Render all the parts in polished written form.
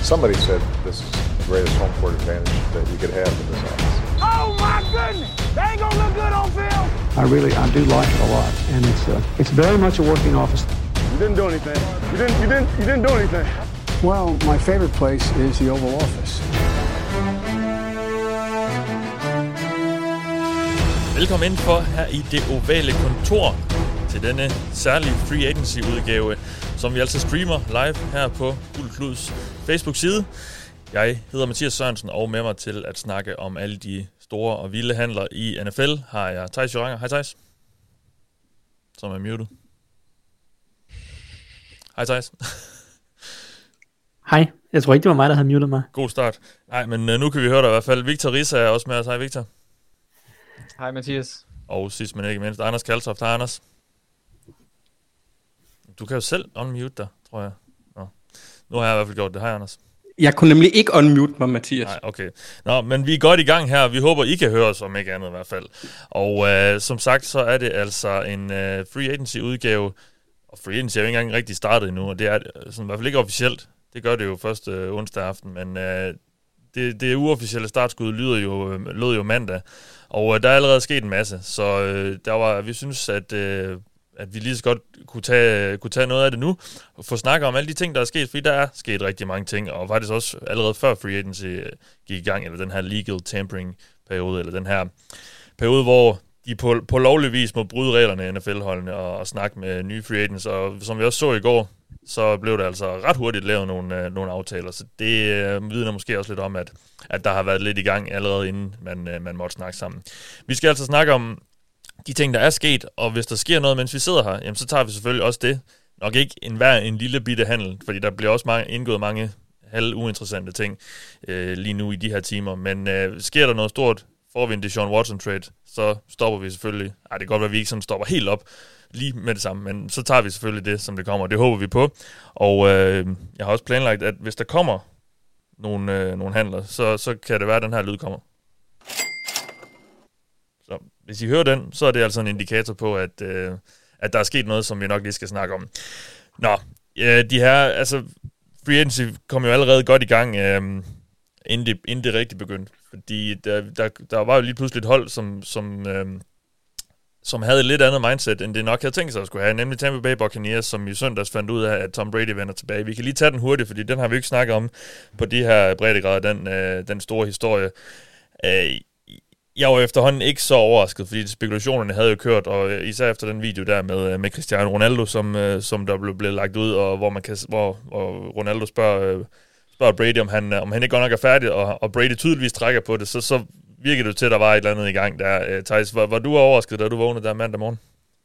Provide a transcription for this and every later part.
Somebody said this is the greatest home court advantage that you could have in this office. Oh my goodness! They ain't gonna look good on film. I do like it a lot, and it's very much a working office. You didn't do anything. You didn't do anything. Well, my favorite place is the Oval Office. Velkommen indenfor her i det ovale kontor til denne særlige Free Agency udgave, som vi altså streamer live her på Guld Kluds Facebook-side. Jeg hedder Mathias Sørensen, og med mig til at snakke om alle de store og vilde handler i NFL har jeg Theis Joranger. Hej Theis. Som er muted. Hej Theis. Hej. Jeg tror ikke, det var mig, der havde muted mig. God start. Nej, men nu kan vi høre dig i hvert fald. Victor Risa er også med os. Hej Victor. Hej Mathias. Og sidst men ikke mindst, Anders Kaltoft. Hej Anders. Du kan jo selv unmute dig, tror jeg. Nå. Nu har jeg i hvert fald gjort det. Hej Anders. Jeg kunne nemlig ikke unmute mig, Mathias. Nej, okay. Nå, men vi er godt i gang her. Vi håber, I kan høre os, om ikke andet i hvert fald. Og som sagt, så er det altså en Free Agency-udgave. Og Free Agency er jo ikke engang rigtig startet endnu, og det er sådan, i hvert fald ikke officielt. Det gør det jo først onsdag aften, men det uofficielle startskud lød jo mandag. Og der er allerede sket en masse, så vi synes, at vi lige så godt kunne tage noget af det nu, og få snakket om alle de ting, der er sket, fordi der er sket rigtig mange ting, og faktisk også allerede før Free Agency gik i gang, eller den her legal tampering-periode, eller den her periode, hvor de på lovlig vis må bryde reglerne i NFL-holdene og snakke med nye free agents, og som vi også så i går, så blev der altså ret hurtigt lavet nogle aftaler, så det vidner måske også lidt om, at der har været lidt i gang allerede inden man måtte snakke sammen. Vi skal altså snakke om de ting, der er sket, og hvis der sker noget, mens vi sidder her, jamen, så tager vi selvfølgelig også det. Nok ikke en lille bitte handel, fordi der bliver også indgået mange uinteressante ting lige nu i de her timer, men sker der noget stort, får vi en Deshaun Watson trade, så stopper vi selvfølgelig. Det kan godt være, at vi ikke sådan stopper helt op lige med det samme, men så tager vi selvfølgelig det, som det kommer, det håber vi på. Og jeg har også planlagt, at hvis der kommer nogle handler, så kan det være, at den her lyd kommer. Så hvis I hører den, så er det altså en indikator på, at der er sket noget, som vi nok lige skal snakke om. Nå, de her, altså Free Agency kom jo allerede godt i gang, inden det rigtig begyndte. Fordi der var jo lige pludselig et hold, som havde et lidt andet mindset, end det nok havde tænkt sig at skulle have, nemlig Tampa Bay Buccaneers, som i søndags fandt ud af, at Tom Brady vender tilbage. Vi kan lige tage den hurtigt, fordi den har vi ikke snakket om på de her breddegrader, den store historie. Jeg var efterhånden ikke så overrasket, fordi spekulationerne havde jo kørt, og især efter den video der med Cristiano Ronaldo, som der blev lagt ud, og hvor Ronaldo spørger Brady, om han ikke godt nok er færdig, og Brady tydeligvis trækker på det, så virkede det til, at der var et eller andet i gang der. Theis, var du overrasket, da du vågnede der mandag morgen?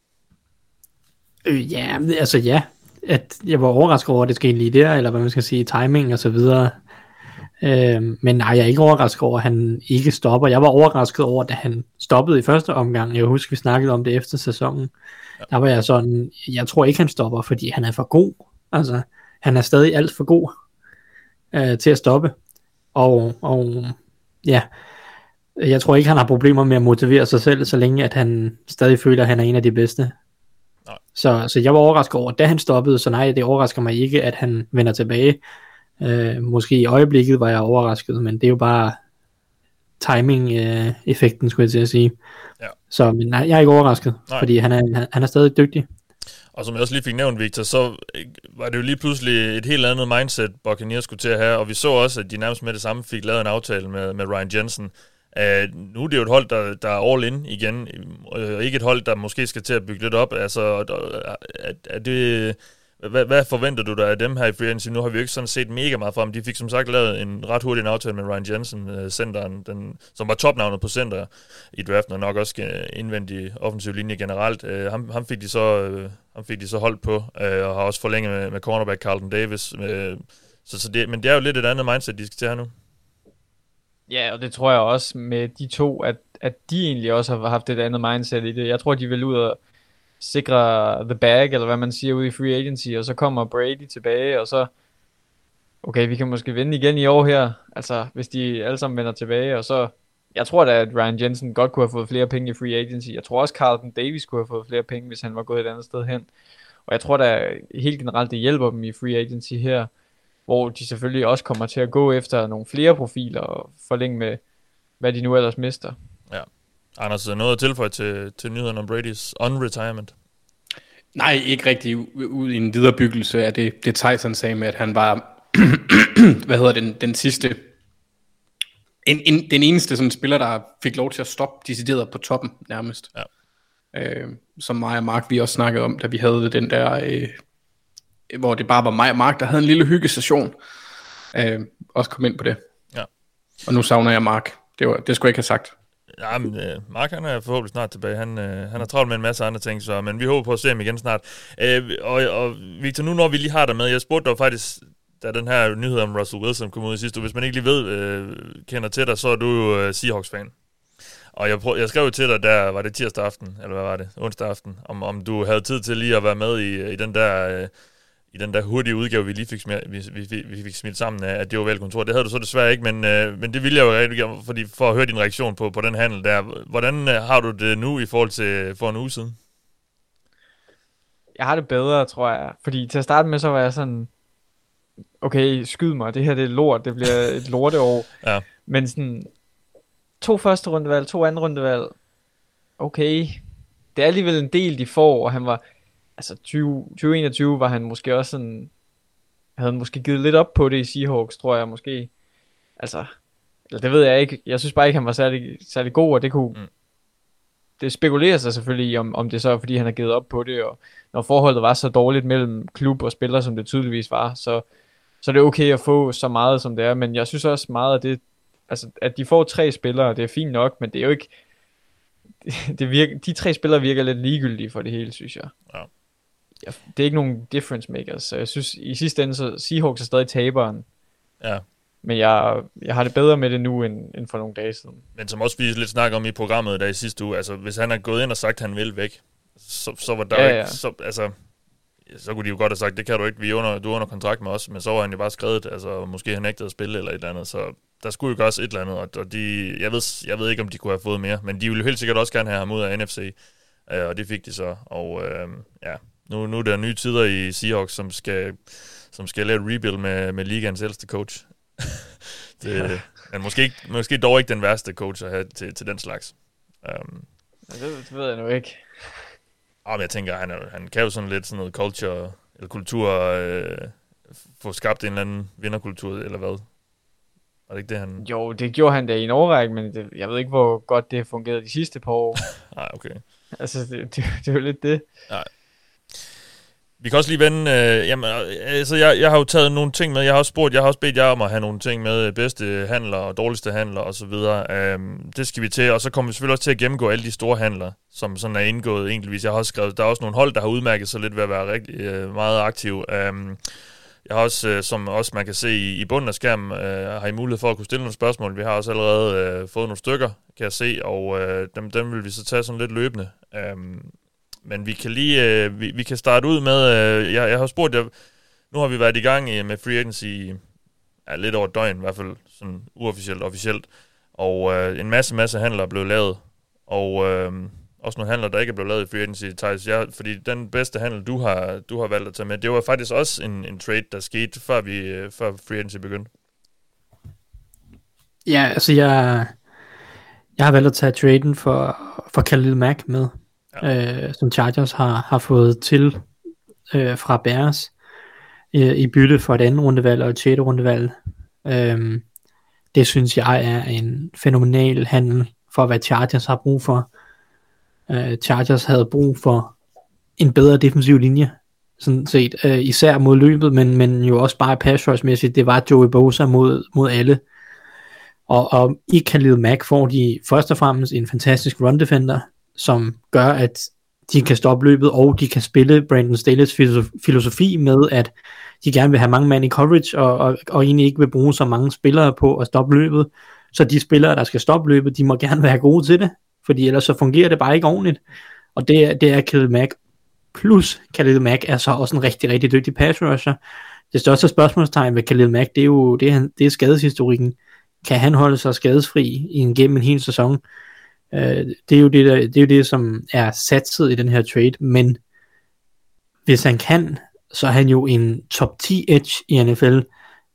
Ja. At jeg var overrasket over, at det skete lige der, eller hvad man skal sige, timing og så videre. Men nej, jeg er ikke overrasket over, at han ikke stopper. Jeg var overrasket over, da han stoppede i første omgang. Jeg husker, vi snakkede om det efter sæsonen. Ja. Der var jeg sådan, jeg tror ikke, han stopper, fordi han er for god. Altså, han er stadig alt for god til at stoppe. Og ja, jeg tror ikke, han har problemer med at motivere sig selv, så længe at han stadig føler, at han er en af de bedste. Nej. Så jeg var overrasket over, da han stoppede, så nej, det overrasker mig ikke, at han vender tilbage. Måske i øjeblikket var jeg overrasket, men det er jo bare timing-effekten, skulle jeg til at sige. Ja. Så men nej, jeg er ikke overrasket, fordi han er stadig dygtig. Og som jeg også lige fik nævnt, Victor, så var det jo lige pludselig et helt andet mindset, Buccaneers skulle til at have, og vi så også, at de nærmest med det samme fik lavet en aftale med Ryan Jensen. Nu er det jo et hold, der er all in igen, ikke et hold, der måske skal til at bygge lidt op. Altså, er det... Hvad forventer du der af dem her i Free Agency? Nu har vi jo ikke sådan set mega meget fra dem. De fik som sagt lavet en ret hurtig aftale med Ryan Jensen, centeren, som var topnavnet på center i draften, og nok også indvendig offensiv linje generelt. Ham fik de så holdt på, og har også forlænget med cornerback Carlton Davis. Men det er jo lidt et andet mindset, de skal til her nu. Ja, og det tror jeg også med de to, at de egentlig også har haft et andet mindset i det. Jeg tror, de vil ud og sikre the bag, eller hvad man siger ude i Free Agency, og så kommer Brady tilbage, og så okay, vi kan måske vinde igen i år her, altså hvis de alle sammen vender tilbage, og så jeg tror da, at Ryan Jensen godt kunne have fået flere penge i Free Agency. Jeg tror også, Carlton Davis kunne have fået flere penge, hvis han var gået et andet sted hen. Og jeg tror da helt generelt, det hjælper dem i Free Agency her. hvor de selvfølgelig også kommer til at gå efter nogle flere profiler og forlænge med, hvad de nu ellers mister. Ja. Anders, noget at tilføje til nyhederne om Brady's on-retirement? Nej, ikke rigtig ud i en viderebyggelse af det Tyson sagde med, at han var den sidste, den eneste sådan spiller, der fik lov til at stoppe decideret på toppen nærmest. Ja. Som mig og Mark, vi også snakkede om, da vi havde den der, hvor det bare var mig og Mark, der havde en lille hyggesession. Også kom ind på det. Ja. Og nu savner jeg Mark. Det skulle jeg ikke have sagt. Ja, men Mark, han er forhåbentlig snart tilbage. Han har travlt med en masse andre ting, men vi håber på at se ham igen snart. Og Victor, nu når vi lige har dig med, jeg spurgte dig faktisk, da den her nyhed om Russell Wilson kom ud i sidste uge, hvis man ikke lige ved, kender til dig, så er du jo Seahawks-fan. Og jeg skrev jo til dig, der var det tirsdag aften, eller hvad var det, onsdag aften, om du havde tid til lige at være med i den der hurtige udgave, vi fik smidt sammen af, at det var valgkontor. Det havde du så desværre ikke, men det ville jeg jo rigtig gerne, for at høre din reaktion på den handel der. Hvordan har du det nu i forhold til for en uge siden? Jeg har det bedre, tror jeg. Fordi til at starte med, så var jeg sådan, okay, skyd mig, det her det er lort, det bliver et lorteår. Ja. Men sådan, 2 første rundevalg, 2 anden rundevalg, okay, det er alligevel en del, de får, og han var, altså 2021 var han måske også sådan, havde måske givet lidt op på det i Seahawks, tror jeg måske. Altså, eller det ved jeg ikke, jeg synes bare ikke, han var særlig god, og det kunne, det spekulerer sig selvfølgelig i, om det så er, fordi han har givet op på det, og når forholdet var så dårligt mellem klub og spiller, som det tydeligvis var, så er det okay at få så meget, som det er, men jeg synes også meget af det, altså, at de får 3 spillere, det er fint nok, men det er jo ikke, de 3 spillere virker lidt ligegyldige for det hele, synes jeg. Ja. Det er ikke nogen difference makers, så jeg synes, i sidste ende, så Seahawks er stadig taberen. Ja. Men jeg har det bedre med det nu, end for nogle dage siden. Men som også vi lidt snakker om i programmet der i sidste uge, altså hvis han har gået ind og sagt, at han vil væk, så var der ikke, så kunne de jo godt have sagt, det kan du ikke, du er under kontrakt med os, men så var han jo bare skrevet, altså måske han nægtede at spille eller et eller andet, så der skulle jo gøres et eller andet, og jeg ved ikke, om de kunne have fået mere, men de ville helt sikkert også gerne have ham ud af NFC, og det fik de så, og nu er der nye tider i Seahawks, som skal lave et rebuild med ligaens ældste coach. Men måske dog ikke den værste coach at have til den slags. Det ved jeg nu ikke. Men jeg tænker, han kan jo sådan lidt sådan noget culture, eller kultur, få skabt en eller anden vinderkultur, eller hvad? Var det ikke det, han... Jo, det gjorde han da i en årrække, men jeg ved ikke, hvor godt det har fungeret de sidste par år. Nej, okay. Altså, det er jo lidt det. Nej. Vi kan også lige vende, jeg har jo taget nogle ting med, jeg har også bedt jer om at have nogle ting med, bedste handler og dårligste handler og så videre. Det skal vi til, og så kommer vi selvfølgelig også til at gennemgå alle de store handler, som sådan er indgået enkeltvis. Jeg har også skrevet, der er også nogle hold, der har udmærket sig lidt ved at være rigtig meget aktive. Jeg har også, som også man kan se i bunden af skærmen, har I mulighed for at kunne stille nogle spørgsmål. Vi har også allerede fået nogle stykker, kan jeg se, og dem vil vi så tage sådan lidt løbende. Men vi kan lige, vi kan starte ud med, jeg har spurgt jer, nu har vi været i gang med free agency lidt over et døgn, i hvert fald sådan uofficielt, officielt, og en masse handler er blevet lavet, og også nogle handler, der ikke er blevet lavet i free agency, Thijs, fordi den bedste handel, du har valgt at tage med, det var faktisk også en trade, der skete, før free agency begyndte. Ja, altså jeg har valgt at tage traden for Khalil Mack med. Som Chargers har fået til fra Bears i bytte for et andet rundevalg og et 6. rundevalg. Det synes jeg er en fænomenal handel for hvad Chargers har brug for. Chargers havde brug for en bedre defensiv linje sådan set, især mod løbet, men jo også bare pass rush mæssigt. Det var Joey Bosa mod alle. Og i Khalil Mack får de først og fremmest en fantastisk run defender, som gør, at de kan stoppe løbet, og de kan spille Brandon Staley's filosofi med, at de gerne vil have mange mand i coverage, og egentlig ikke vil bruge så mange spillere på at stoppe løbet. Så de spillere, der skal stoppe løbet, de må gerne være gode til det, fordi ellers så fungerer det bare ikke ordentligt. Og det er Khalil Mack. Plus Khalil Mack er så også en rigtig, rigtig dygtig pass rusher. Det største spørgsmålstegn ved Khalil Mack, det er jo det er skadeshistorikken. Kan han holde sig skadesfri gennem en hel sæson? Det er jo det, som er satset i den her trade, men hvis han kan, så er han jo en top 10 edge i NFL,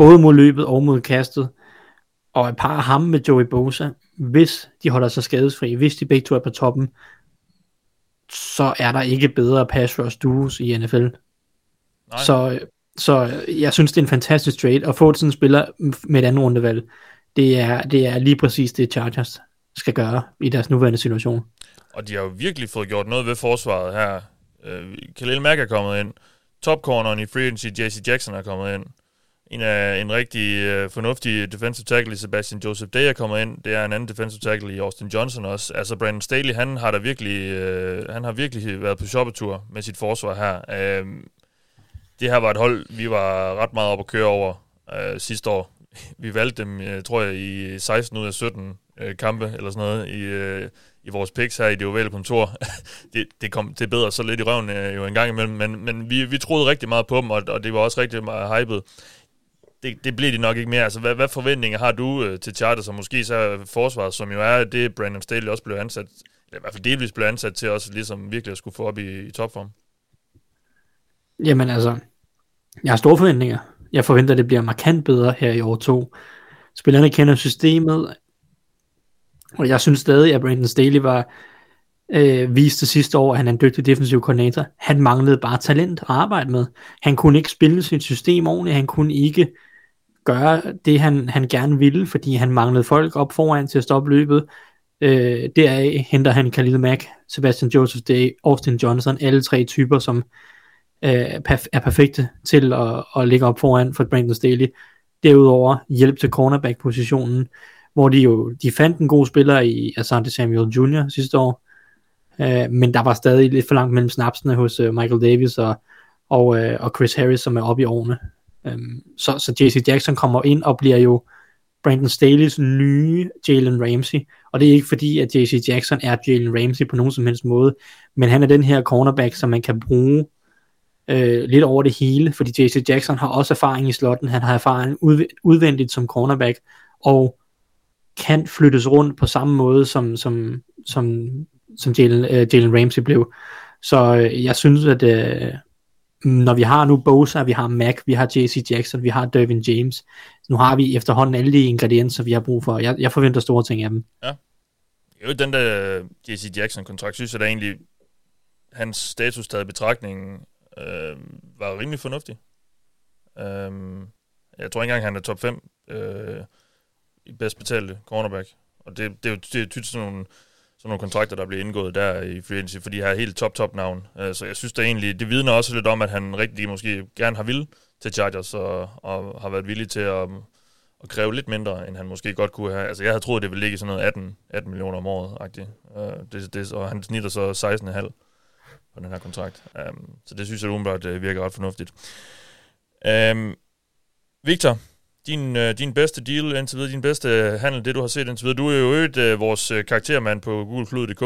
både mod løbet og mod kastet, og et par af ham med Joey Bosa, hvis de holder sig skadesfri, hvis de begge to er på toppen, så er der ikke bedre pass rush duos i NFL. Så jeg synes, det er en fantastisk trade, at få sådan en spiller med et andet rundevalg, det er lige præcis det, Chargers skal gøre i deres nuværende situation. Og de har jo virkelig fået gjort noget ved forsvaret her. Khalil Mack er kommet ind, topcorneren i free agency, J.C. Jackson er kommet ind, en rigtig fornuftig defensive tackle i Sebastian Joseph Day er kommet ind. Det er en anden defensive tackle i Austin Johnson også. Altså Brandon Staley, han har virkelig været på shoppetur med sit forsvar her. Det her var et hold, vi var ret meget op at køre over sidste år. Vi valgte dem, tror jeg, i 16 ud af 17 kampe eller sådan noget i vores picks her i det ovale kontor. det bedre så lidt i røven jo en gang imellem, men vi troede rigtig meget på dem, og det var også rigtig meget hypet. Det blev de nok ikke mere. Altså, hvad forventninger har du til Chargers, og måske så forsvaret, som jo er det, Brandon Staley også blev ansat, eller i hvert fald delvis blev ansat til også ligesom virkelig at skulle få op i topform? Jamen altså, jeg har store forventninger. Jeg forventer, at det bliver markant bedre her i år 2. Spillerne kender systemet, og jeg synes stadig, at Brandon Staley viste sidste år, at han er en dygtig defensiv koordinator. Han manglede bare talent at arbejde med. Han kunne ikke spille sit system ordentligt. Han kunne ikke gøre det, han gerne ville, fordi han manglede folk op foran til at stoppe løbet. Deraf henter han Khalil Mack, Sebastian Joseph Day, Austin Johnson, alle tre typer, som er perfekte til at ligge op foran for Brandon Staley. Derudover hjælp til cornerback-positionen, hvor de fandt en god spiller i Asante Samuel Jr. sidste år, men der var stadig lidt for langt mellem snapsene hos Michael Davis og Chris Harris, som er oppe i årene. Så J.C. Jackson kommer ind og bliver jo Brandon Staleys nye Jalen Ramsey, og det er ikke fordi, at J.C. Jackson er Jalen Ramsey på nogen som helst måde, men han er den her cornerback, som man kan bruge lidt over det hele, fordi J.C. Jackson har også erfaring i slotten, han har erfaring udvendigt som cornerback, og kan flyttes rundt på samme måde, som Jalen Ramsey blev. Så jeg synes, at når vi har nu Bosa, vi har Mack, vi har J.C. Jackson, vi har Dervin James, nu har vi efterhånden alle de ingredienser, vi har brug for. Jeg forventer store ting af dem. Ja. Jo, den der J.C. Jackson-kontrakt, synes jeg da egentlig, hans status taget i betragtningen, var rimelig fornuftig. Jeg tror ikke engang, han er top 5 i bedst betalte cornerback. Og det er jo tydeligt sådan nogle kontrakter, der bliver indgået der i free agency, fordi de har helt top navn. Så jeg synes da egentlig, det vidner også lidt om, at han rigtig måske gerne har ville til Chargers, og har været villig til at kræve lidt mindre, end han måske godt kunne have. Altså jeg havde troet, det ville ligge i sådan noget 18 millioner om året-agtigt. Og han snitter så 16,5 på den her kontrakt. Så det synes jeg umiddelbart virker ret fornuftigt. Victor, din bedste deal indtil videre, din bedste handel, det du har set indtil videre. Du er jo øget vores karaktermand på gulklud.dk.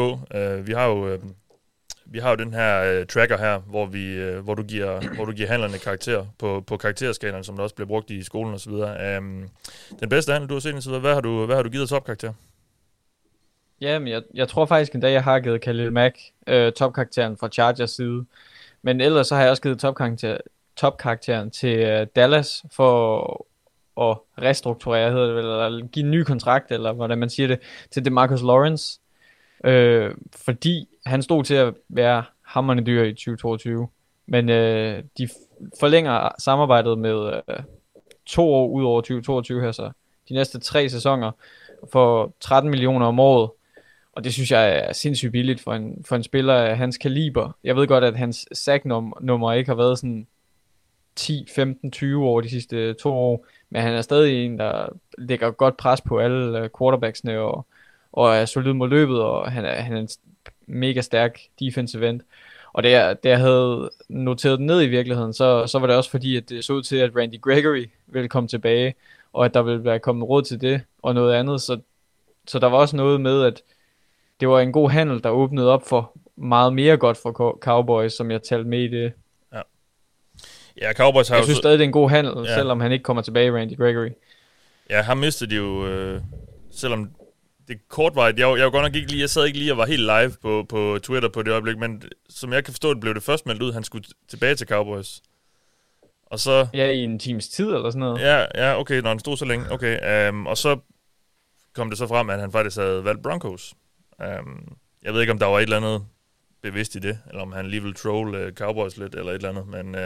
Vi har jo den her tracker her, hvor du giver handlerne karakter på karakterskalaen, som der også bliver brugt i skolen og så videre. Den bedste handel, du har set indtil videre, hvad har du givet topkarakter? Jamen, jeg tror faktisk en dag, jeg har givet Khalil Mack topkarakteren fra Chargers side. Men ellers så har jeg også givet topkarakteren til Dallas for at restrukturere, hedder det vel, eller give en ny kontrakt, eller hvordan man siger det, til DeMarcus Lawrence. Fordi han stod til at være hamrende dyr i 2022. Men de forlænger samarbejdet med 2 år ud over 2022 her, så de næste 3 sæsoner for 13 millioner om året. Og det synes jeg er sindssygt billigt for en spiller af hans kaliber. Jeg ved godt, at hans sack-nummer ikke har været sådan 10, 15, 20 år de sidste 2 år, men han er stadig en, der lægger godt pres på alle quarterbacksne og er solid mod løbet, og han er en mega stærk defensive end. Og da jeg havde noteret den ned i virkeligheden, så var det også fordi, at det så ud til, at Randy Gregory ville komme tilbage, og at der ville være kommet råd til det og noget andet. Så der var også noget med, at det var en god handel, der åbnede op for meget mere godt for Cowboys, som jeg talte med i det. Ja, Cowboys har jeg synes stadig, det er en god handel, selvom han ikke kommer tilbage, Randy Gregory. Ja, han mistede de jo, selvom det kortvarigt. Jeg sad ikke lige og var helt live på Twitter på det øjeblik, men som jeg kan forstå, det blev det først meldt ud, han skulle tilbage til Cowboys. Og så... Ja, i en times tid eller sådan noget. Ja, okay, når han stod så længe. Okay, og så kom det så frem, at han faktisk havde valgt Broncos. Jeg ved ikke, om der var et eller andet bevidst i det, eller om han lige ville troll Cowboys lidt, eller et eller andet, men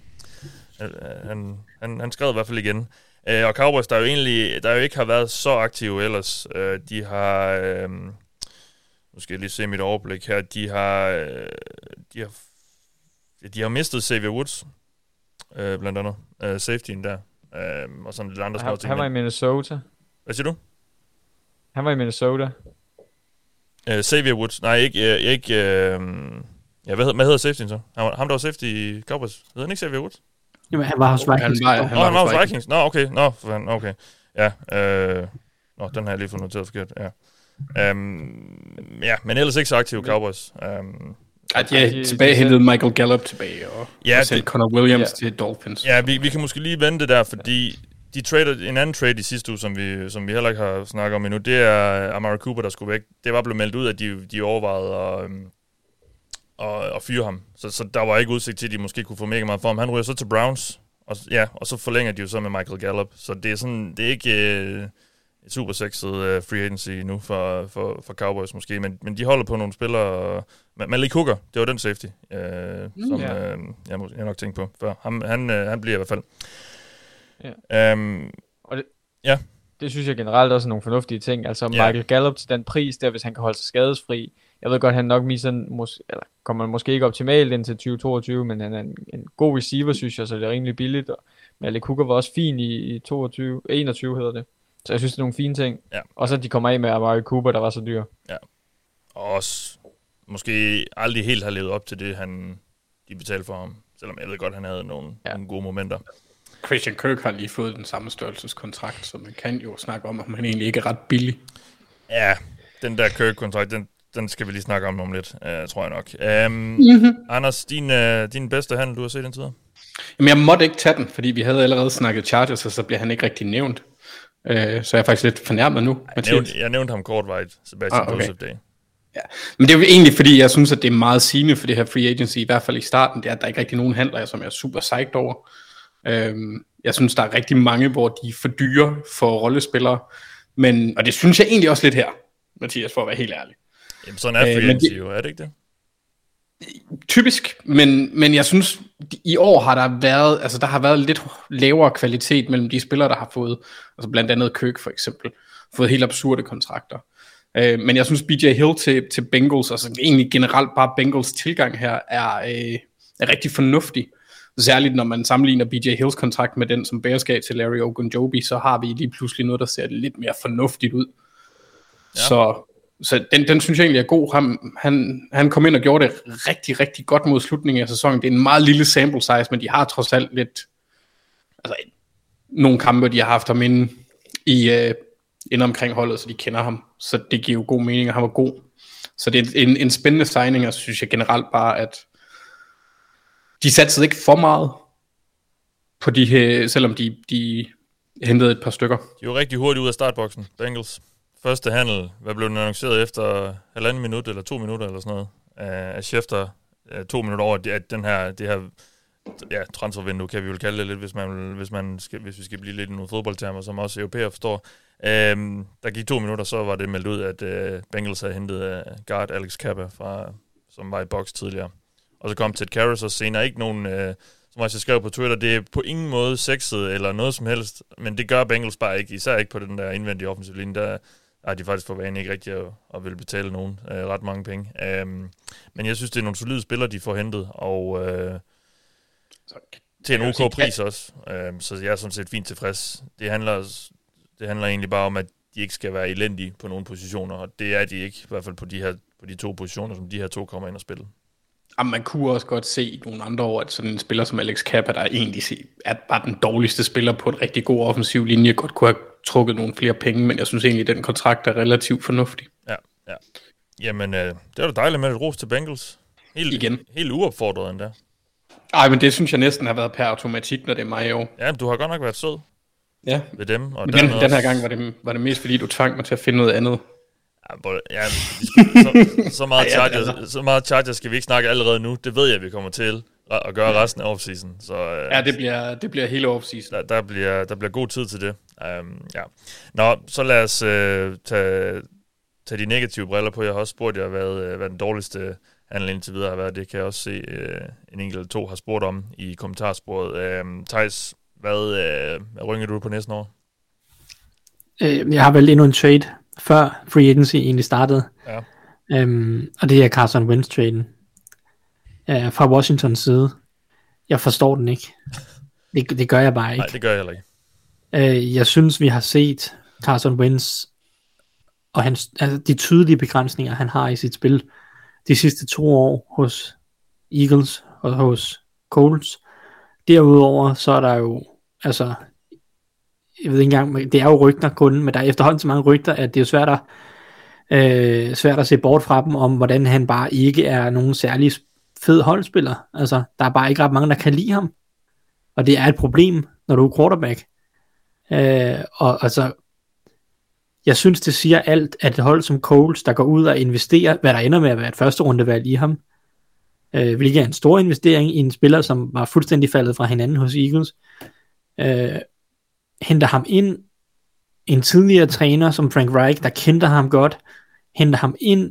han skrev i hvert fald igen. Og Cowboys, der jo ikke har været så aktive ellers, de har... nu skal jeg lige se mit overblik her. De har mistet Xavier Woods, blandt andet. Safetyen der. Og sådan lidt andre små ting. Han var i Minnesota. Hvad siger du? Han var i Minnesota. Xavier Woods. Nej, ikke ja, hvad hedder safetyen så? Ham, der var safety i Cowboys. Hedder han ikke Xavier Woods? Jamen, han var hos Vikings. Han var hos Vikings. Nå, okay. Okay. Ja, den har jeg lige fået noteret forkert. Ja. Ja, men ellers ikke så aktive Cowboys. De tilbagehentede Michael Gallup tilbage, og sendte Connor Williams til Dolphins. Ja, vi kan måske lige vente der, fordi de traded en anden trade i sidste uge, som vi heller ikke har snakket om endnu. Det er Amari Cooper, der skulle væk. Det var blevet meldt ud, at de overvejede at fyre ham. Så der var ikke udsigt til, at de måske kunne få mega meget for ham. Han ryger så til Browns, og så forlænger de jo så med Michael Gallup. Så det er sådan, det er ikke et super sexet free agency nu for Cowboys måske, men de holder på nogle spillere. Malik Hooker, det var den safety, som jeg nok tænkte på før. Han bliver i hvert fald. Ja. Og det synes jeg generelt også er nogle fornuftige ting. Altså Michael Gallup til den pris der, hvis han kan holde sig skadesfri. Jeg ved godt, han nok kommer måske ikke optimalt ind til 2022, men han er en god receiver, synes jeg, så det er rimelig billigt. Og Malik Hooker var også fin i 21 hedder det. Så jeg synes, det er nogle fine ting. Ja. Og så de kommer af med Amari Cooper, der var så dyr. Ja. Og også måske aldrig helt har levet op til det, de betalte for ham. Selvom jeg ved godt, han havde nogle gode momenter. Christian Kirk har lige fået den samme størrelseskontrakt, så man kan jo snakke om han egentlig ikke er ret billig. Ja, den der Kirk-kontrakt, den skal vi lige snakke om lidt, tror jeg nok. Anders, din bedste handel, du har set indtil videre? Jamen, jeg måtte ikke tage den, fordi vi havde allerede snakket Chargers, og så bliver han ikke rigtig nævnt. Så jeg er faktisk lidt fornærmet nu. Jeg nævnte ham kortvejt, Sebastian Joseph Day. Ja. Men det er jo egentlig, fordi jeg synes, at det er meget sigende for det her free agency, i hvert fald i starten, det er, at der ikke rigtig nogen handler, som jeg er super psyched over. Jeg synes, der er rigtig mange, hvor de er for dyre for rollespillere, og det synes jeg egentlig også lidt her, Mathias, for at være helt ærlig. Jamen, sådan er free agency jo, er det ikke det? Typisk, men jeg synes, i år har der har været lidt lavere kvalitet mellem de spillere, der har fået, altså blandt andet Kirk for eksempel, fået helt absurde kontrakter. Men jeg synes, BJ Hill til Bengals, altså egentlig generelt bare Bengals tilgang her, er rigtig fornuftig. Særligt når man sammenligner BJ Hills kontrakt med den, som Bears gav til Larry Ogunjobi, så har vi lige pludselig noget, der ser lidt mere fornuftigt ud. Ja. Så den synes jeg egentlig er god. Han kom ind og gjorde det rigtig, rigtig godt mod slutningen af sæsonen. Det er en meget lille sample size, men de har trods alt lidt... Altså, nogle kampe, de har haft ham inde omkring holdet, så de kender ham. Så det giver jo god mening, at han var god. Så det er en spændende signing, og så synes jeg generelt bare, at de satsede ikke for meget på de her, selvom de hentede et par stykker. De var rigtig hurtigt ud af startboksen, Bengals. Første handel, hvad blev den annonceret efter 1,5 minut eller 2 minutter eller sådan noget, af Schefter 2 minutter over, at det her transfervindue, kan vi jo kalde det lidt, hvis vi skal blive lidt i nogle fodboldtermer, som også europæer forstår. Der gik 2 minutter, så var det meldt ud, at Bengals havde hentet guard Alex Kappa, som var i boks tidligere. Og så kom Ted Karras og senere ikke nogen, som også jeg skrev på Twitter, det er på ingen måde sexet eller noget som helst, men det gør Bengals bare ikke, især ikke på den der indvendige offensive linje, der er de faktisk for vane ikke rigtig at ville betale nogen ret mange penge. Men jeg synes, det er nogle solide spillere, de får hentet, og til en OK pris også. Så jeg er sådan set fint tilfreds. Det handler egentlig bare om, at de ikke skal være elendige på nogle positioner, og det er de ikke, i hvert fald på de 2 positioner, som de her 2 kommer ind og spiller. Jamen, man kunne også godt se i nogle andre år, at sådan en spiller som Alex Kappa, der egentlig er bare den dårligste spiller på en rigtig god offensiv linje, godt kunne have trukket nogle flere penge, men jeg synes egentlig, at den kontrakt er relativt fornuftig. Ja. Jamen, det var da dejligt med et ros til Bengals. Helt uopfordret endda. Ej, men det synes jeg næsten har været per automatik, når det er mig i år. Ja, du har godt nok været sød ved dem. Og men den her gang var det mest fordi, du tvang mig til at finde noget andet. Så meget Chargers skal vi ikke snakke allerede nu. Det ved jeg, vi kommer til. at gøre resten af offseason. Så, ja, det bliver hele offseason. Der bliver god tid til det. Ja. Nå, så lad os tage de negative briller på. Jeg har også spurgt jer, hvad den dårligste handel indtil videre har været. Det kan jeg også se, en enkelt eller to har spurgt om i kommentarsporet. Theis, hvad rynger du på næsten år? Jeg har valgt endnu en trade, før free agency egentlig startede. Ja. Og det er Carson Wentz-traden. Fra Washingtons side. Jeg forstår den ikke. Det gør jeg bare ikke. Nej, det gør jeg heller ikke. Jeg synes, vi har set Carson Wentz og de tydelige begrænsninger, han har i sit spil de sidste 2 år hos Eagles og hos Colts. Derudover så er der jo, altså, jeg ved ikke engang, det er jo rygter kun, men der er efterhånden så mange rygter, at det er jo svært at se bort fra dem, om hvordan han bare ikke er nogen særlig fed holdspiller. Altså, der er bare ikke ret mange, der kan lide ham. Og det er et problem, når du er quarterback. Og altså, jeg synes, det siger alt, at et hold som Colts, der går ud og investerer, hvad der ender med at være et første rundevalg i ham, hvilket er en stor investering i en spiller, som var fuldstændig faldet fra hinanden hos Eagles, henter ham ind, en tidligere træner som Frank Reich, der kendte ham godt, henter ham ind,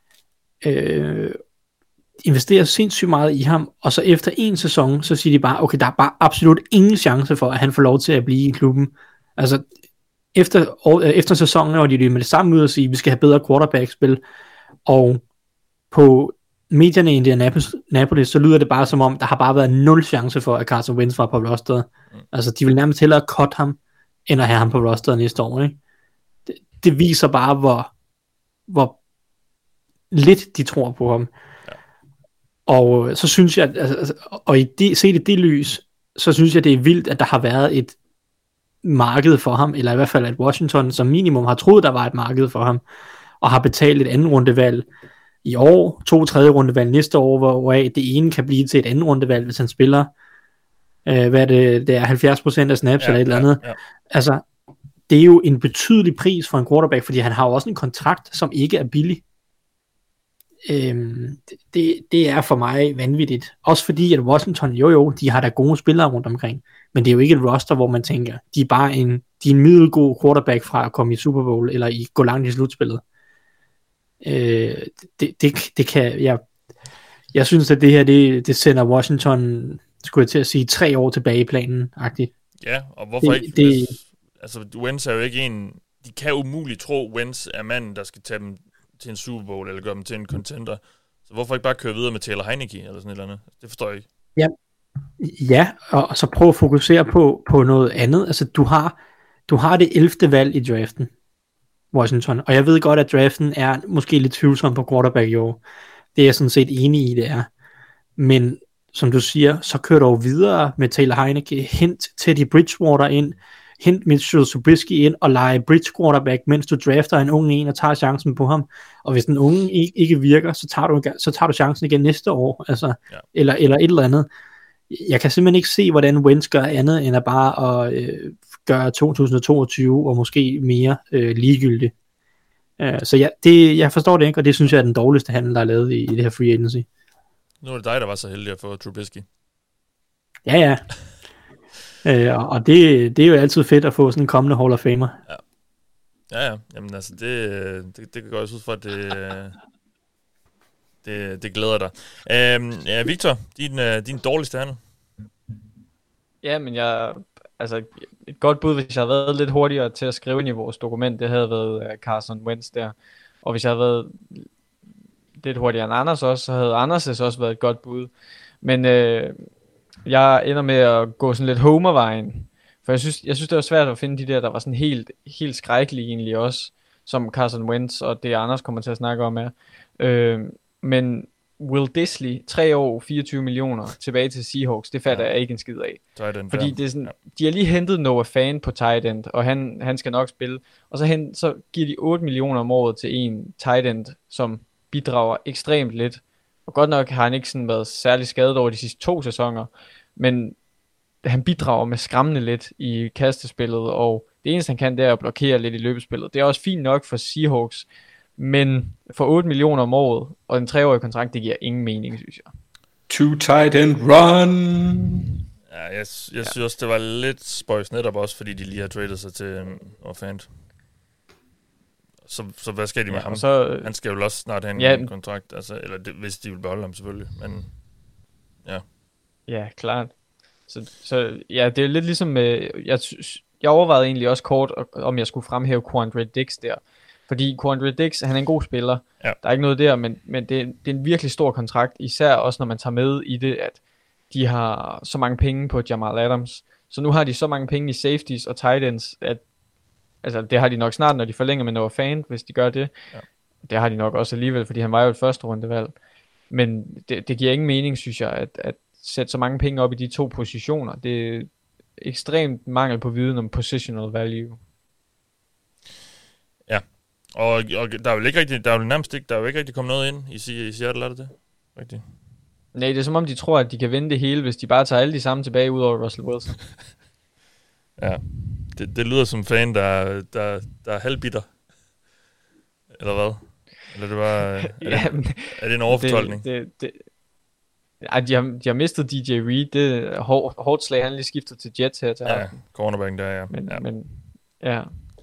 investerer sindssygt meget i ham, og så efter en sæson, så siger de bare, okay, der er bare absolut ingen chance for, at han får lov til at blive i klubben. Altså, efter sæsonen var de med det samme ud og sige, at vi skal have bedre quarterback-spil, og på medierne i Indianapolis, så lyder det bare som om, der har bare været 0 chance for, at Carson Wentz var på rosteret. Altså, de vil nærmest hellere cut ham, end at have ham på rosteret næste år, ikke? Det viser bare, hvor lidt de tror på ham. Og så synes jeg, og set i det lys, så synes jeg, det er vildt, at der har været et marked for ham, eller i hvert fald at Washington som minimum har troet, der var et marked for ham, og har betalt et anden rundevalg i år, 2 tredje rundevalg næste år, hvoraf det ene kan blive til et anden rundevalg, hvis han spiller, hvad det er 70% af snaps eller et eller andet. Ja. Altså, det er jo en betydelig pris for en quarterback, fordi han har jo også en kontrakt, som ikke er billig. Det er for mig vanvittigt. Også fordi, at Washington, jo, de har da gode spillere rundt omkring, men det er jo ikke et roster, hvor man tænker, de er en middelgod quarterback fra at komme i Super Bowl, eller gå langt i slutspillet. Det kan, jeg synes, at det her, det sender Washington, skulle jeg til at sige, 3 år tilbage i planen-agtigt. Ja, og hvorfor ikke? Altså, Wentz er jo ikke en, de kan umuligt tro, Wentz er manden, der skal tage dem til en Super Bowl, eller gøre dem til en contender. Så hvorfor ikke bare køre videre med Taylor Heineke, eller sådan et eller andet? Det forstår jeg ikke. Ja, og så prøv at fokusere på noget andet. Altså, du har det 11. valg i draften, Washington, og jeg ved godt, at draften er måske lidt tvivlsom på quarterback i år. Det er jeg sådan set enig i, det er. Men som du siger, så kører du videre med Taylor Heineke, hent Teddy Bridgewater ind, hent Mitchell Trubisky ind og lege bridge quarterback, mens du drafter en ung en og tager chancen på ham. Og hvis den unge ikke virker, så tager du chancen igen næste år, altså, ja. eller et eller andet. Jeg kan simpelthen ikke se, hvordan Wentz gør andet, end at bare gøre 2022 og måske mere ligegyldigt. Så jeg forstår det ikke, og det synes jeg er den dårligste handel, der er lavet i det her free agency. Nu er det dig, der var så heldig at få Trubisky. Ja. Og det er jo altid fedt at få sådan en kommende Hall of Famer. Ja. Jamen altså, det kan gå ud fra, at det glæder dig. Ja, Victor, din dårligste handel? Ja, men et godt bud, hvis jeg havde været lidt hurtigere til at skrive ind i vores dokument, det havde været Carson Wentz der. Og hvis jeg havde været lidt hurtigere end Anders også, så havde Anders' også været et godt bud. Men jeg ender med at gå sådan lidt Homer-vejen. For jeg synes, det var svært at finde de der var sådan helt skrækkelige egentlig også, som Carson Wentz og det Anders kommer til at snakke om her. Men Will Disley, 3 år, 24 millioner, tilbage til Seahawks, det fatter jeg ikke en skid af. Fordi det er sådan, de har lige hentet Noah Fant på tight end, og han skal nok spille. Og så giver de 8 millioner om året til en tight end, som bidrager ekstremt lidt. Og godt nok har han ikke sådan været særlig skadet over de sidste 2 sæsoner, men han bidrager med skræmmende lidt i kastespillet, og det eneste han kan, det er at blokere lidt i løbespillet. Det er også fint nok for Seahawks, men for 8 millioner om året, og en 3-årig kontrakt, det giver ingen mening, synes jeg. Too tight and run. Ja, jeg synes også, det var lidt spøjs netop også, fordi de lige har tradet sig til Orfant. Så hvad skal de med ham? Så, han skal jo også snart have en kontrakt, altså, eller det, hvis de vil beholde ham selvfølgelig, men ja. Ja, klart. Så ja, det er lidt ligesom, jeg overvejede egentlig også kort, om jeg skulle fremhæve Quandre Dix der. Fordi Quandre Dix, han er en god spiller. Ja. Der er ikke noget der, men det er en virkelig stor kontrakt, især også når man tager med i det, at de har så mange penge på Jamal Adams. Så nu har de så mange penge i safeties og tight ends, at altså, det har de nok snart, når de forlænger med Noah Fant, hvis de gør det. Ja. Det har de nok også alligevel, fordi han var jo et første rundevalg. Men det giver ingen mening, synes jeg, at sætte så mange penge op i de to positioner. Det er ekstremt mangel på viden om positional value. Ja, og der er vel ikke rigtig, der er jo ikke rigtig kommet noget ind i Seattle, er det? Rigtigt? Nej, det er som om de tror, at de kan vinde det hele, hvis de bare tager alle de samme tilbage ud over Russell Wilson. Ja, det lyder som fan, der er halvbitter. Eller hvad? Eller det var... Er det en overfortolkning? Ej, de har mistet DJ Reed. Det er hårdt slag, han lige skiftet til Jets her til aften. Ja, cornerbacken der, ja. Men ja.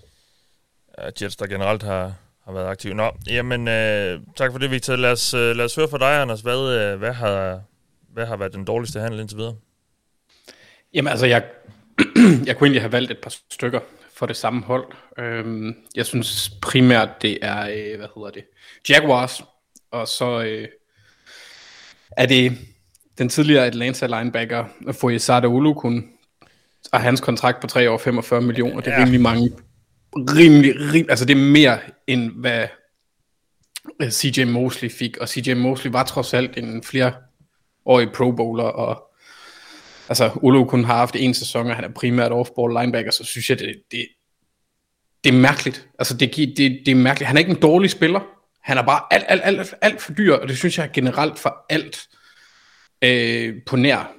Jets, der generelt har været aktive. Nå, jamen, tak for det, Victor. Lad os høre fra dig, Anders. Hvad har været den dårligste handel indtil videre? Jamen, altså, jeg kunne egentlig have valgt et par stykker for det samme hold. Jeg synes primært, det er, Jaguars, og så er det den tidligere Atlanta linebacker, Foyesade Olukun, og hans kontrakt på 3 år, 45 millioner. Det er rimelig mange. Rimelig, altså det er mere end hvad CJ Mosley fik, og CJ Mosley var trods alt en flereårig pro bowler, og altså Olukun har haft en sæson, og han er primært off-ball linebacker, så synes jeg, det er mærkeligt. Altså det er mærkeligt. Han er ikke en dårlig spiller. Han er bare alt for dyr, og det synes jeg generelt for alt på nær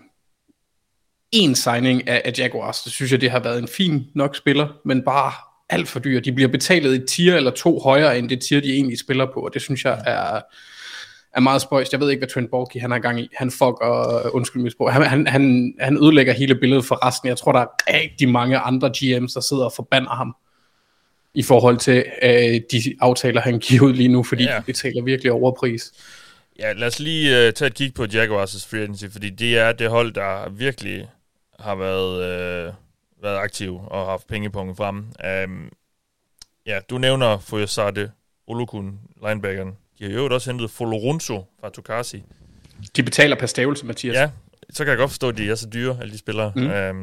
en signing af Jaguars. Det synes jeg, det har været en fin nok spiller, men bare alt for dyr. De bliver betalet et tier eller 2 højere end det tier, de egentlig spiller på, og det synes jeg er meget spøjst. Jeg ved ikke, hvad Trent Baalke han har gang i. Han fucker, undskyld mig sprog, han ødelægger hele billedet for resten. Jeg tror, der er rigtig mange andre GM's, der sidder og forbander ham i forhold til de aftaler, han giver ud lige nu, fordi de betaler virkelig overpris. Ja, lad os lige tage et kig på Jaguars' free agency, fordi det er det hold, der virkelig har været aktiv og haft pengepunkten frem. Ja, du nævner Foyesade Olukun, linebackeren. De har jo også hentet Folorunso fra Tokasi. De betaler per stavelse, Mathias. Ja, så kan jeg godt forstå, at de er så dyre, alle de spillere.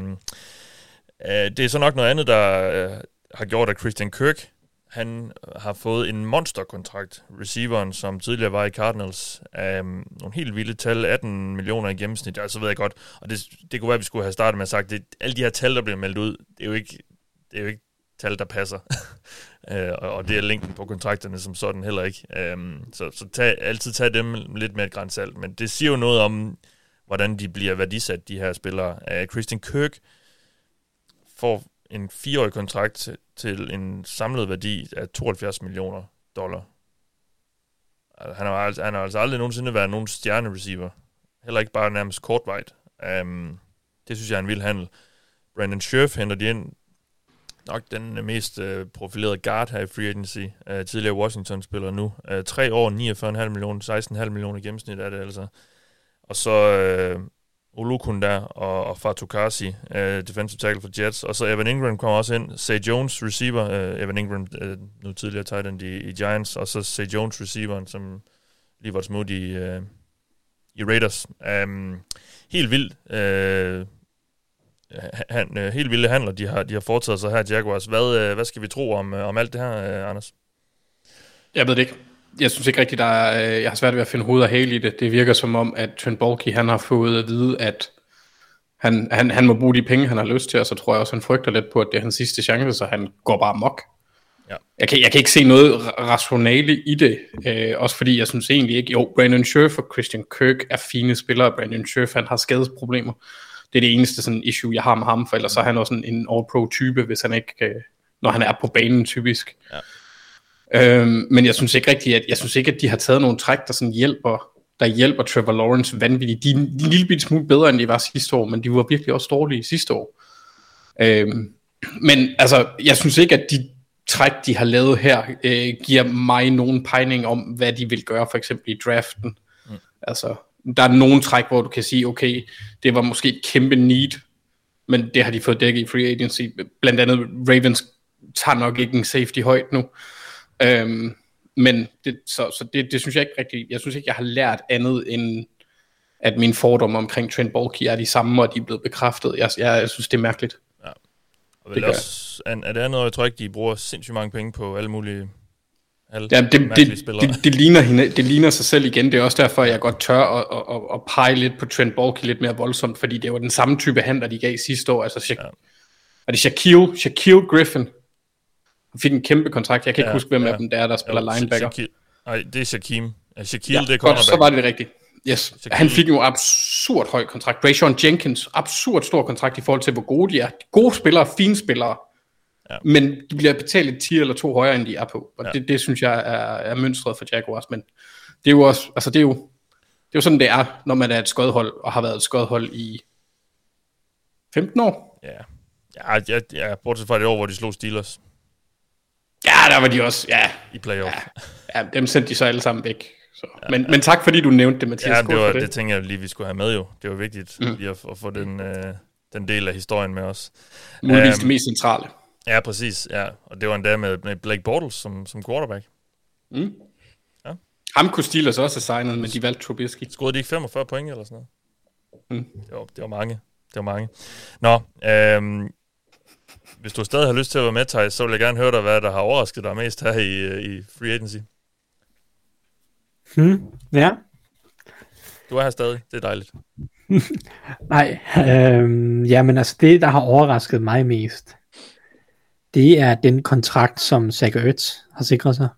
Det er så nok noget andet, der har gjort, at Christian Kirk, han har fået en monsterkontrakt. Receiveren, som tidligere var i Cardinals, nogle helt vilde tal, 18 millioner i gennemsnit, altså ved jeg godt. Og det kunne være, at vi skulle have startet med at sagt, alle de her tal, der bliver meldt ud, det er jo ikke tal, der passer. Og det er længden på kontrakterne som sådan heller ikke. Så altid tag dem lidt med et gran salt. Men det siger jo noget om, hvordan de bliver værdisat, de her spillere. Christian Kirk får en 4-årig kontrakt til en samlet værdi af $72 millioner. Han har altså aldrig nogensinde været nogen stjernereceiver. Heller ikke bare nærmest kortvejt. Det synes jeg er en vild handel. Brandon Scherf henter de ind. Nok den mest profilerede guard her i free agency. Tidligere Washington-spiller nu. 3 år, 49,5 millioner, 16,5 millioner i gennemsnit er det altså. Og så Olukun der, og Fatukasi, defensive tackle for Jets. Og så Evan Ingram kommer også ind. Zay Jones, receiver. Evan Ingram, nu tidligere tight end i Giants. Og så Zay Jones, receiveren, som lige var smut i Raiders. Helt vildt. Helt vilde handler, de har foretaget sig her i Jaguars. Hvad skal vi tro om alt det her, Anders? Jeg ved det ikke. Jeg synes ikke rigtigt, jeg har svært ved at finde hoved og hale i det. Det virker som om, at Trent Baalke, han har fået at vide, at han må bruge de penge, han har lyst til, og så tror jeg også, han frygter lidt på, at det er hans sidste chance, så han går bare amok. Ja. Jeg kan ikke se noget rationale i det, også fordi jeg synes egentlig ikke, jo, Brandon Scherf og Christian Kirk er fine spillere. Brandon Scherf, han har skadesproblemer. Det er det eneste sådan issue, jeg har med ham, for ellers så er han også en all-pro-type, hvis han ikke, når han er på banen typisk. Ja. Men jeg synes ikke rigtigt, at de har taget nogle træk, der sådan hjælper der hjælper Trevor Lawrence vanvittigt. De er en lille bitte smule bedre, end de var sidste år, men de var virkelig også dårlige sidste år. Men altså, jeg synes ikke, at de træk, de har lavet her, giver mig nogen pegning om, hvad de vil gøre, for eksempel i draften. Altså, der er nogen træk, hvor du kan sige, okay, det var måske et kæmpe need, men det har de fået dækket i free agency. Blandt andet Ravens tager nok ikke en safety højt nu. Men det synes jeg ikke rigtigt. Jeg synes ikke, jeg har lært andet end, at mine fordomme omkring Trent Baalke er de samme, og de er blevet bekræftet. Jeg synes, det er mærkeligt. Ja. Og vel også, er det andet, jeg tror ikke, de bruger sindssygt mange penge på alle mulige det ligner sig selv igen. Det er også derfor, jeg godt tør at pege lidt på Trent Baalke lidt mere voldsomt, fordi det var den samme type handler, de gav sidste år. Altså, er det Shaquille Griffin? Han fik en kæmpe kontrakt. Jeg kan ikke huske, hvem af dem der spiller linebacker. Nej, det er Shaquille. Shaquille, det er godt, så var det rigtigt. Yes. Shaquille. Han fik jo absurd høj kontrakt. Rayshawn Jenkins, absurd stor kontrakt i forhold til, hvor gode de er. Gode spillere, fine spillere. Ja. Men de bliver betalt et 10 eller 2 højere, end de er på. Og det synes jeg er mønstret for Jaguars. Men det er jo også, altså det er jo sådan, det er, når man er et skodhold, og har været et skodhold i 15 år. Ja, bortset fra det år, hvor de slog Steelers. Ja, der var de også, i playoff. Ja, dem sendte de så alle sammen væk. Så. Men tak fordi du nævnte det, Mathias. Ja, det tænker jeg lige, vi skulle have med jo. Det var vigtigt lige at få den del af historien med os. Muligvis det mest centrale. Ja, præcis. Ja. Og det var endda med Blake Bortles som quarterback. Ja. Ham kunne Steelers også have signet, men de valgte Trubisky. Scorede de ikke 45 point eller sådan noget? Det var mange. Nå, hvis du stadig har lyst til at være med, Thijs, så vil jeg gerne høre dig, hvad der har overrasket dig mest her i free agency. Ja. Du er her stadig, det er dejligt. Nej, men altså det, der har overrasket mig mest, det er den kontrakt, som Zach Ertz har sikret sig.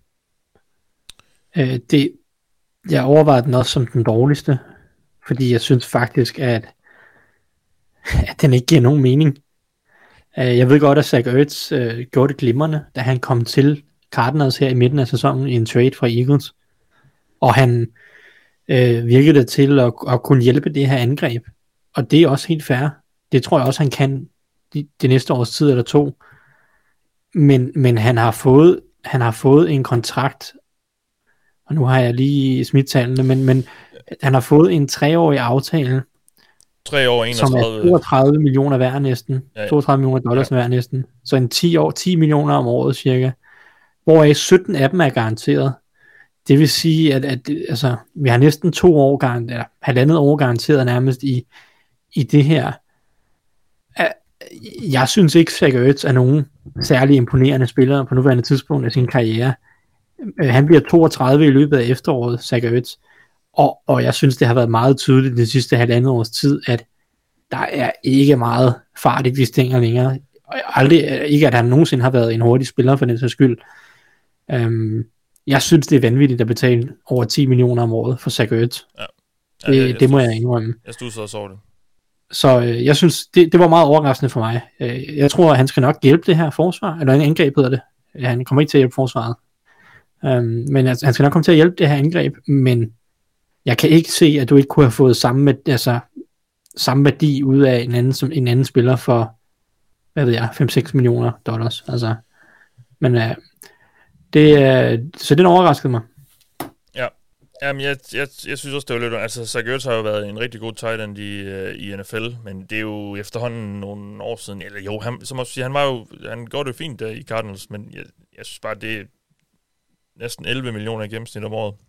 Jeg overvejede den også som den dårligste, fordi jeg synes faktisk, at den ikke giver nogen mening. Jeg ved godt, at Zach Ertz gjorde det glimrende, da han kom til Cardinals her i midten af sæsonen i en trade fra Eagles. Og han virkede til at kunne hjælpe det her angreb. Og det er også helt fair. Det tror jeg også, han kan det næste års tid eller 2. Men han har fået en kontrakt, og nu har jeg lige smidt tallene, men han har fået en 3-årig aftale, 3 år 31. Som er 32 millioner værd næsten. Ja. 32 millioner dollars værd næsten. Så en 10 millioner om året cirka. Hvoraf 17 af dem er garanteret. Det vil sige, at altså, vi har næsten 2 år garanteret, halvandet år garanteret nærmest i det her. Jeg synes ikke, Zach Ertz er nogen særlig imponerende spiller på nuværende tidspunkt af sin karriere. Han bliver 32 i løbet af efteråret, Zach Ertz. Og jeg synes, det har været meget tydeligt det sidste halvandet års tid, at der er ikke meget fart i de stænger længere. Aldrig, ikke at han nogensinde har været en hurtig spiller for den sags skyld. Jeg synes, det er vanvittigt at betale over 10 millioner om året for Zach Ertz. Ja. Det må jeg indrømme. Jeg studser også over det. Så jeg synes, det var meget overraskende for mig. Jeg tror, at han skal nok hjælpe det her forsvar, eller en angreb hedder det. Han kommer ikke til at hjælpe forsvaret. Men altså, han skal nok komme til at hjælpe det her angreb, men jeg kan ikke se, at du ikke kunne have fået samme værdi ud af en anden spiller for, hvad ved jeg, 5-6 millioner dollars. Altså, men så den overraskede mig. Ja. Jamen, jeg synes også, det var lidt... Altså, Zach Ertz har jo været en rigtig god tight end i NFL, men det er jo efterhånden nogle år siden. Eller jo, som også siger, han gjorde det jo fint der i Cardinals, men jeg synes bare, det er næsten 11 millioner i gennemsnit om året.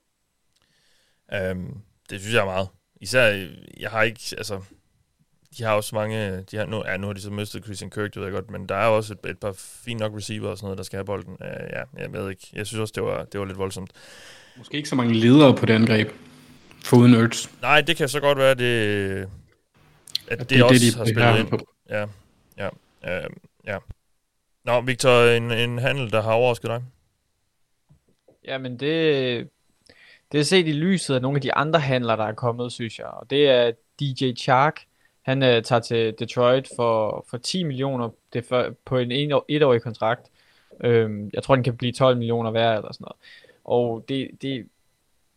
Det synes jeg er meget. Især, jeg har ikke, altså, de har også mange, nu har de så mistet Christian Kirk, det ved jeg godt, men der er også et par fint nok receiver og sådan noget, der skal have bolden. Jeg ved ikke. Jeg synes også, det var lidt voldsomt. Måske ikke så mange ledere på det angreb, foruden Ertz. Nej, det kan så godt være, at det også har spillet ind. På. Ja. Nå, Victor, en handel, der har overrasket dig? Jamen, det er set i lyset af nogle af de andre handler, der er kommet, synes jeg. Og det er DJ Chark. Han tager til Detroit for 10 millioner på en etårig kontrakt. Jeg tror, den kan blive 12 millioner værd eller sådan noget. Og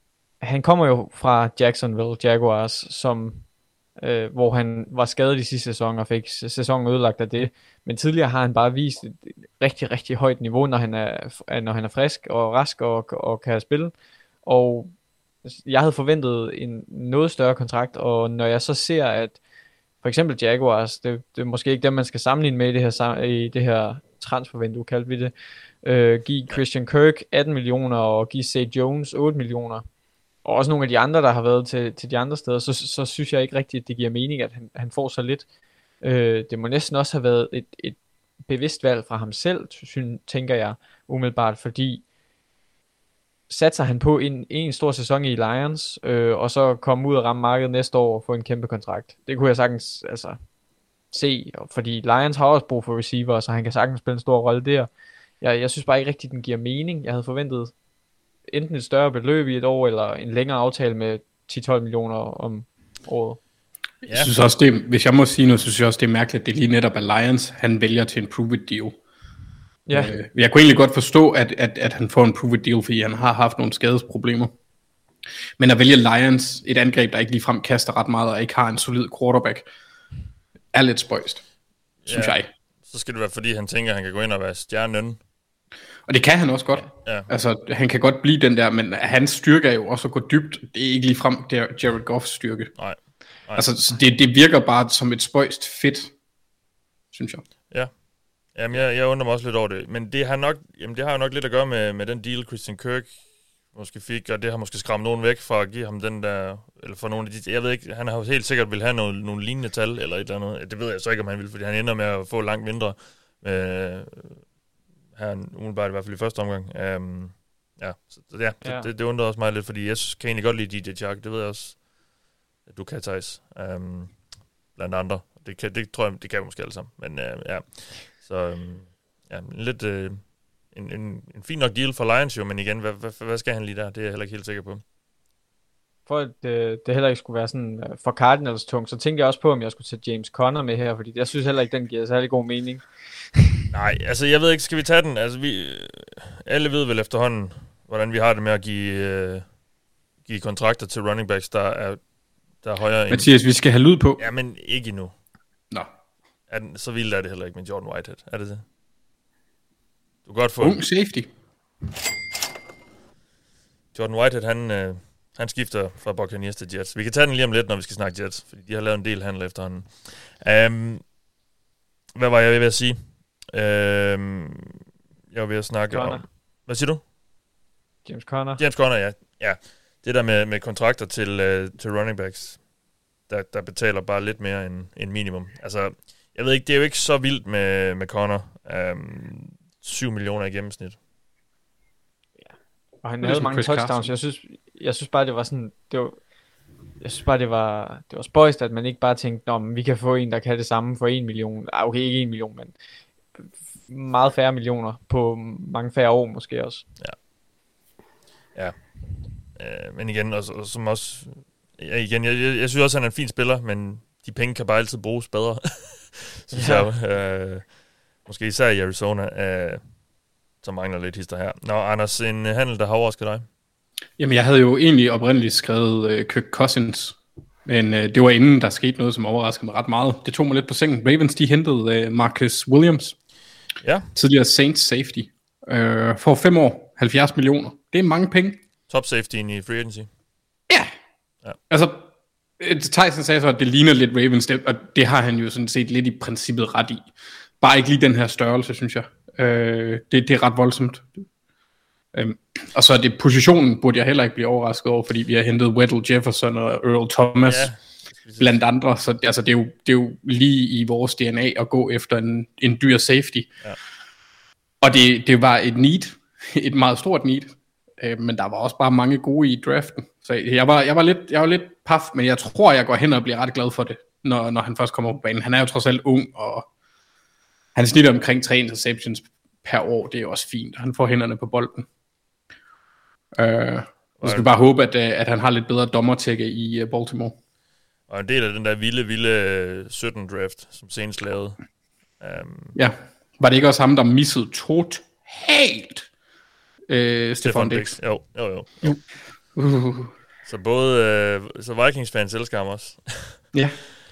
han kommer jo fra Jacksonville Jaguars, som, hvor han var skadet i sidste sæson og fik sæsonen ødelagt af det. Men tidligere har han bare vist et rigtig, rigtig højt niveau, når han er frisk og rask og kan spille. Og jeg havde forventet en noget større kontrakt, og når jeg så ser, at for eksempel Jaguars, det er måske ikke dem, man skal sammenligne med i det her transfervindue, kaldte vi det, give Christian Kirk 18 millioner og give Zay Jones 8 millioner, og også nogle af de andre, der har været til de andre steder, så synes jeg ikke rigtigt, at det giver mening, at han får så lidt. Det må næsten også have været et bevidst valg fra ham selv, tænker jeg umiddelbart, fordi satser han på en stor sæson i Lions, og så komme ud og ramme markedet næste år og få en kæmpe kontrakt. Det kunne jeg sagtens se, fordi Lions har også brug for receiver, så han kan sagtens spille en stor rolle der. Jeg synes bare ikke rigtigt, den giver mening. Jeg havde forventet enten et større beløb i et år, eller en længere aftale med 10-12 millioner om året. Ja. Jeg synes også, hvis jeg må sige noget, så synes jeg også, det er mærkeligt, at det lige netop er Lions, han vælger til en prove-it deal. Ja. Jeg kunne egentlig godt forstå, at han får en prove-it deal, fordi han har haft nogle skadesproblemer. Men at vælge Lions, et angreb, der ikke ligefrem kaster ret meget, og ikke har en solid quarterback, er lidt spøjst, synes jeg. Så skal det være, fordi han tænker, at han kan gå ind og være stjernen. Og det kan han også godt. Ja. Altså, han kan godt blive den der, men hans styrke er jo også at gå dybt. Det er ikke ligefrem Jared Goffs styrke. Nej. Altså, det virker bare som et spøjst fedt, synes jeg. Ja. Jamen, jeg undrer mig også lidt over det. Men det har jo nok lidt at gøre med den deal, Christian Kirk måske fik, og det har måske skræmt nogen væk fra at give ham den der, eller for nogle af de, jeg ved ikke, han har jo helt sikkert vil have nogle lignende tal, eller et eller andet. Det ved jeg så ikke, om han vil, fordi han ender med at få langt mindre, her umiddelbart i hvert fald i første omgang. Det undrer også mig lidt, fordi jeg kan egentlig godt lide DJ Chark, det ved jeg også, at du kan, Thijs, blandt andre. Det tror jeg, det kan vi måske alle sammen, men så lidt en fin nok deal for Lions jo, men igen, hvad skal han lige der? Det er jeg heller ikke helt sikker på. For at det heller ikke skulle være sådan for Cardinals tungt, så tænkte jeg også på, om jeg skulle tage James Conner med her, fordi jeg synes heller ikke, den giver særlig god mening. Nej, altså jeg ved ikke, skal vi tage den? Altså alle ved vel efterhånden, hvordan vi har det med at give kontrakter til running backs, der er højere end... Mathias, vi skal have lyd på. Ja, men ikke endnu. Nå. Så vildt er det heller ikke med Jordan Whitehead, er det det? Du kan godt få... Ung safety. Jordan Whitehead, han skifter fra Buccaneers til Jets. Vi kan tage den lige om lidt, når vi skal snakke Jets, fordi de har lavet en del handel efterhånden. Hvad var jeg ved at sige? Jeg var ved at snakke om... Hvad siger du? James Conner, ja. Det der med kontrakter til running backs, der betaler bare lidt mere end minimum. Altså, jeg ved ikke, det er jo ikke så vildt med Conner. 7 millioner i gennemsnit. Ja. Og han havde mange touchdowns. Jeg synes bare, det var sådan... Jeg synes bare, det var spøjst, at man ikke bare tænkte, men vi kan få en, der kan det samme for 1 million. Okay, ikke 1 million, men meget færre millioner på mange færre år måske også. Ja. Men igen, og som også... Jeg synes også, han er en fin spiller, men de penge kan bare altid bruges bedre. Synes jeg. Måske især i Arizona, som mangler lidt hister her. Nå, Anders, en handel, der har overrasket dig? Jamen, jeg havde jo egentlig oprindeligt skrevet Kirk Cousins, men det var inden, der skete noget, som overraskede mig ret meget. Det tog mig lidt på sengen. Ravens, de hentede Marcus Williams, tidligere Saints safety, for 5 år, 70 millioner. Det er mange penge. Top safety i free agency. Ja. Altså, Tyson sagde så, at det ligner lidt Ravens, og det har han jo sådan set lidt i princippet ret i. Bare ikke lige den her størrelse, synes jeg. Det er ret voldsomt. Og så er det positionen, burde jeg heller ikke blive overrasket over, fordi vi har hentet Weddle Jefferson og Earl Thomas, blandt andre. Så altså, det er jo lige i vores DNA at gå efter en dyr safety. Ja. Og det var et need, et meget stort need. Men der var også bare mange gode i draften. Så jeg var lidt paf, men jeg tror, jeg går hen og bliver ret glad for det, når han først kommer på banen. Han er jo trods alt ung, og han snitter omkring 3 interceptions per år. Det er jo også fint. Han får hænderne på bolden. Jeg skal bare håbe, at han har lidt bedre dommertække i Baltimore. Og en del af den der vilde 17 draft, som senest lavede. Ja, var det ikke også ham, der missede totalt Stefan Diggs? Jo. Så både så Vikings-fans elsker ham også. Ja.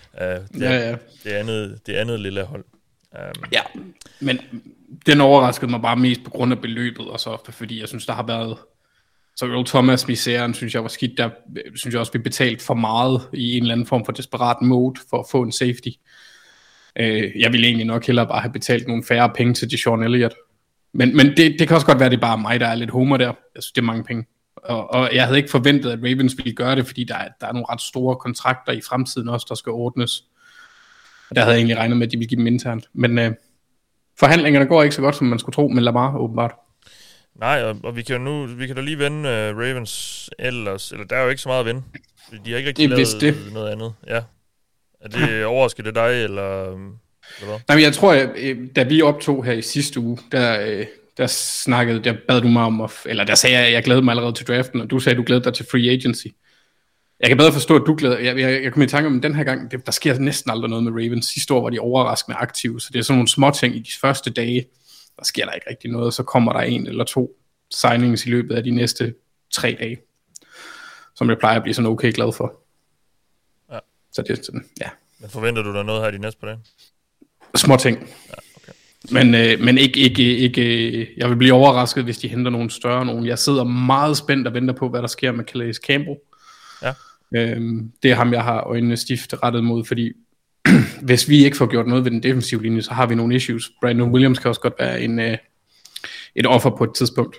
Det andet lille hold. Ja, men den overraskede mig bare mest på grund af beløbet, og så fordi jeg synes, der har været... Så Earl Thomas-misæren, synes jeg var skidt. Der synes jeg også, vi betalt for meget i en eller anden form for desperat mode for at få en safety. Jeg ville egentlig nok hellere bare have betalt nogle færre penge til Deshaun Elliott. Men det kan også godt være, at det er bare mig, der er lidt homer der. Jeg synes, det er mange penge. Og jeg havde ikke forventet, at Ravens ville gøre det, fordi der er nogle ret store kontrakter i fremtiden også, der skal ordnes. Og der havde jeg egentlig regnet med, at de ville give dem internt. Men forhandlingerne går ikke så godt, som man skulle tro med Lamar, åbenbart. Nej, og vi kan da lige vende Ravens ellers. Eller der er jo ikke så meget at vende. De har ikke rigtig lavet noget andet. Ja. Er det overrasket det dig, eller hvad? Nej, men jeg tror, da vi optog her i sidste uge, der bad du mig om, eller der sagde jeg, at jeg glædede mig allerede til draften, og du sagde, at du glædede dig til free agency. Jeg kan bedre forstå, at du glæder. Jeg kom i tanke om, den her gang, der sker næsten aldrig noget med Ravens. Sidste år var de overraskende aktive, så det er sådan nogle små ting i de første dage. Der sker der ikke rigtig noget, så kommer der 1 eller 2 signings i løbet af de næste 3 dage, som jeg plejer at blive sådan okay glad for. Ja. Så det er sådan, ja. Men forventer du der noget her de næste par dage? Små ting. Ja, okay. Men ikke, jeg vil blive overrasket, hvis de henter nogle større nogen. Jeg sidder meget spændt og venter på, hvad der sker med Calais Campbell. Ja. Det er ham, jeg har øjnene stift rettet mod, fordi hvis vi ikke får gjort noget ved den defensive linje, så har vi nogle issues. Brandon Williams kan også godt være et offer på et tidspunkt.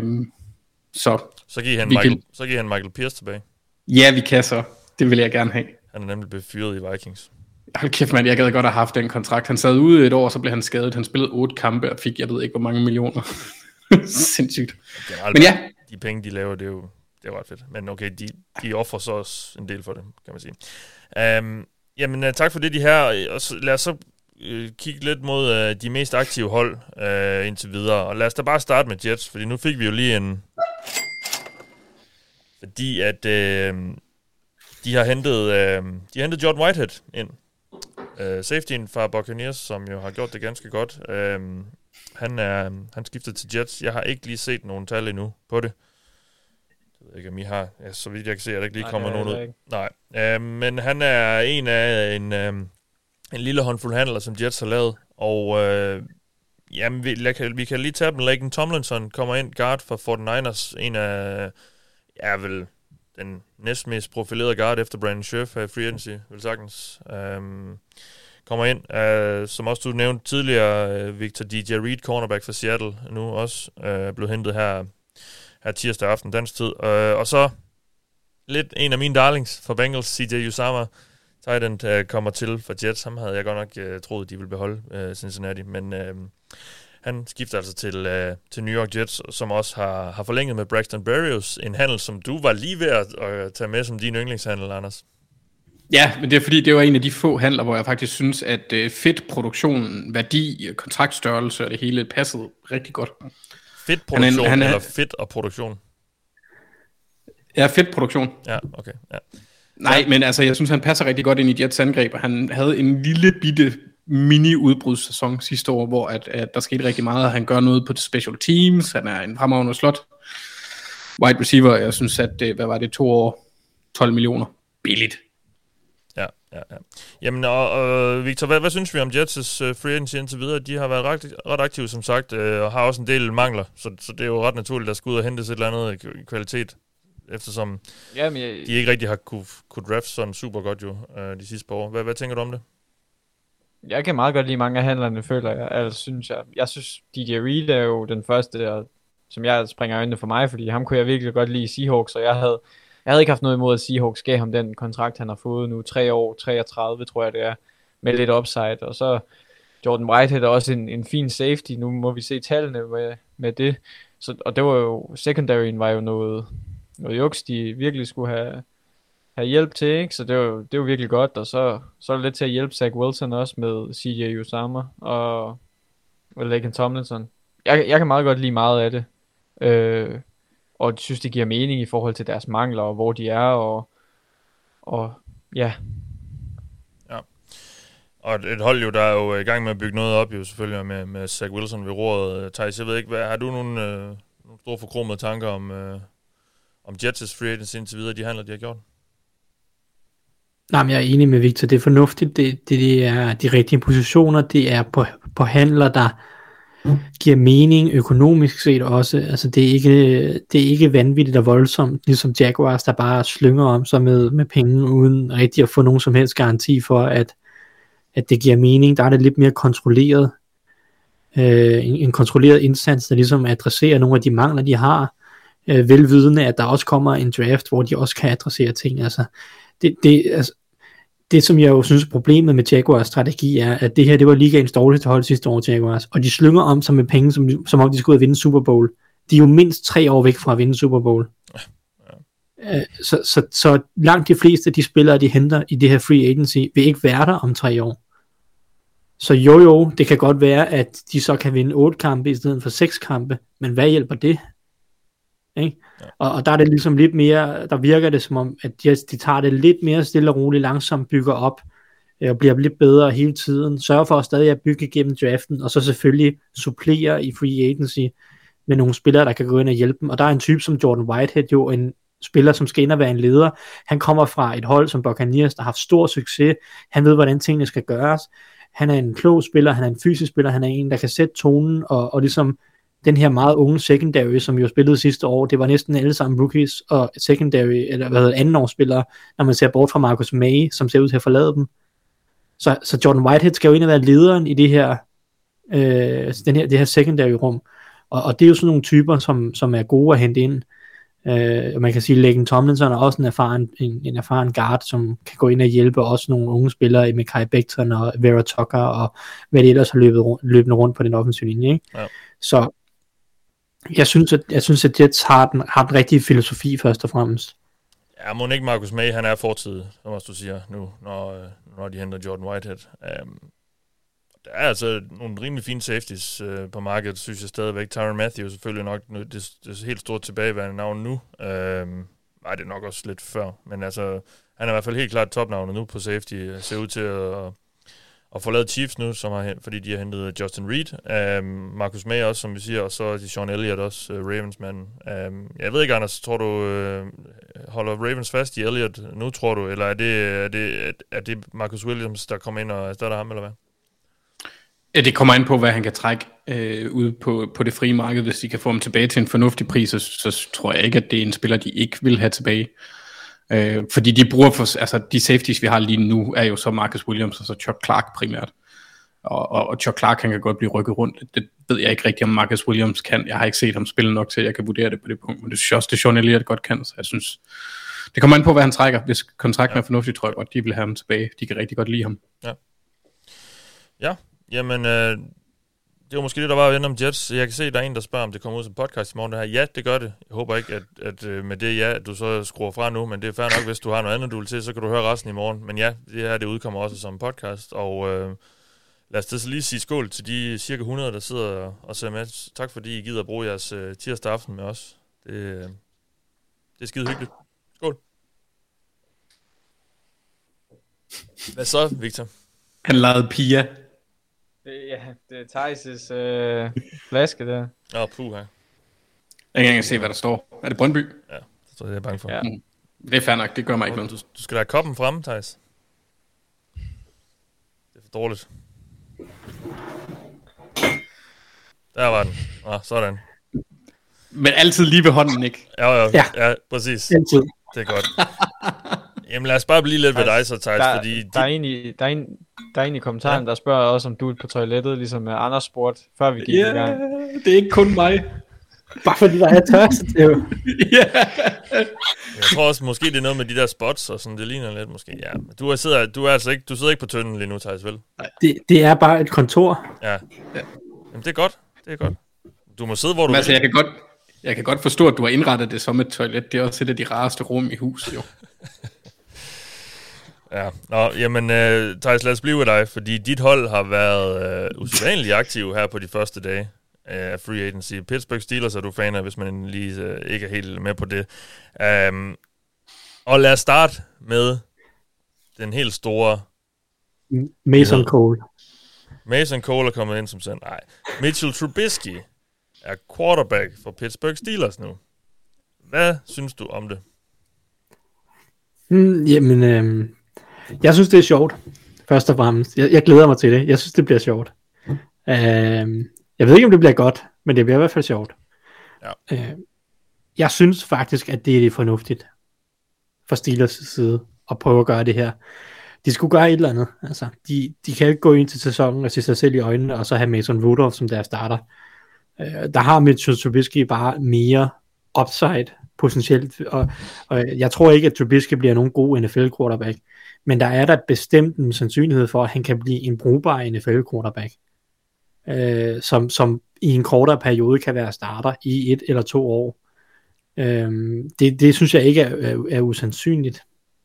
Så giver han Michael Pierce tilbage. Ja, vi kan så. Det vil jeg gerne have. Han er nemlig blevet fyret i Vikings. Hold kæft, mand, jeg gad godt have haft den kontrakt. Han sad ude et år, så blev han skadet. Han spillede 8 kampe og fik, jeg ved ikke, hvor mange millioner. Sindssygt. Men ja. De penge, de laver, det er ret fedt. Men okay, de offrer så også en del for det, kan man sige. Jamen, tak for det, de her. Og lad os så kigge lidt mod de mest aktive hold indtil videre. Og lad os da bare starte med Jets, fordi nu fik vi jo lige en... Fordi at de har hentet Jordan Whitehead ind. Safetyen fra Buccaneers, som jo har gjort det ganske godt. Han skiftede til Jets. Jeg har ikke lige set nogen tal endnu på det. Jeg ved ikke, om I har. Ja, så vidt jeg kan se, at der ikke lige kommer nogen ud. Nej. Men han er en af en lille håndfuld handler, som Jets har lavet. Og jamen, vi kan lige tage dem. Laken Tomlinson kommer ind, guard for 49ers. En af, vel den næstmest profilerede guard efter Brandon Scherf af free agency, vel sagtens. Kommer ind, som også du nævnte tidligere, Victor DJ Reed, cornerback fra Seattle, nu også blev hentet her tirsdag aften dansk tid. Og så lidt en af mine darlings for Bengals, CJ Uzomah, tight end, kommer til for Jets. Ham havde jeg godt nok troet, de ville beholde Cincinnati, men han skifter altså til New York Jets, som også har forlænget med Braxton Berrios, en handel, som du var lige ved at tage med som din yndlingshandel, Anders. Ja, men det er fordi, det var en af de få handler, hvor jeg faktisk synes, at fit-produktionen, værdi, kontraktstørrelse og det hele passede rigtig godt. Fit-produktion eller fit og produktion? Ja, fit-produktion. Ja, okay. Ja. Nej, men altså, jeg synes, han passer rigtig godt ind i Jets angreb, og han havde en lille bitte mini-udbrudssæson sidste år, hvor at der skete rigtig meget, og han gør noget på special teams, han er en fremragende slot wide receiver, jeg synes, at hvad var det, 2 år, 12 millioner, billigt. Ja. Jamen, og Victor, hvad synes vi om Jets' free agency indtil videre? De har været ret aktive, som sagt, og har også en del mangler, så det er jo ret naturligt, at skulle ud og hentes et eller andet kvalitet, eftersom de ikke rigtig har kunne draft sådan super godt jo de sidste par år. Hvad tænker du om det? Jeg kan meget godt lide mange af handlerne, føler jeg. Altså, synes jeg. Jeg synes, DJ Reed er jo den første, som jeg springer øjnene for mig, fordi ham kunne jeg virkelig godt lide i Seahawks, og jeg havde ikke haft noget imod, at Seahawks gav ham den kontrakt, han har fået nu. 3 år, 33, tror jeg det er, med lidt upside. Og så Jordan Whitehead er også en fin safety. Nu må vi se tallene med det. Og det var jo, secondaryen var jo noget juks, de virkelig skulle have hjælp til, ikke? Så det var virkelig godt, og så er det lidt til at hjælpe Zach Wilson også med CJ Uzomah og Laken Tomlinson. Jeg kan meget godt lide meget af det, og jeg synes, det giver mening i forhold til deres mangler, og hvor de er, og ja. Ja. Og et hold jo, der er jo i gang med at bygge noget op, jo selvfølgelig med Zach Wilson ved roret. Thijs, jeg ved ikke, har du nogle store forkromede tanker om Jets' free agents indtil videre, de handler, de har gjort? Nej, men jeg er enig med Victor. Det er fornuftigt. Det er de rigtige positioner. Det er på handler, der giver mening økonomisk set også. Altså, det er ikke vanvittigt og voldsomt, ligesom Jaguars, der bare slynger om sig med penge, uden rigtig at få nogen som helst garanti for, at det giver mening. Der er det lidt mere kontrolleret. En kontrolleret indsats, der ligesom adresserer nogle af de mangler, de har. Velvidende, at der også kommer en draft, hvor de også kan adressere ting. Altså, det som jeg jo synes er problemet med Jaguars strategi er, at det her, det var ligaens dårligste hold sidste år, Jaguars, og de slynger om sig med penge, som om de skulle ud og vinde Super Bowl. De er jo mindst 3 år væk fra at vinde Super Bowl. Så langt de fleste af de spillere, de henter i det her free agency, vil ikke være der om 3 år. Så jo, det kan godt være, at de så kan vinde 8 kampe i stedet for 6 kampe, men hvad hjælper det? Ikke? Ja. Og der er det ligesom lidt mere, der virker det som om, at de tager det lidt mere stille og roligt, langsomt bygger op, og bliver lidt bedre hele tiden, sørger for at stadig at bygge gennem draften, og så selvfølgelig supplere i free agency med nogle spillere, der kan gå ind og hjælpe dem. Og der er en type som Jordan Whitehead, jo en spiller, som skal ind og være en leder. Han kommer fra et hold som Buccaneers, der har haft stor succes. Han ved, hvordan tingene skal gøres. Han er en klog spiller, han er en fysisk spiller, han er en, der kan sætte tonen, og ligesom den her meget unge secondary, som jo spillede sidste år, det var næsten alle sammen rookies og secondary, eller andenårsspillere, når man ser bort fra Marcus May, som ser ud til at forlade dem. Så Jordan Whitehead skal jo ind og være lederen i det her, det her secondary rum, og det er jo sådan nogle typer, som er gode at hente ind. Man kan sige, at Laken Tomlinson er også en erfaren guard, som kan gå ind og hjælpe også nogle unge spillere med Kai Becton og Vera Tucker, og hvad det ellers har løbende rundt på den offensive linje. Ikke? Ja. Så jeg synes, at Jets har den rigtige filosofi først og fremmest. Ja, må ikke Marcus May, han er fortid, som også du siger nu, når de henter Jordan Whitehead. Der er altså nogle rimelig fine safeties på markedet, synes jeg stadigvæk. Tyrann Mathieu selvfølgelig nok det helt stort tilbageværende navn nu. Nej, det er nok også lidt før, men altså, han er i hvert fald helt klart topnavnet nu på safety. Ser ud til at forlade Chiefs nu, fordi de har hentet Justin Reed. Marcus May også, som vi siger, og så Sean Elliott også, Ravens-manden. Jeg ved ikke, Anders, tror du holder Ravens fast i Elliott nu, tror du, eller er det Marcus Williams, der kommer ind og erstatter ham, eller hvad? Ja, det kommer an på, hvad han kan trække ud på det frie marked. Hvis de kan få ham tilbage til en fornuftig pris, så tror jeg ikke, at det er en spiller, de ikke vil have tilbage. Fordi de bruger altså de safeties, vi har lige nu, er jo så Marcus Williams og så Chuck Clark primært. Og Chuck Clark, han kan godt blive rykket rundt. Det ved jeg ikke rigtigt, om Marcus Williams kan. Jeg har ikke set ham spille nok til, at jeg kan vurdere det på det punkt. Men det synes jeg også, det Sean Elliott godt kan. Så jeg synes, det kommer an på, hvad han trækker. Hvis kontrakten er fornuftig, tror jeg godt, de vil have ham tilbage. De kan rigtig godt lide ham. Ja. Jamen, det var måske det, der var at vende om Jets. Jeg kan se, at der er en, der spørger, om det kommer ud som podcast i morgen. Det her. Ja, det gør det. Jeg håber ikke, at med det at du så skruer fra nu, men det er fair nok, hvis du har noget andet, du vil til, så kan du høre resten i morgen. Men ja, det her det udkommer også som podcast, og lad os så lige sige skål til de cirka 100, der sidder og ser med. Tak fordi I gider bruge jeres tirsdag aften med os. Det er skide hyggeligt. Skål. Hvad så, Victor? Han lavede Pia. Det er Thijs' flaske der. Puha. Jeg kan ikke engang se, hvad der står. Er det Brøndby? Ja, det tror jeg, er bange for. Ja. Det er fair nok, det gør mig ikke noget. Du skal da have koppen frem, Thijs. Det er for dårligt. Der var den. Sådan. Men altid lige ved hånden, ikke? Ja, præcis. Altid. Det er godt. Jamen lad os bare blive lidt ved dig så, Thijs, fordi... Der er en i kommentaren, der spørger også, om du er på toilettet, ligesom Anders spurgte, før vi gik i gang. Det er ikke kun mig. Bare fordi der er tørst, det er jo. Jeg tror også, måske det er noget med de der spots, og sådan, det ligner lidt måske. Ja, du sidder ikke på tønden lige nu, Thijs, vel? Det er bare et kontor. Ja. Jamen det er godt, Du må sidde, hvor du vil. Jeg kan godt forstå, at du har indrettet det som et toilet. Det er også et af de rareste rum i huset, jo. Ja, jamen Thijs, lad os blive ved dig, fordi dit hold har været usædvanligt aktiv her på de første dage af free agency. Pittsburgh Steelers er du fan af, hvis man lige ikke er helt med på det. Og lad os starte med den helt store... Mason Cole. Mason Cole er kommet ind som sådan. Nej, Mitchell Trubisky er quarterback for Pittsburgh Steelers nu. Hvad synes du om det? Jeg synes, det er sjovt. Først og fremmest. Jeg glæder mig til det. Jeg synes, det bliver sjovt. Jeg ved ikke, om det bliver godt, men det bliver i hvert fald sjovt. Ja. Jeg synes faktisk, at det er fornuftigt fra Steelers side at prøve at gøre det her. De skulle gøre et eller andet. Altså, de kan ikke gå ind til sæsonen og se sig selv i øjnene, og så have Mason Rudolph som deres starter. Der har Mitchell Trubisky bare mere upside potentielt, og jeg tror ikke, at Trubisky bliver nogen god NFL-quarterback, men der er der bestemt en sandsynlighed for, at han kan blive en brugbar NFL-quarterback, som i en kortere periode kan være starter i 1 eller 2 år. Det synes jeg ikke er usandsynligt.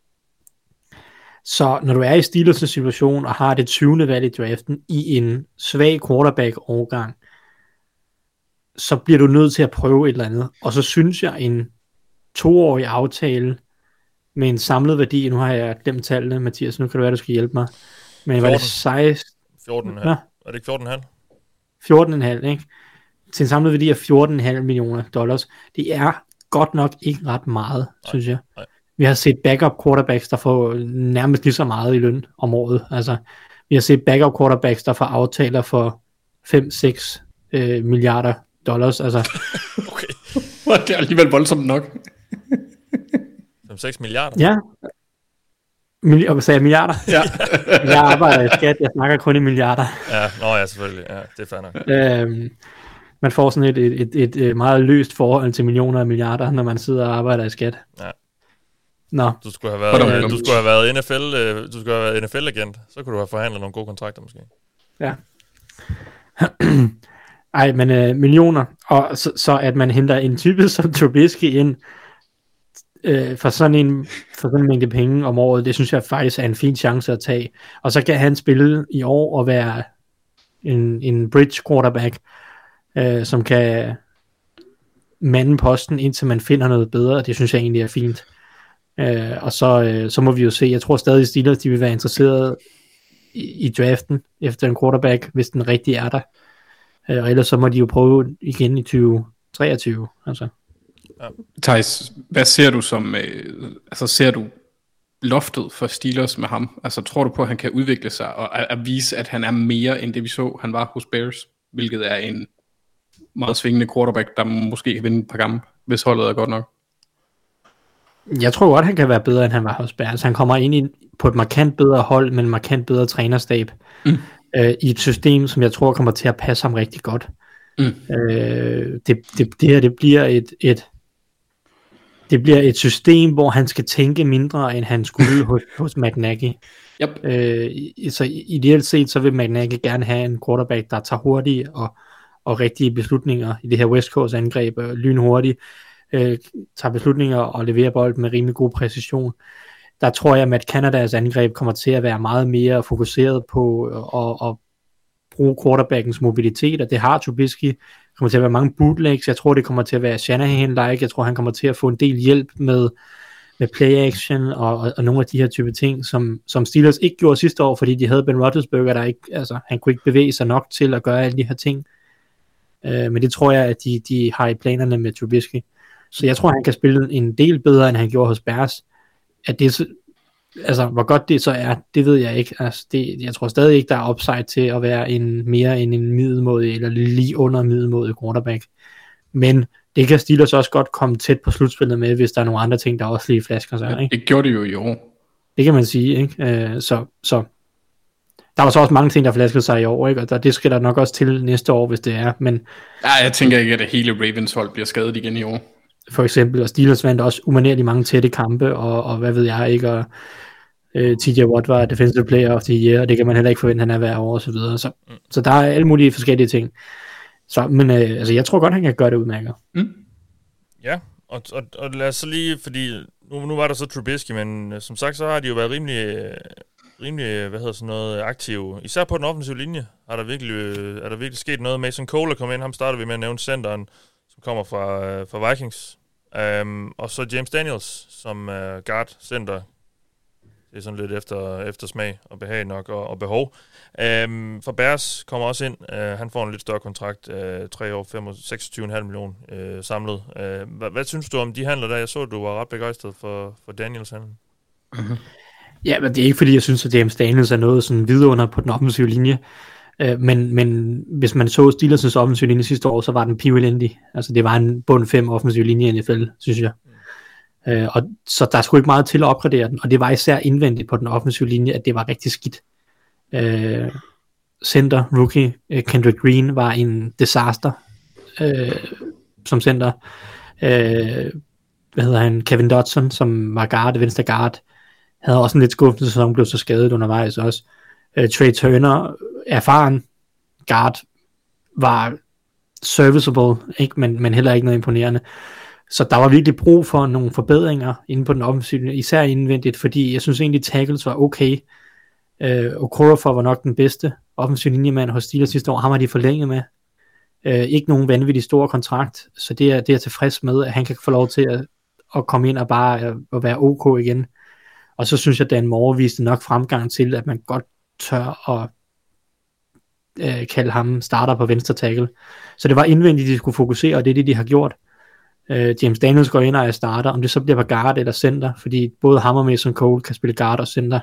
Så når du er i Steelers' situation og har det 20. valg i draften i en svag quarterback-årgang, så bliver du nødt til at prøve et eller andet. Og så synes jeg, en 2-årig aftale med en samlet værdi, nu har jeg glemt tallene, Mathias, nu kan det være, du skal hjælpe mig. Men 14. var det 16? 14,5. Ja. Er det ikke 14,5? 14,5, ikke? Til en samlet værdi af $14,5 millioner. Det er godt nok ikke ret meget, synes jeg. Nej. Vi har set backup quarterbacks, der får nærmest lige så meget i løn om året. Altså, vi har set backup quarterbacks, der får aftaler for 5-6 milliarder dollars. Altså. Okay. Det er alligevel voldsomt nok. 5-6 milliarder? Ja. Hvad sagde jeg? Milliarder? Ja. Jeg arbejder i skat, jeg snakker kun i milliarder. Ja, selvfølgelig. Ja, det er fair nok. Man får sådan et meget løst forhold til millioner og milliarder, når man sidder og arbejder i skat. Ja. Nå. Du skulle have været NFL-agent, så kunne du have forhandlet nogle gode kontrakter måske. Ja. Ej, men millioner, og så at man henter en type som Trubisky ind for sådan en mængde penge om året, det synes jeg faktisk er en fin chance at tage. Og så kan han spille i år og være en bridge quarterback, som kan mande posten, indtil man finder noget bedre. Det synes jeg egentlig er fint. Og så må vi jo se. Jeg tror stadig Steelers, de vil være interesseret i draften efter en quarterback, hvis den rigtig er der. Og ellers så må de jo prøve igen i 2023. Altså. Ja. Thijs, hvad ser du som ser du loftet for Steelers med ham? Altså tror du på, at han kan udvikle sig og at vise, at han er mere end det vi så, han var hos Bears, hvilket er en meget svingende quarterback, der måske kan vinde et par gange, hvis holdet er godt nok? Jeg tror godt, han kan være bedre, end han var hos Bears. Han kommer ind på et markant bedre hold, med en markant bedre trænerstab, i et system, som jeg tror kommer til at passe ham rigtig godt. Det bliver et system, hvor han skal tænke mindre, end han skulle hos Matt Nagy. Yep. Så ideelt set, så vil Matt Nagy gerne have en quarterback, der tager hurtige og rigtige beslutninger i det her West Coast angreb, lynhurtigt, tager beslutninger og leverer bold med rimelig god præcision. Der tror jeg, at Canadas angreb kommer til at være meget mere fokuseret på at bruge quarterbackens mobilitet, og det har Trubisky. Kommer til at være mange bootlegs. Jeg tror, det kommer til at være Shanahan-like. Jeg tror, han kommer til at få en del hjælp med play action og nogle af de her type ting, som Steelers ikke gjorde sidste år, fordi de havde Ben Roethlisberger, der ikke, altså, han kunne ikke bevæge sig nok til at gøre alle de her ting. Men det tror jeg, at de har i planerne med Trubisky. Så jeg tror, han kan spille en del bedre, end han gjorde hos Bears. At det, altså, hvor godt det så er, det ved jeg ikke. Altså, jeg tror stadig ikke, der er upside til at være mere end en middelmådig, eller lige under middelmådig quarterback. Men det kan Steelers også godt komme tæt på slutspillet med, hvis der er nogle andre ting, der også lige flasker sig. Ikke? Det gjorde det jo i år. Det kan man sige, ikke? Så der var så også mange ting, der flaskede sig i år, ikke? Og det skal der nok også til næste år, hvis det er. Men ja, jeg tænker ikke, at det hele Ravens hold bliver skadet igen i år. For eksempel, og Steelers vandt også umanerligt mange tætte kampe, og hvad ved jeg ikke, og TJ Watt var Defensive Player of the Year, og det kan man heller ikke forvente, han er hver år, og så videre. Så der er alle mulige forskellige ting. Men altså, jeg tror godt, han kan gøre det udmærket. Ja, og lad os så lige, fordi nu var der så Trubisky, men som sagt, så har de jo været rimelig aktive. Især på den offensive linje er der virkelig sket noget. Mason Cole er kommet ind, ham starter vi med at nævne centeren, som kommer fra Vikings. Og så James Daniels, som guard center. Det er sådan lidt efter smag og behag nok og behov. For Bears kommer også ind. Han får en lidt større kontrakt. 3 år, 26,5 millioner samlet. Hvad synes du om de handler der? Jeg så, at du var ret begejstret for Daniels handel. Mm-hmm. Ja, men det er ikke fordi, jeg synes, at James Daniels er noget sådan vidunder på den offensive linje. Men hvis man så Steelers' offensive linje sidste år, så var den pivelendig. Altså det var en bund 5 offensive linje i NFL, synes jeg. Og så der skulle ikke meget til at opgradere den, og det var især indvendigt på den offensive linje, at det var rigtig skidt. Center, rookie, Kendrick Green var en disaster som center. Kevin Dodson, som var guard, venstre guard, havde også en lidt skuffende sæson, blev så skadet undervejs også. Trey Turner, erfaren guard, var serviceable, ikke? Men heller ikke noget imponerende. Så der var virkelig brug for nogle forbedringer inde på den offensive, især indvendigt, fordi jeg synes egentlig tackles var okay. Okorafor var nok den bedste offensive linjemand hos Steelers sidste år. Ham har de forlænget med. Ikke nogen vanvittig stor kontrakt, så det er jeg tilfreds med, at han kan få lov til at komme ind og bare at være ok igen. Og så synes jeg, at Dan Moore viste nok fremgang til, at man godt tør at kalde ham starter på venstre tackle. Så det var indvendigt, de skulle fokusere, og det er det, de har gjort. James Daniels går ind og er starter, om det så bliver på guard eller center, fordi både ham og Mason Cole kan spille guard og center.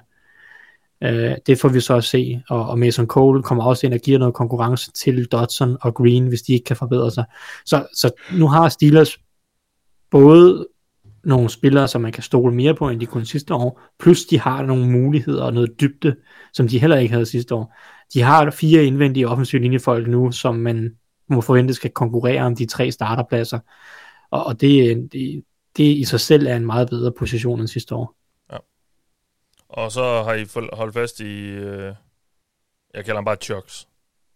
Det får vi så at se, og Mason Cole kommer også ind og giver noget konkurrence til Dodson og Green, hvis de ikke kan forbedre sig. Så nu har Steelers både nogle spillere, som man kan stole mere på, end de kunne sidste år, plus de har nogle muligheder og noget dybde, som de heller ikke havde sidste år. De har 4 indvendige offensive linjefolk nu, som man må forvente skal konkurrere om de 3 starterpladser, og det i sig selv er en meget bedre position end sidste år. Ja. Og så har I holdt fast i, jeg kalder ham bare Chucks.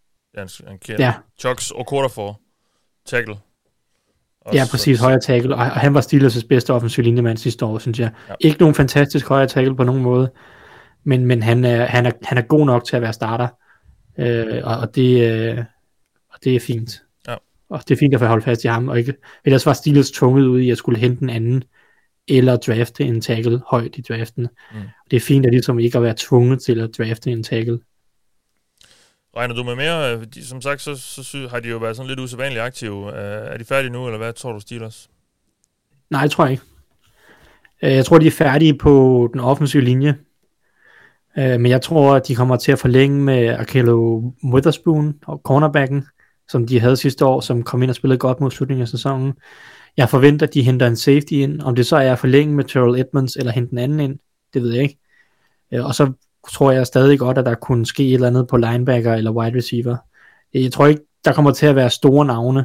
Chucks og Okorafor, tackle. Ja, præcis, højre tackle, og han var Steelers' bedste offensiv linjemand sidste år, synes jeg. Ja. Ikke nogen fantastisk højre tackle på nogen måde, men han er god nok til at være starter, og det er fint. Ja. Og det er fint at få holdt fast i ham, og ikke, ellers var Steelers tvunget ud i at skulle hente en anden, eller drafte en tackle højt i draften. Det er fint at ligesom ikke at være tvunget til at drafte en tackle. Regner du med mere? Som sagt, så har de jo været sådan lidt usædvanligt aktive. Er de færdige nu, eller hvad tror du, Steelers? Nej, jeg tror ikke. Jeg tror, de er færdige på den offensive linje. Men jeg tror, at de kommer til at forlænge med Ahkello Witherspoon og cornerbacken, som de havde sidste år, som kom ind og spillede godt mod slutningen af sæsonen. Jeg forventer, at de henter en safety ind. Om det så er at forlænge med Terrell Edmonds, eller hente en anden ind, det ved jeg ikke. Og så tror jeg stadig godt, at der kunne ske et eller andet på linebacker eller wide receiver. Jeg tror ikke, der kommer til at være store navne.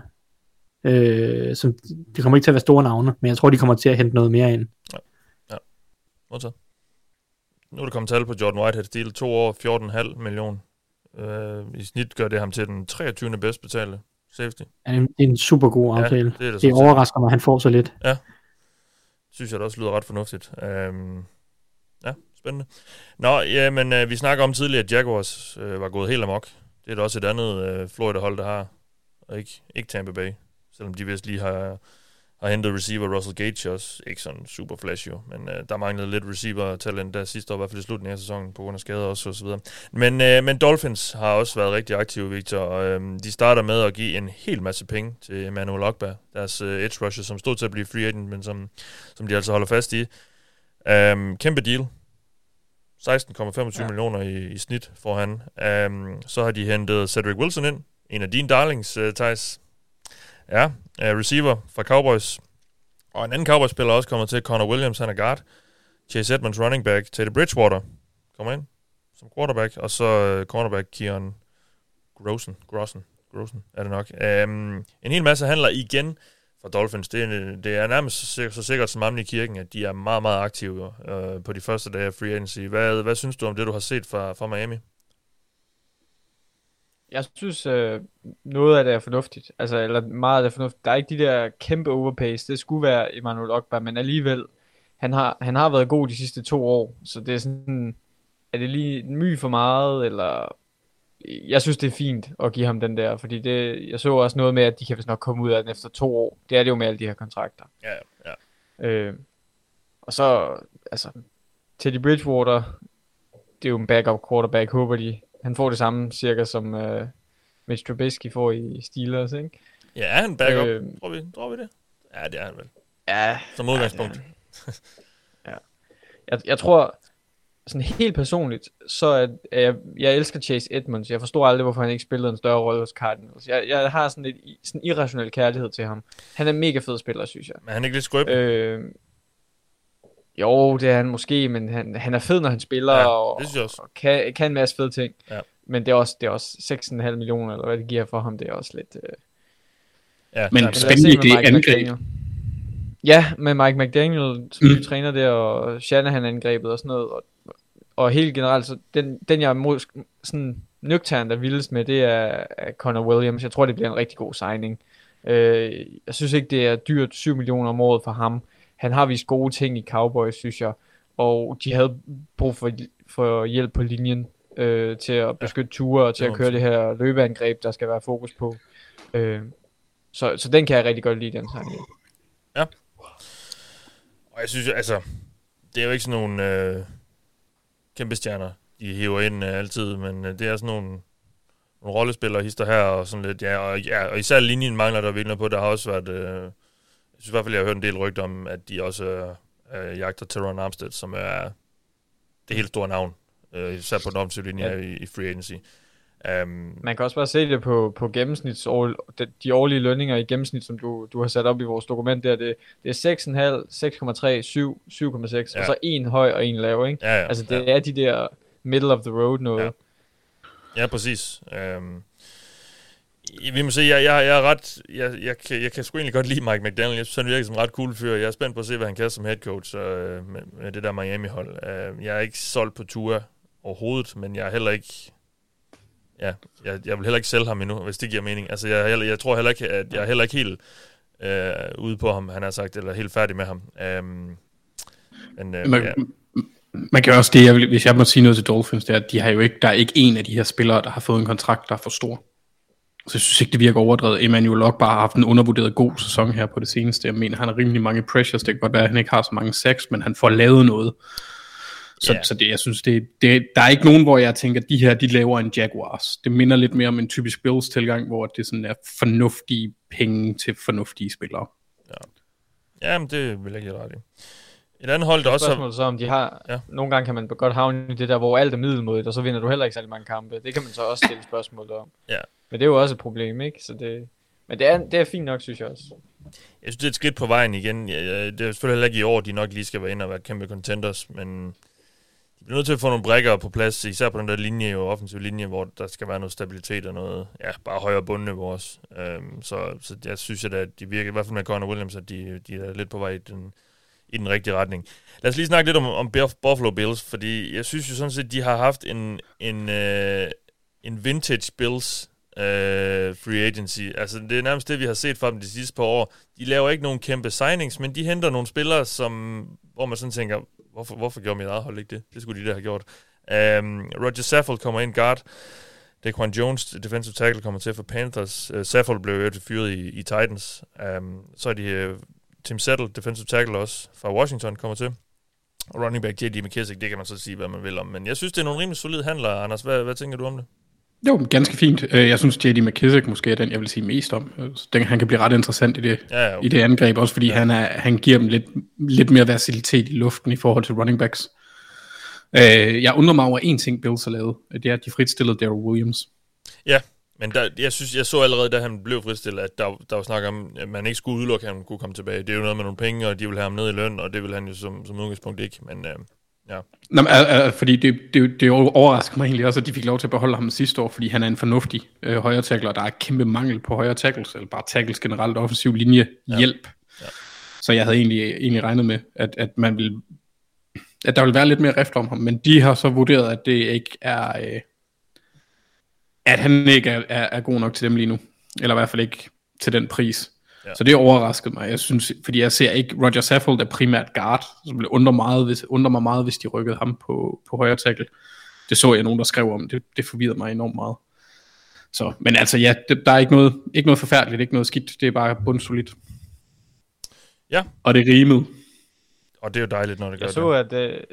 Det kommer ikke til at være store navne, men jeg tror, de kommer til at hente noget mere ind. Ja. Modtaget. Nu er der kommet tal på Jordan Whitehead Steel. 2 år, 14,5 millioner. I snit gør det ham til den 23. bedst betalte safety. Ja, det er en super god aftale. Ja, det overrasker mig, at han får så lidt. Ja, synes jeg det også lyder ret fornuftigt. Ja, spændende. Nå, men vi snakker om tidligere, at Jaguars var gået helt amok. Det er da også et andet Florida-hold, der har, og ikke Tampa Bay. Selvom de vist lige har hentet receiver Russell Gage også. Ikke sådan super flash jo, men der manglede lidt receiver-talent der sidste år, i hvert fald i slutningen af sæsonen, på grund af skader også og så videre. Men Dolphins har også været rigtig aktive, Victor, og de starter med at give en hel masse penge til Emmanuel Ogbah, deres edge rusher, som stod til at blive free agent, men som de altså holder fast i. Kæmpe deal. 16,25 millioner i snit for han. Så har de hentet Cedric Wilson ind, en af dine darlings, Thijs. Ja, receiver fra Cowboys. Og en anden Cowboys-spiller også kommer til, Connor Williams, han er guard. Chase Edmonds, running back. Teddy Bridgewater kommer ind som quarterback. Og så cornerback Keon Grossen er det nok. En hel masse handler igen for Dolphins. Det er nærmest så sikkert som amen i kirken, at de er meget, meget aktive på de første dage af free agency. Hvad synes du om det, du har set fra Miami? Jeg synes, noget af det er fornuftigt. Altså, eller meget af det er fornuftigt. Der er ikke de der kæmpe overpays. Det skulle være Emmanuel Ogbah, men alligevel, han har været god de sidste 2 år. Så det er sådan, er det lige en my for meget, eller... Jeg synes, det er fint at give ham den der, fordi jeg så også noget med, at de kan vist nok komme ud af den efter 2 år. Det er det jo med alle de her kontrakter. Ja. Og så, altså, Teddy Bridgewater, det er jo en backup quarterback, håber de. Han får det samme cirka som Mitch Trubisky får i Steelers, ikke? Ja, er han backup? Tror vi det? Ja, det er han vel. Ja. Som udgangspunkt. Ja. Jeg tror, sådan helt personligt, så jeg elsker Chase Edmonds. Jeg forstår aldrig, hvorfor han ikke spillede en større rolle hos Cardinals. Jeg har sådan en irrationel kærlighed til ham. Han er en mega fed spiller, synes jeg. Men han er ikke lidt skrøbelig? Jo, det er han måske, men han er fed, når han spiller, og kan en masse fede ting. Ja. Men det er også 6,5 millioner, eller hvad det giver for ham, det er også lidt... Ja, men spændende det angreb. Ja, med Mike McDaniel, som ny træner der, og Shanahan angrebet og sådan noget, og helt generelt, så den jeg er sådan nøgtern, der vildest med, det er Connor Williams. Jeg tror, det bliver en rigtig god signing. Jeg synes ikke, det er dyrt 7 millioner om året for ham. Han har vist gode ting i Cowboys, synes jeg, og de havde brug for hjælp på linjen til at beskytte Tua og til at køre det her løbeangreb, der skal være fokus på. Så den kan jeg rigtig godt lide, den signing. Ja. Og jeg synes, altså, det er jo ikke sådan nogle kæmpe stjerner, de hiver ind altid, men det er sådan nogle rollespillere, hister her, og sådan lidt, og især linjen mangler der virkelig på. Der har også været, jeg synes i hvert fald, jeg har hørt en del rygter om, at de også jagter Teron Armstead, som er det helt store navn, især på den offensive linje i free agency. Man kan også bare se det på gennemsnits de årlige lønninger i gennemsnit, som du har sat op i vores dokument der. Det er 6,5, 6,3, 7, 7,6, og så en høj og en lav, ikke? Ja, altså det er de der middle of the road noget. Ja, præcis. Vi må se, jeg er ret, jeg kan sgu egentlig godt lide Mike McDaniel. Jeg synes, han virker som en ret cool fyr. Jeg er spændt på at se, hvad han kan som head coach med det der Miami-hold. Jeg er ikke solgt på Tua overhovedet, men jeg er heller ikke... Ja, jeg vil heller ikke sælge ham endnu, hvis det giver mening. Altså, jeg tror heller ikke, at jeg er heller ikke helt ude på ham, han har sagt, eller helt færdig med ham. Man kan også det, hvis jeg må sige noget til Dolphins, det er, at der er ikke en af de her spillere, der har fået en kontrakt, der er for stor. Så jeg synes ikke, det virker overdrevet. Emmanuel Locke bare har haft en undervurderet god sæson her på det seneste. Jeg mener, han har rimelig mange pressures. Det kan godt være, at han ikke har så mange sacks, men han får lavet noget. Så det, jeg synes, der er ikke nogen, hvor jeg tænker, at de her, de laver en Jaguars. Det minder lidt mere om en typisk Bills tilgang, hvor det sådan er fornuftige penge til fornuftige spillere. Ja, men det vil jeg ikke ret i. Et andet hold, der også har... så om de har... Ja. Nogle gange kan man godt havne i det der, hvor alt er middelmådigt, og så vinder du heller ikke særlig mange kampe. Det kan man så også stille spørgsmål om. Ja. Men det er jo også et problem, ikke? Så det... Men det er fint nok, synes jeg også. Jeg synes, det er et skridt på vejen igen. Det er selvfølgelig heller ikke i år, de nok lige skal være inde og være kæmpe contenders, men de bliver nødt til at få nogle brækker på plads, især på den der linje, jo offensiv linje, hvor der skal være noget stabilitet og noget, bare højere bundniveau også. Så jeg synes, at de virker, i hvert fald med Connor Williams, at de er lidt på vej i den rigtige retning. Lad os lige snakke lidt om Buffalo Bills, fordi jeg synes jo sådan set, de har haft en vintage Bills free agency. Altså, det er nærmest det, vi har set fra dem de sidste par år. De laver ikke nogen kæmpe signings, men de henter nogle spillere, hvor man sådan tænker, hvorfor gjorde mit eget hold ikke det? Det skulle de der have gjort. Roger Saffold kommer ind guard. Daquan Jones, defensive tackle, kommer til for Panthers. Saffold blev jo fyret i Titans. Så er de Tim Settle, defensive tackle også, fra Washington, kommer til. Og running back J.D. McKissick, det kan man så sige, hvad man vil om. Men jeg synes, det er nogle rimelig solide handlere, Anders. Hvad tænker du om det? Jo, ganske fint. Jeg synes, J.D. McKissick måske er den, jeg vil sige mest om. Han kan blive ret interessant i det angreb, også fordi han giver dem lidt mere versibilitet i luften i forhold til running backs. Jeg undrer mig over en ting, Bills har lavet. Det er, at de fritstillede Darrell Williams. Ja, men jeg så allerede, da han blev fritstillet, at der var snak om, at man ikke skulle udelukke, at han kunne komme tilbage. Det er jo noget med nogle penge, og de vil have ham ned i løn, og det vil han jo som udgangspunkt ikke, men... Ja. Nå, fordi det overrasker mig egentlig også, at de fik lov til at beholde ham sidste år, fordi han er en fornuftig højre tackler, og der er kæmpe mangel på højre tackles, eller bare tackles generelt, offensiv linje, hjælp. Ja. Så jeg havde egentlig regnet med, at man ville, at der ville være lidt mere rift om ham, men de har så vurderet, at det ikke er, at han ikke er god nok til dem lige nu, eller i hvert fald ikke til den pris. Ja. Så det overraskede mig. Jeg synes, fordi jeg ser ikke Roger Saffold er primært guard, som ville undre mig meget, hvis de rykkede ham på højre tackle. Det så jeg nogen, der skrev om. Det forvirrede mig enormt meget. Så, men altså ja, der er ikke noget forfærdeligt, ikke noget skidt. Det er bare bundsolidt. Ja. Og det rimede. Og det er jo dejligt, når det gør det. Jeg så, at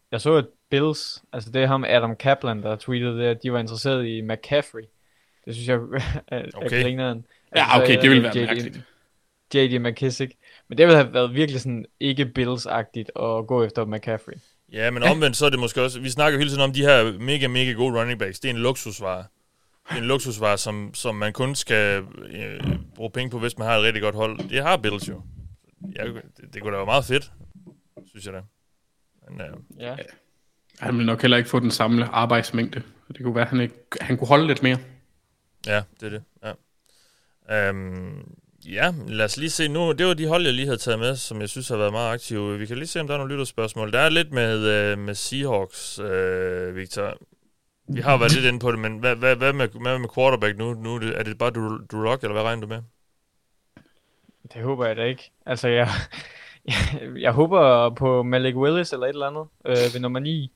jeg så at Bills, altså det er ham Adam Kaplan, der tweetede det, at de var interesseret i McCaffrey. Det synes jeg er grineren. Ja, okay, det ville være mærkeligt. J.D. McKissick. Men det ville have været virkelig sådan ikke Bills-agtigt at gå efter McCaffrey. Ja, men omvendt så er det måske også... Vi snakker jo hele tiden om de her mega, mega gode running backs. Det er en luksusvare. Det er en luksusvare, som man kun skal bruge penge på, hvis man har et rigtig godt hold. Det har Bills jo. Ja, det kunne da være meget fedt, synes jeg da. Men, ja. Han vil nok heller ikke få den samme arbejdsmængde. Det kunne være, at han kunne holde lidt mere. Ja, det er det. Ja. Ja, lad os lige se nu. Det var de hold, jeg lige havde taget med, som jeg synes har været meget aktive. Vi kan lige se, om der er nogle lytterspørgsmål. Der er lidt med Seahawks, Victor. Vi har været lidt inde på det, men hvad med quarterback nu? Er det bare Drew Lock, eller hvad regner du med? Det håber jeg da ikke. Altså, jeg håber på Malik Willis eller et eller andet ved nummer 9.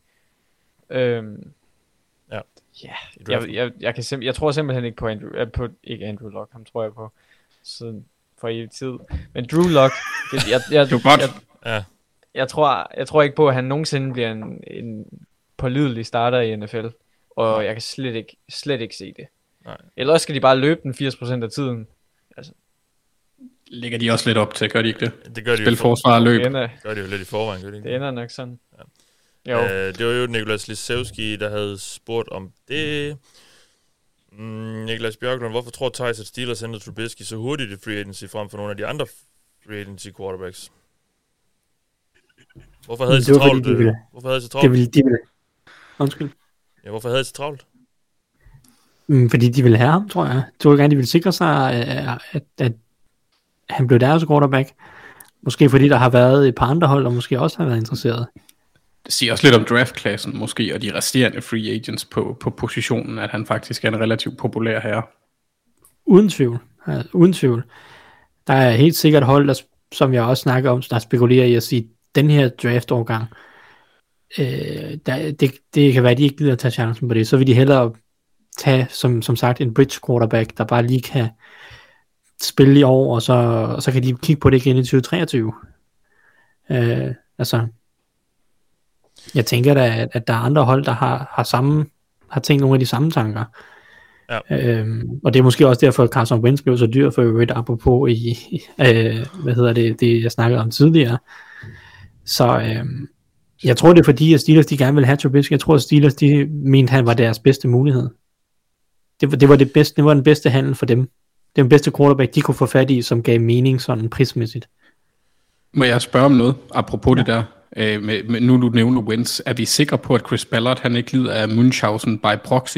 Jeg tror simpelthen ikke på Andrew Luck. Ham tror jeg på så for evig tid. Men Drew Lock, jeg tror ikke på, at han nogensinde bliver en pålidelig starter i NFL. Og jeg kan slet ikke se det. Nej. Eller også skal de bare løbe den 80% af tiden. Altså. Ligger de også lidt op til, gør de ikke det? Det gør de. Spil forsvar og løb. Gør de jo lidt i forvejen, gør de ikke? Det ender nok sådan. Ja. Det var jo Niklas Lisewski, der havde spurgt om det. Niklas Bjørklund, hvorfor tror Thijs, at Steelers henter Trubisky så hurtigt i free agency frem for nogle af de andre free agency quarterbacks? Hvorfor havde de så travlt? Hvorfor havde de så travlt? Undskyld. Ja, hvorfor havde de så travlt? Fordi de ville have ham, tror jeg. Jeg tror gerne, de ville sikre sig, at han blev deres quarterback. Måske fordi der har været et par andre hold, der måske også har været interesseret. Det siger også lidt om draftklassen måske, og de resterende free agents på positionen, at han faktisk er en relativt populær herre. Uden tvivl. Ja, uden tvivl. Der er helt sikkert hold, der, som jeg også snakker om, der spekulerer i at sige, den her draft-årgang, det kan være, at de ikke gider at tage chancen på det. Så vil de hellere tage, som sagt, en bridge quarterback, der bare lige kan spille i år, og så kan de kigge på det igen i 2023. Altså, jeg tænker da, at der er andre hold, der har tænkt nogle af de samme tanker. Ja. Og det er måske også derfor, at Carson Wentz blev så dyr for øvrigt, apropos det jeg snakkede om tidligere. Så jeg tror, det er fordi, at Steelers de gerne vil have Trubisky. Jeg tror, at Steelers de mente, han var deres bedste mulighed. Det var den bedste handel for dem. Det var den bedste quarterback, de kunne få fat i, som gav mening sådan prismæssigt. Må jeg spørge om noget, apropos det der? Men nu du nævner Wentz, er vi sikre på, at Chris Ballard han ikke lider af Munchausen by proxy?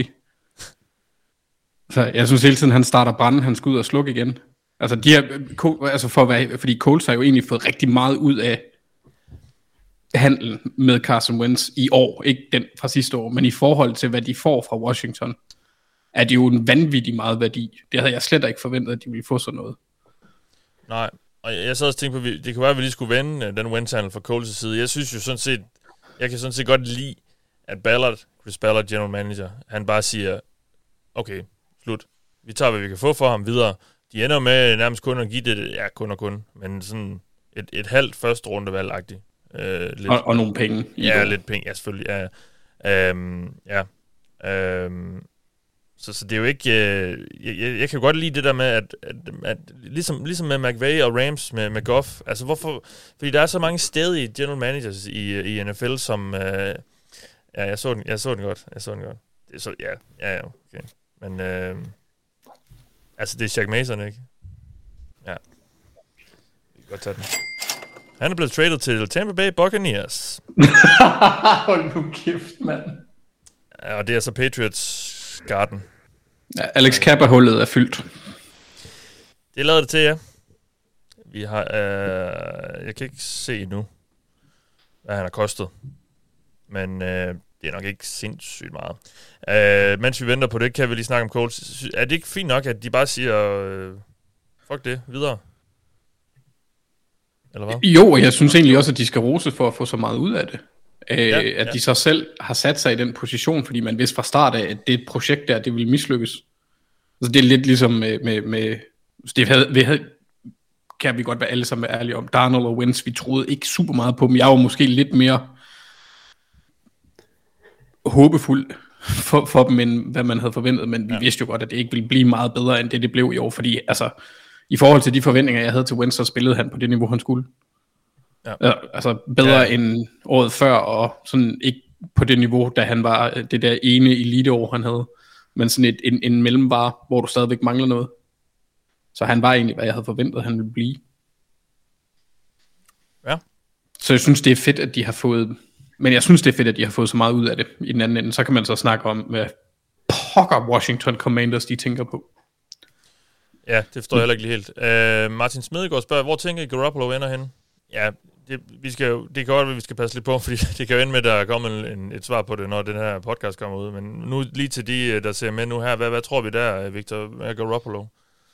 Så jeg synes hele tiden, han starter branden, han skal ud og slukke igen. Altså, fordi Colts har jo egentlig fået rigtig meget ud af handlen med Carson Wentz i år, ikke den fra sidste år, men i forhold til, hvad de får fra Washington, er det jo en vanvittig meget værdi. Det havde jeg slet ikke forventet, at de ville få sådan noget. Nej, og jeg så også tænkt på, det kan være, at vi lige skulle vende den Wentz-handel fra Colts' side. Jeg synes jo jeg kan sådan set godt lide, at Chris Ballard, general manager, han bare siger, okay, slut. Vi tager, hvad vi kan få for ham videre. De ender med nærmest kun at give det, ja, kun, men sådan et halvt første rundevalg-agtigt. Og nogle penge. Ja, lidt penge, ja, selvfølgelig. Ja. Så det er jo ikke... Jeg kan godt lide det der med, at ligesom med McVay og Rams med Goff, altså hvorfor... Fordi der er så mange stedige general managers i NFL, som... Ja, jeg så den godt. Det er så, ja, okay. Men... altså, det er Shaq Mason, ikke? Ja. Vi kan godt tage den. Han er blevet traded til Tampa Bay Buccaneers. Hold nu kæft, mand. Ja, og det er så Patriots garden. Ja, Alex Kappa-hullet er fyldt. Det lader det til, ja. Vi har... jeg kan ikke se nu, hvad han har kostet. Men det er nok ikke sindssygt meget. Mens vi venter på det, kan vi lige snakke om Colts. Er det ikke fint nok, at de bare siger... fuck det, videre? Eller hvad? Jo, jeg synes egentlig også, at de skal rose for at få så meget ud af det. At de så selv har sat sig i den position, fordi man vidste fra start af, at det er et projekt der, det ville mislykkes. Så det er lidt ligesom med kan vi godt være alle sammen ærlige om, Darnold og Wentz, vi troede ikke super meget på dem. Jeg var måske lidt mere håbefuld for dem, end hvad man havde forventet, men vi vidste jo godt, at det ikke ville blive meget bedre, end det blev i år, fordi altså, i forhold til de forventninger, jeg havde til Wentz, så spillede han på det niveau, han skulle. Altså bedre end året før, og sådan ikke på det niveau, da han var det der ene eliteår, han havde, men sådan en mellemvare, hvor du stadigvæk mangler noget. Så han var egentlig, hvad jeg havde forventet, han ville blive. Ja. Så jeg synes, det er fedt, at de har fået... Men jeg synes, det er fedt, at de har fået så meget ud af det i den anden ende. Så kan man så snakke om, hvad pokker Washington Commanders, de tænker på. Ja, det forstår jeg heller ikke lige helt. Martin Smedegaard spørger, hvor tænker I Garoppolo ender henne? Ja, det kan godt være, at vi skal passe lidt på, fordi det kan jo ende med, at der kommer et svar på det, når den her podcast kommer ud. Men nu lige til de, der ser med nu her, hvad tror vi der, Victor, med Garoppolo?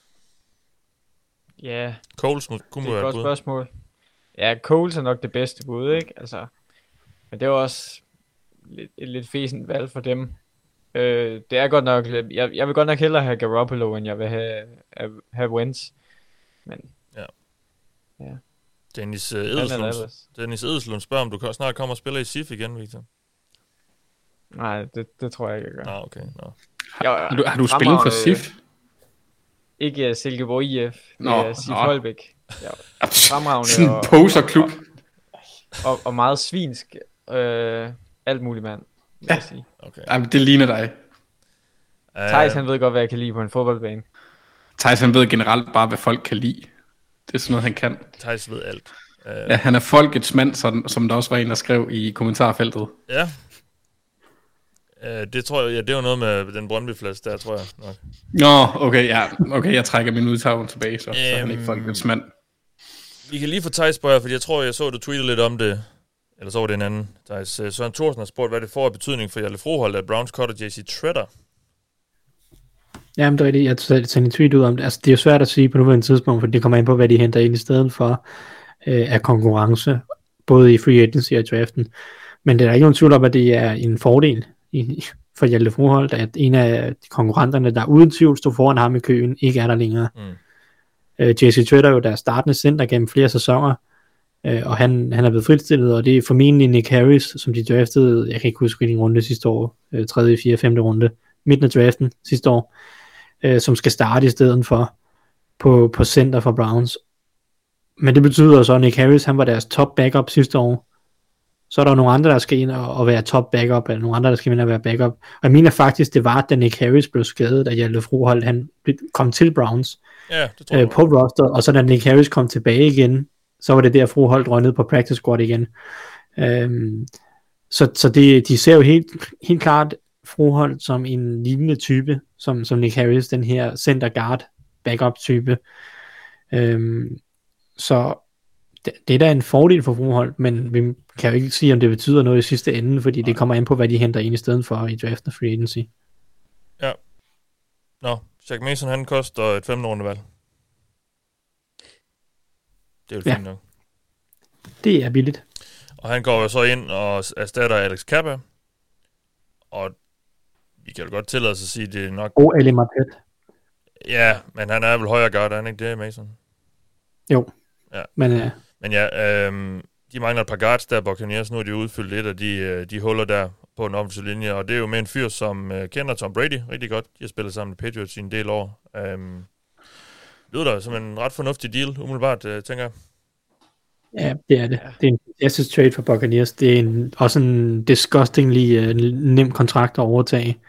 Ja, Coles kunne det er være et godt bud. spørgsmål. Ja, Coles er nok det bedste bud, ikke? Altså, men det er også et lidt fæsent valg for dem. Det er godt nok, jeg vil godt nok hellere have Garoppolo, end jeg vil have Wentz. Men ja. Dennis Edelslund spørger, om du snart kommer og spiller i SIF igen, Victor? Nej, det tror jeg ikke, jeg gør. Nå, okay. Nå. Har du spillet for SIF? Ikke Silkeborg IF, SIF Holbæk. Ja, fremragende sådan en poserklub. Og meget svinsk. Alt muligt mand, vil jeg sige. Okay. Jamen, det ligner dig. Thijs, han ved godt, hvad jeg kan lide på en fodboldbane. Thijs, han ved generelt bare, hvad folk kan lide. Det er sådan noget, han kan. Thijs ved alt. Ja, han er folkets mand, som der også var en, der skrev i kommentarfeltet. Ja. Det tror jeg, det var noget med den Brøndby-plads der, tror jeg nok. Nå, okay, jeg trækker min udtagning tilbage, så er han ikke folkets mand. Vi kan lige få Thijs spørge, fordi jeg tror, jeg så, du tweetede lidt om det. Eller så var det en anden, Thijs. Søren Thorsen har spurgt, hvad det får af betydning for Hjalte Froholt, at Browns cutter JC Tretter. Jamen, det er rigtigt. Jeg sendte en tweet ud om det. Altså, det er jo svært at sige på nuværende tidspunkt, for det kommer ind på, hvad de henter ind i stedet for af konkurrence, både i free agency og draften. Men det er ikke nogen tvivl om, at det er en fordel for Hjalte Froholt, at en af konkurrenterne, der uden tvivl stod foran ham i køen, ikke er der længere. JC Tretter er jo der startende center gennem flere sæsoner, og han er blevet fritstillet, og det er formentlig Nick Harris, som de draftede, jeg kan ikke huske hvilken runde sidste år, 3., 4., 5. runde, midten af draften sidste år, som skal starte i stedet for på center for Browns. Men det betyder så, at Nick Harris, han var deres top backup sidste år. Så er der nogle andre, der skal ind og være top backup, eller nogle andre, der skal ind og være backup. Og jeg mener faktisk, det var, da Nick Harris blev skadet, da Hjalte Froholt, han kom til Browns på roster, og så da Nick Harris kom tilbage igen, så var det der Froholt røg ned på practice squad igen. Så de ser jo helt klart Froholt som en lignende type, som Nick Harris, den her center guard backup type. Så det er da en fordel for Froholt, men vi kan jo ikke sige, om det betyder noget i sidste ende, fordi det kommer an på, hvad de henter ind i stedet for i draft og free agency. Ja. Jack Mason, han koster et 5. rundevalg. Det er jo fint nok. Det er billigt. Og han går jo så ind og erstatter Alex Kappa. Og vi kan jo godt tillade os at sige, at det er nok... Og Ali Marpet. Ja, men han er vel højere guard, er han ikke det, Mason? Jo. Ja. Men ja, de mangler et par guards der, Buccaneers. Nu er de udfyldt lidt af de huller der på den offensive linje. Og det er jo med en fyr, som kender Tom Brady rigtig godt. De har spillet sammen med Patriots i en del år. Lyder der som en ret fornuftig deal, umiddelbart, tænker jeg. Ja, det er det. Det er en fantastisk trade for Buccaneers. Det er også en disgustingly nem kontrakt at overtage.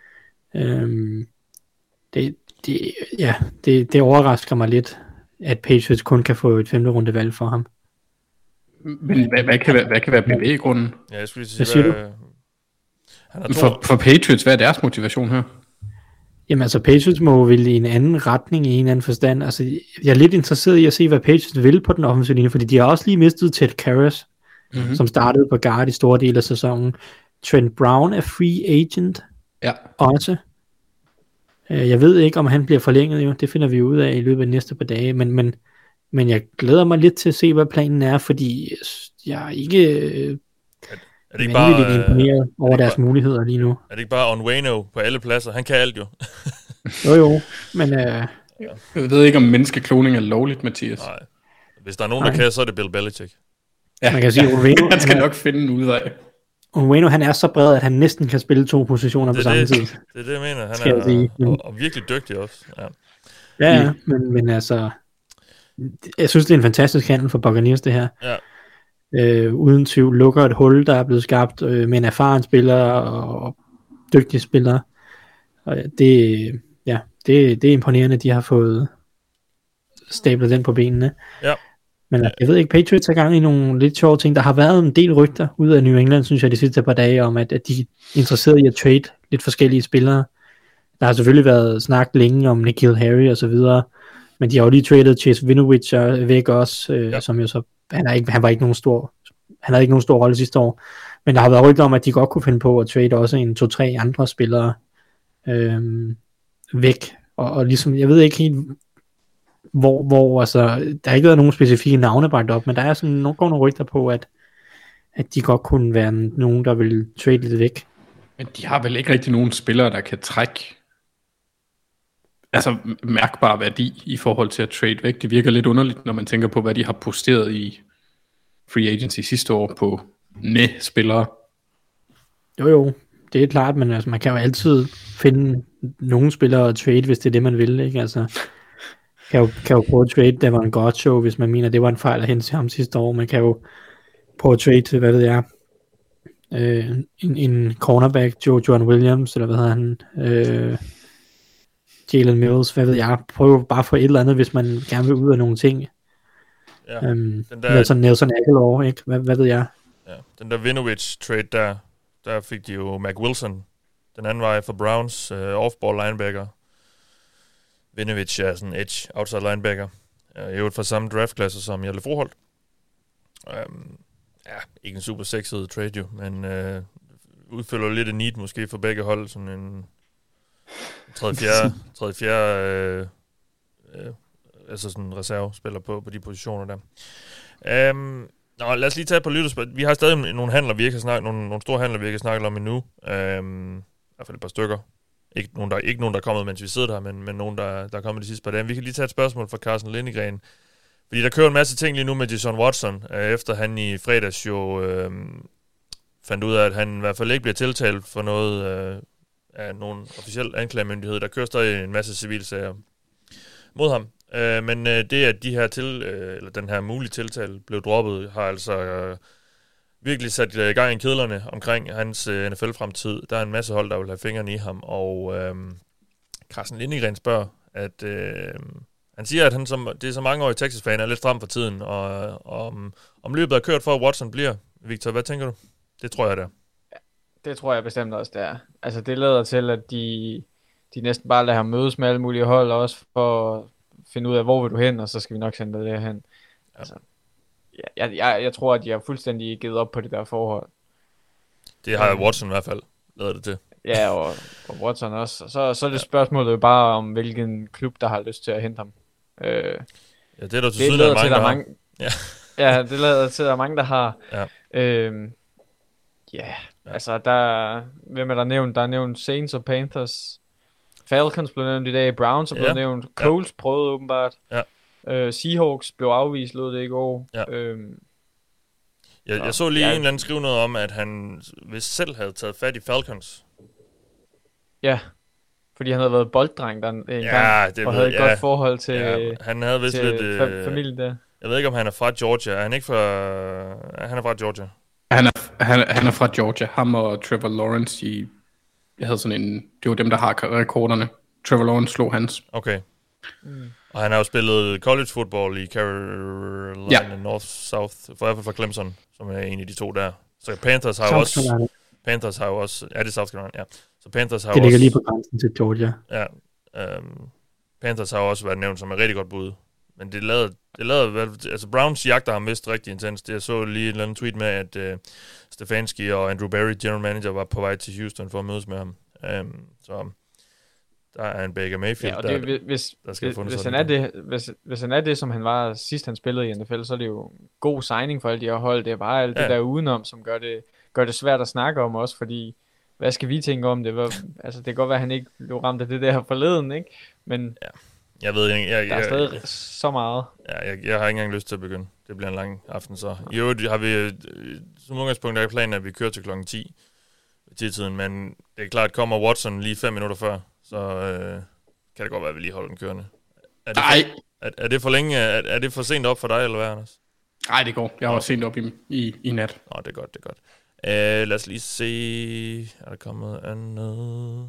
Det overrasker mig lidt, at Patriots kun kan få et 5. runde valg for ham. Men hvad kan være bevæggrunden? Ja, jeg skulle lige sige, for Patriots, hvad er deres motivation her? Jamen altså, Patriots må vel i en anden retning, i en anden forstand. Altså, jeg er lidt interesseret i at se, hvad Patriots vil på den offensive linje, fordi de har også lige mistet Ted Karras, som startede på guard i store dele af sæsonen. Trent Brown er free agent også. Jeg ved ikke, om han bliver forlænget jo. Det finder vi ud af i løbet af næste par dage, men jeg glæder mig lidt til at se, hvad planen er, fordi jeg er ikke... Er det ikke bare imponeret over deres muligheder lige nu? Er det ikke bare Onwenu på alle pladser? Han kan alt jo. jo, men... Jeg ved ikke, om menneskekloning er lovligt, Mathias. Nej. Hvis der er nogen, der kan, så er det Bill Belichick. Ja, man kan sige, han skal nok finde en udvej. Onwenu, han er så bred, at han næsten kan spille 2 positioner på samme tid. Det er det, jeg mener. Han er og virkelig dygtig også. Ja. Ja, men altså, jeg synes, det er en fantastisk handel for Buccaneers, det her. Ja. Uden tvivl lukker et hul, der er blevet skabt med en erfaren spiller og dygtige spillere. Og det er imponerende, at de har fået stablet den på benene. Ja. Men jeg ved ikke, Patriots er gang i nogle lidt sjove ting. Der har været en del rygter ud af New England, synes jeg, de sidste par dage, om at de er interesserede i at trade lidt forskellige spillere. Der har selvfølgelig været snakket længe om N'Keal Harry og så videre, men de har jo lige traded Chase Winovich væk også, som jo så, han havde ikke nogen stor rolle sidste år, men der har været rygter om, at de godt kunne finde på at trade også 2-3 andre spillere væk, og ligesom, jeg ved ikke helt, hvor altså, der har ikke været nogen specifikke navne bragt op, men der er sådan nogle rygter på, at de godt kunne være nogen, der vil trade lidt væk. Men de har vel ikke rigtig nogen spillere, der kan trække altså mærkbar værdi i forhold til at trade væk. Det virker lidt underligt, når man tænker på, hvad de har posteret i free agency sidste år på spillere. Jo, det er klart, men altså, man kan jo altid finde nogle spillere at trade, hvis det er det, man vil, ikke? Altså, kan jo prøve at trade, der var en god show, hvis man mener, det var en fejl at hente til ham sidste år. Man kan jo prøve at trade, hvad ved jeg, en cornerback, John Williams, eller hvad hedder han, Jalen Mills, hvad ved jeg, prøve bare for et eller andet, hvis man gerne vil ud af nogle ting. Ja, Nelson Aguilar, ikke? Hvad ved jeg? Ja, den der Winovich trade der fik de jo Mac Wilson, den anden vej for Browns, off-ball linebacker. Winovich er sådan edge, outside linebacker. I øvrigt fra samme draftklasse som Hjalte Froholt. Ikke en super sexet trade jo, men udfylder lidt en need måske for begge hold, sådan en tredje, fjerde altså sådan en reservespiller på de positioner der. Lad os lige tage på lytterspil. Vi har stadig nogle handler, vi ikke har snakket, nogle store handler, vi ikke har snakket om endnu. I hvert fald et par stykker. Ikke nogen, der er kommet, mens vi sidder der, men nogen, der er kommet de sidste par dage. Vi kan lige tage et spørgsmål fra Carsten Lindegren. Fordi der kører en masse ting lige nu med Deshaun Watson, efter han i fredags jo fandt ud af, at han i hvert fald ikke bliver tiltalt for noget af nogen officiel anklagemyndighed. Der kører stadig en masse civilsager mod ham. Men det, at de her eller den her mulige tiltale blev droppet, har altså virkelig sat gang i kedlerne omkring hans NFL-fremtid. Der er en masse hold, der vil have fingrene i ham, og Carsten Lindegren spørger, at han siger, at det er så mange år i Texas-fan, er lidt stram for tiden, og om løbet er kørt for, at Watson bliver. Victor, hvad tænker du? Det tror jeg, det er. Det tror jeg bestemt også, det er. Altså, det lader til, at de næsten bare lader ham mødes med alle mulige hold, også for at finde ud af, hvor vil du hen, og så skal vi nok sende dig derhen. Ja. Altså, jeg tror, at de har fuldstændig givet op på det der forhold. Det har Watson i hvert fald lavet det til. Ja, og Watson også. Så er det spørgsmålet jo bare om, hvilken klub, der har lyst til at hente ham. Det er der til siden af mange, Ja, det lader til, at der er mange, der har. Ja. Altså, hvem er der nævnt? Der er nævnt Saints og Panthers. Falcons blev nævnt i dag. Browns er blevet nævnt. Colts prøvede åbenbart. Ja. Seahawks blev afvist, lød det i går. Ja. Jeg så lige en eller anden skrive noget om, at han vist selv havde taget fat i Falcons. Ja, fordi han havde været bolddreng der en gang, og havde et godt forhold til, han havde vist til lidt, familien der. Jeg ved ikke, om han er fra Georgia. Er han ikke fra... Han er fra Georgia. Han er fra Georgia. Ham og Trevor Lawrence jeg havde sådan en... Det var dem, der har rekorderne. Trevor Lawrence slog hans. Okay. Og han har jo spillet college football i Carolina, North South, for i hvert fald fra Clemson, som er en af de to der. Så Panthers har jo også... Er det South Carolina? Ja. Så Panthers har det ligger lige på grænsen til Georgia. Ja. Panthers har jo også været nævnt som et rigtig godt bud. Men det lavede altså Browns jagter ham vist rigtig intens. Jeg så lige en eller anden tweet med, at Stefanski og Andrew Berry, general manager, var på vej til Houston for at mødes med ham. Så der er en Baker Mayfield, der skal fundet sådan. Hvis han er det, som han var sidst han spillede i NFL, så er det jo god signing for alle de her hold. Det er bare alt det der udenom, som gør det svært at snakke om også, fordi hvad skal vi tænke om det? Altså det kan godt være, at han ikke blev ramt af det der forleden, ikke? Men Jeg ved ikke, Der er stadig så meget. Ja, jeg har ikke engang lyst til at begynde. Det bliver en lang aften så. I øvrigt har vi som udgangspunkt er planen, at vi kører til klokken 10 ved tidtiden, men det er klart, kommer Watson lige 5 minutter før, så kan det godt være, at vi lige holder den kørende. Er det for længe? Er det for sent op for dig, eller hvad, Anders? Nej, det går. Jeg var sent op i nat. Nå, det er godt, det er godt. Lad os lige se... Er der kommet andet?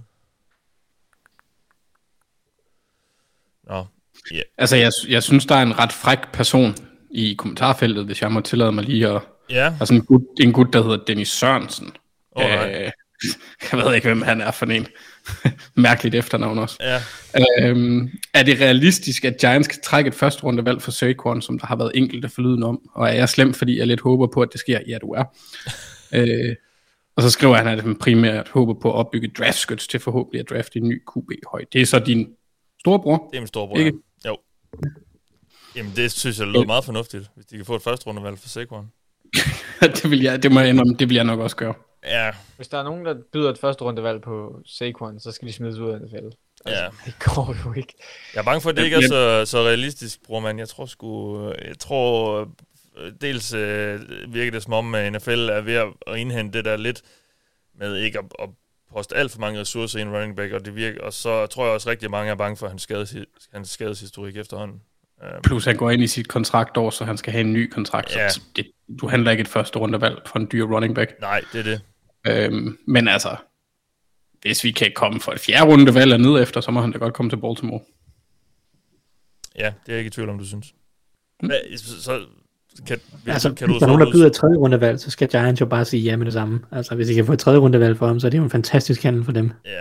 Nå, yeah. Altså, jeg synes, der er en ret fræk person i kommentarfeltet, hvis jeg må tillade mig lige at... Ja. Altså en gut, der hedder Dennis Sørensen. Jeg ved ikke, hvem han er for en. Mærkeligt efternavn også. Ja. Er det realistisk, at Giants kan trække et første rundevalg for Saquon, som der har været enkelte forlyden om? Og er jeg slem, fordi jeg lidt håber på, at det sker? Ja, du er. Og så skriver han, at han primært håber på at opbygge draftskyts til forhåbentlig at drafte en ny QB-høj. Det er så din storebror? Det er min storebror, ikke? Ja. Jo. Jamen, det synes jeg lyder meget fornuftigt, hvis de kan få et første rundevalg for Saquon. det må jeg indrømme, det vil jeg nok også gøre. Ja. Hvis der er nogen, der byder et første rundevalg på Saquon, så skal de smides ud af NFL. Altså, ja. Det går jo ikke. Jeg er bange for, at det ikke er så realistisk, bror mand. Jeg tror dels virker det som om, at NFL er ved at indhente det der lidt med ikke at poste alt for mange ressourcer i en running back, og det virker, og så tror jeg også rigtig mange er bange for hans skadeshistorik efterhånden. Plus han går ind i sit kontraktår, så han skal have en ny kontrakt. Ja. Så du handler ikke et første rundevalg for en dyr running back. Nej, det er det. Men altså, hvis vi kan komme for et fjerde rundevalg og ned efter, så må han da godt komme til Baltimore. Ja, det er jeg ikke i tvivl om, du synes. Så kan du hvis der er nogen, der byder et tredje rundevalg, så skal Giants jo bare sige ja med det samme. Altså, hvis I kan få et tredje rundevalg for ham, så er det jo en fantastisk handel for dem. Ja.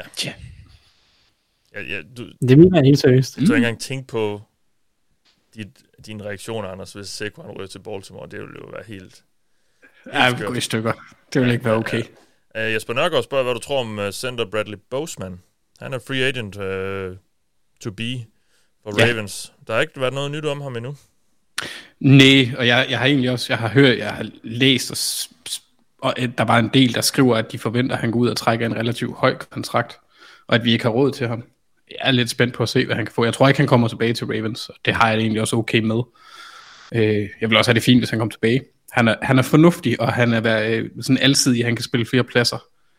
Det mener jeg helt seriøst. Du har ikke engang tænkt på din reaktion, Anders, hvis Saquon ryger til Baltimore. Det ville jo være helt gå i stykker. Det vil ikke være okay. Jesper Nørgaard spørger, hvad du tror om center Bradley Boseman. Han er free agent to be for Ravens. Der har ikke været noget nyt om ham endnu. Nej, og jeg har egentlig også, jeg har læst, og der var en del, der skriver, at de forventer, at han går ud og trækker en relativt høj kontrakt, og at vi ikke har råd til ham. Jeg er lidt spændt på at se, hvad han kan få. Jeg tror ikke, han kommer tilbage til Ravens, og det har jeg egentlig også okay med. Jeg vil også have det fint, hvis han kommer tilbage. Han er fornuftig, og han er sådan alsidig, han kan spille flere pladser.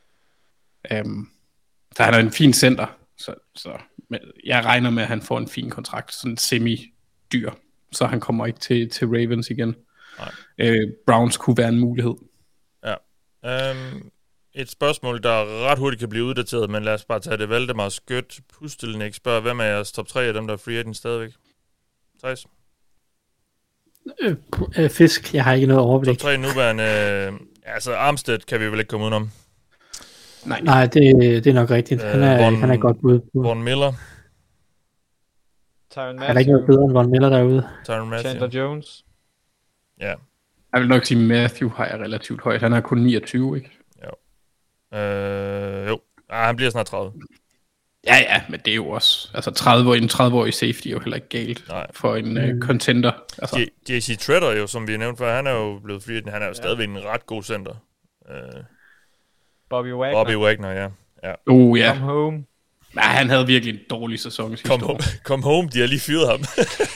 Så han er en fin center, så jeg regner med, at han får en fin kontrakt, sådan semi-dyr, så han kommer ikke til Ravens igen. Browns kunne være en mulighed. Ja. Et spørgsmål, der ret hurtigt kan blive uddateret, men lad os bare tage det. Valdemar Skødt Pustelnik spørger, hvem er jeres top 3 af dem, der er free agent stadigvæk? Thijs? Fisk, jeg har ikke noget overblik. Top 3 nuværende... altså Armstead kan vi vel ikke komme udenom? Nej, det er nok rigtigt. Han er godt bud. Von Miller. Tyrann Mathieu. Er der ikke noget bedre end Von Miller derude? Tyrann Mathieu. Chandler Jones. Ja. Jeg vil nok sige, Matthew har jeg relativt højt. Han er kun 29, ikke? Jo. Han bliver snart 30. Ja, men det er jo også... Altså 30-årig safety er jo heller ikke galt. Nej. For en contender. Altså. JC Treader jo, som vi nævnte før, han er jo blevet free agent. Han er jo stadigvæk en ret god center. Bobby Wagner, ja. Ja. Come home. Ja, han havde virkelig en dårlig sæson sidste år. Come home, de har lige fyret ham.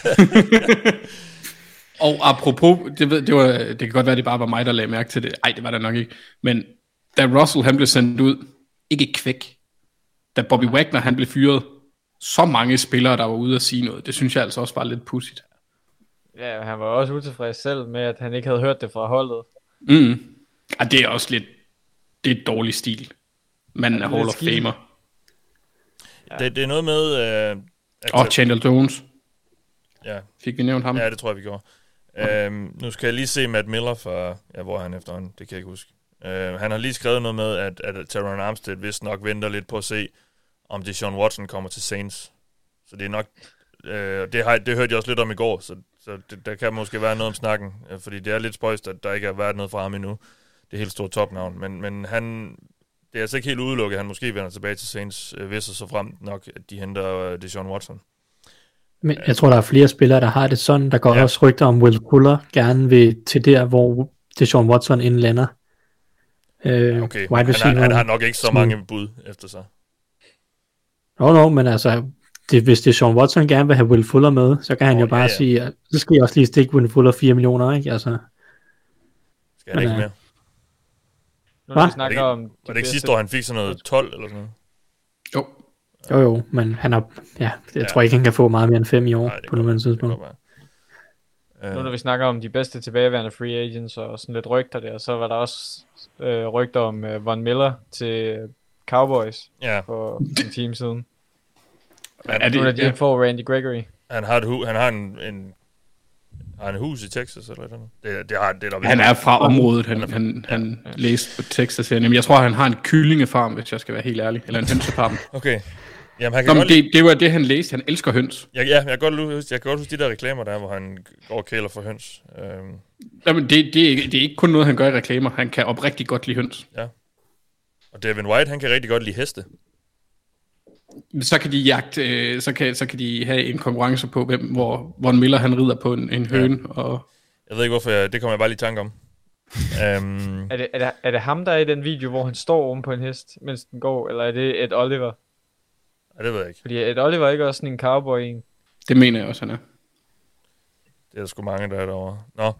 Og apropos, det kan godt være, det bare var mig, der lagde mærke til det. Ej, det var det nok ikke. Men da Russell han blev sendt ud, ikke kvæk. Da Bobby Wagner han blev fyret, så mange spillere, der var ude at sige noget. Det synes jeg altså også var lidt pudsigt. Ja, han var også utilfreds selv med, at han ikke havde hørt det fra holdet. Ja, det er også lidt... Det er et dårlig stil. Manden er Hall of Famer. Ja. Det er noget med... Chandler Jones. Ja. Fik vi nævnt ham? Ja, det tror jeg, vi gjorde. Nu skal jeg lige se Matt Miller fra... Ja, hvor er han efterhånden? Det kan jeg ikke huske. Han har lige skrevet noget med, at Terron Armstead vist nok venter lidt på at se, om Deshaun Watson kommer til Saints. Så det er nok... det hørte jeg også lidt om i går, så der kan måske være noget om snakken, fordi det er lidt spøjst, at der ikke har været noget fra ham endnu. Det er helt stort topnavn, men han... Det er altså ikke helt udelukket, at han måske vender tilbage til Saints, hvis og så frem nok, at de henter Deshaun Watson. Men jeg tror, der er flere spillere, der har det sådan. Der går også rygter om Will Fuller gerne vil til der, hvor Deshaun Watson indlander. Okay, han har nok ikke så mange bud efter sig. No, men altså, hvis det er Sean Watson gerne vil have Will Fuller med, så kan han jo bare sige, at så skal jeg også lige stikke Will Fuller 4 millioner, ikke? Altså, skal han ikke mere? Nu vi snakker om... Var det ikke sidste år, han fik sådan noget 12 eller sådan noget? Jo, men han har... Ja, jeg tror ikke, han kan få meget mere end 5 i år på nuværende tidspunkt. Nu når vi snakker om de bedste tilbageværende free agents og sådan lidt rygter der, så var der også rygter om Von Miller til Cowboys for en time siden. Nu er det for Randy Gregory. Han har en hus i Texas eller noget. Han er fra området, han læste på Texas. Jeg tror, han har en kyllingefarm, hvis jeg skal være helt ærlig. Eller en hønsefarm. Okay. Jamen, han kan det var det, han læste. Han elsker høns. Jeg kan godt huske de der reklamer der, hvor han går og kæler for høns. Jamen, det er ikke kun noget, han gør i reklamer. Han kan oprigtigt godt lide høns. Ja. Og Devin White, han kan rigtig godt lide heste. Så kan de jagte, så kan de have en konkurrence på, hvor Von Miller han rider på en høne. Og... Jeg ved ikke hvorfor, det kommer jeg bare lige i tanke om. Er det ham, der er i den video, hvor han står oven på en hest, mens den går, eller er det Ed Oliver? Ja, det ved jeg ikke. Fordi Ed Oliver er ikke også sådan en cowboy en? Det mener jeg også, han er. Det er der sgu mange, der er derovre. Nå.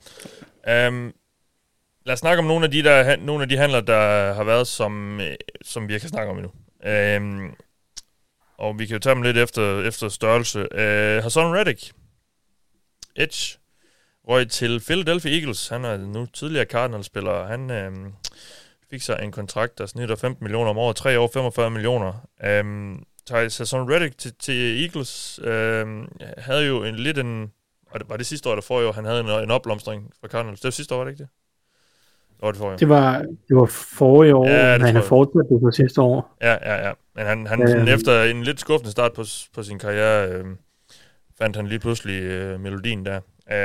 Lad os snakke om nogle af de handler, der har været, som vi kan snakke om endnu. Og vi kan jo tage dem lidt efter størrelse. Hassan Reddick, Edge, røg til Philadelphia Eagles. Han er nu tidligere Cardinals-spiller. Han fik sig en kontrakt, der snitter 15 millioner om året. 3 år, 45 millioner. Hassan Reddick til Eagles havde jo var det sidste år, der forrige år, han havde en opblomstring fra Cardinals. Det var sidste år, var det ikke det? Det var forrige år, men han har fortsat det på sidste år. Ja. Men han efter en lidt skuffende start på sin karriere, fandt han lige pludselig melodien der.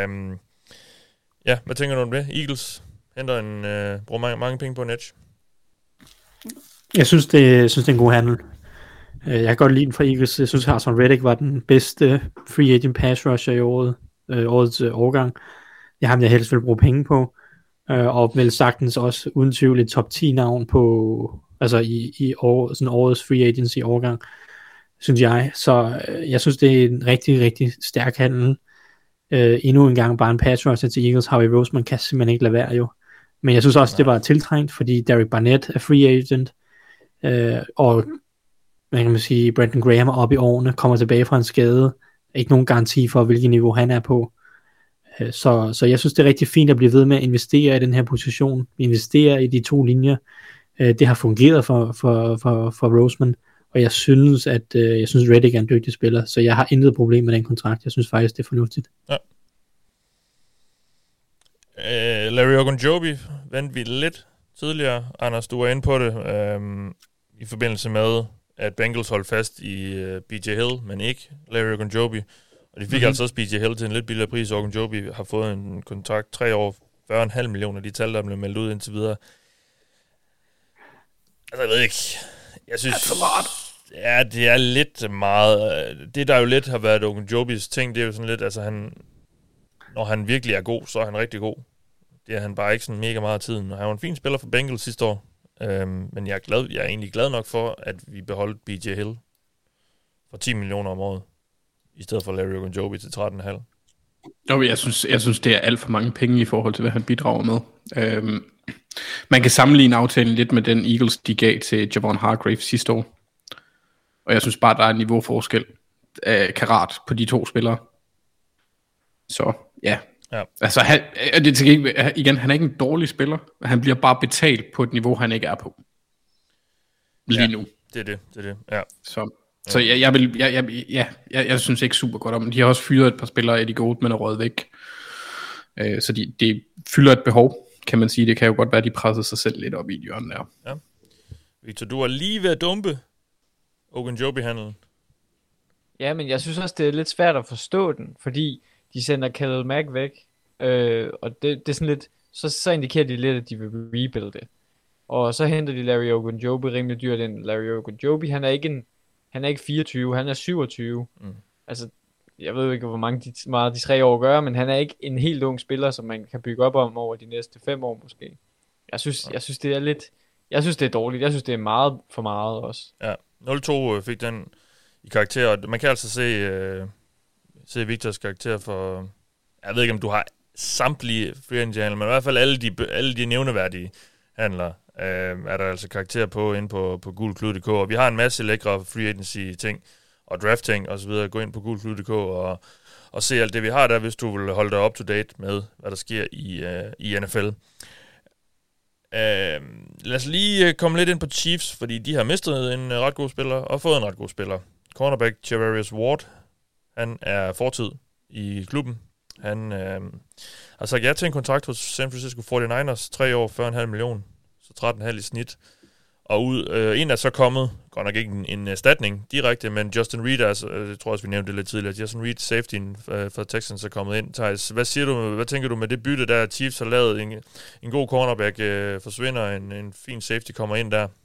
Hvad tænker du om det? Eagles bruger mange penge på en edge. Jeg synes, det er en god handel. Jeg kan godt lide den fra Eagles. Jeg synes, Hassan Reddick var den bedste free agent pass rusher i årets årgang. Det er ham, jeg helst vil bruge penge på. Og vel sagtens også uden tvivl et top 10 navn på, altså i sådan årets free agency årgang, synes jeg. Så jeg synes, det er en rigtig, rigtig stærk handel. Endnu en gang bare en pass rusher til Eagles. Howie Roseman kan simpelthen ikke lade være jo. Men jeg synes også, det var tiltrængt, fordi Derek Barnett er free agent, og hvad kan man sige, Brandon Graham er oppe i årene, kommer tilbage fra en skade. Ikke nogen garanti for, hvilket niveau han er på. Så jeg synes, det er rigtig fint at blive ved med at investere i den her position. Investere i de to linjer. Det har fungeret for Roseman, og jeg synes, Reddick er en dygtig spiller, så jeg har intet problem med den kontrakt. Jeg synes faktisk, det er fornuftigt. Ja. Larry Ogunjobi vendte vi lidt tidligere. Anders, du var inde på det i forbindelse med, at Bengals holdt fast i BJ Hill, men ikke Larry Ogunjobi. Og de fik altså også BJ Hill til en lidt billigere pris. Ogunjobi har fået en kontrakt 3 år, 40,5 millioner. De tal, der blev meldt ud indtil videre. Altså, jeg ved ikke. Jeg synes... Det er for meget. Ja, det er lidt meget. Det, der jo lidt har været Ogunjobis ting, det er jo sådan lidt, altså når han virkelig er god, så er han rigtig god. Det er han bare ikke sådan mega meget af tiden. Og han var en fin spiller for Bengals sidste år. Men jeg er egentlig glad nok for, at vi beholdt BJ Hill for 10 millioner om året, i stedet for Larry Ogunjobi til 13,5. Jo, jeg synes, det er alt for mange penge i forhold til, hvad han bidrager med. Man kan sammenligne aftalen lidt med den Eagles, de gav til Javon Hargrave sidste år. Og jeg synes bare, der er en niveauforskel karat på de to spillere. Så ja. Altså, han er ikke en dårlig spiller. Han bliver bare betalt på et niveau, han ikke er på. Lige nu. Det er det. Ja. Så jeg synes ikke super godt om. De har også fyret et par spillere, Eddie Goldman er røget væk. Så de fylder et behov, kan man sige. Det kan jo godt være, at de presser sig selv lidt op i hjørnet der. Ja. Victor, du er lige ved at dumpe Ogunjobi-handlen. Ja, men jeg synes også, det er lidt svært at forstå den, fordi de sender Khalil Mack væk, og det er sådan lidt, så indikerer de lidt, at de vil rebuilde det. Og så henter de Larry Ogunjobi rimelig dyrt ind. Larry Ogunjobi, han er ikke 24, han er 27. Altså, jeg ved ikke, hvor meget de 3 år gør, men han er ikke en helt ung spiller, som man kan bygge op om over de næste 5 år måske. Jeg synes det er lidt, jeg synes det er dårligt. Jeg synes det er meget for meget også. Ja, 0-2 fik den karakter. Man kan altså se Victors karakter for... Jeg ved ikke, om du har samtlige free agency handler, men i hvert fald alle de nævneværdige handler er der altså karakter på inde på gulklud.dk, og vi har en masse lækre free agency ting og drafting og så videre. Gå ind på gulklud.dk og se alt det, vi har der, hvis du vil holde dig up to date med, hvad der sker i NFL. Lad os lige komme lidt ind på Chiefs, fordi de har mistet en ret god spiller og fået en ret god spiller. Cornerback Charvarius Ward, han er fortid i klubben. Han har sagt ja til en kontrakt hos San Francisco 49ers, 3 år, 40,5 million, så 13,5 i snit. Og en er så kommet, godt nok ikke en erstatning direkte, men Justin Reed, altså, jeg tror også, vi nævnte det lidt tidligere, Justin Reed, safetyen for Texans, er kommet ind. Thijs, hvad tænker du med det bytte, der Chiefs har lavet? En god cornerback forsvinder, en fin safety kommer ind der.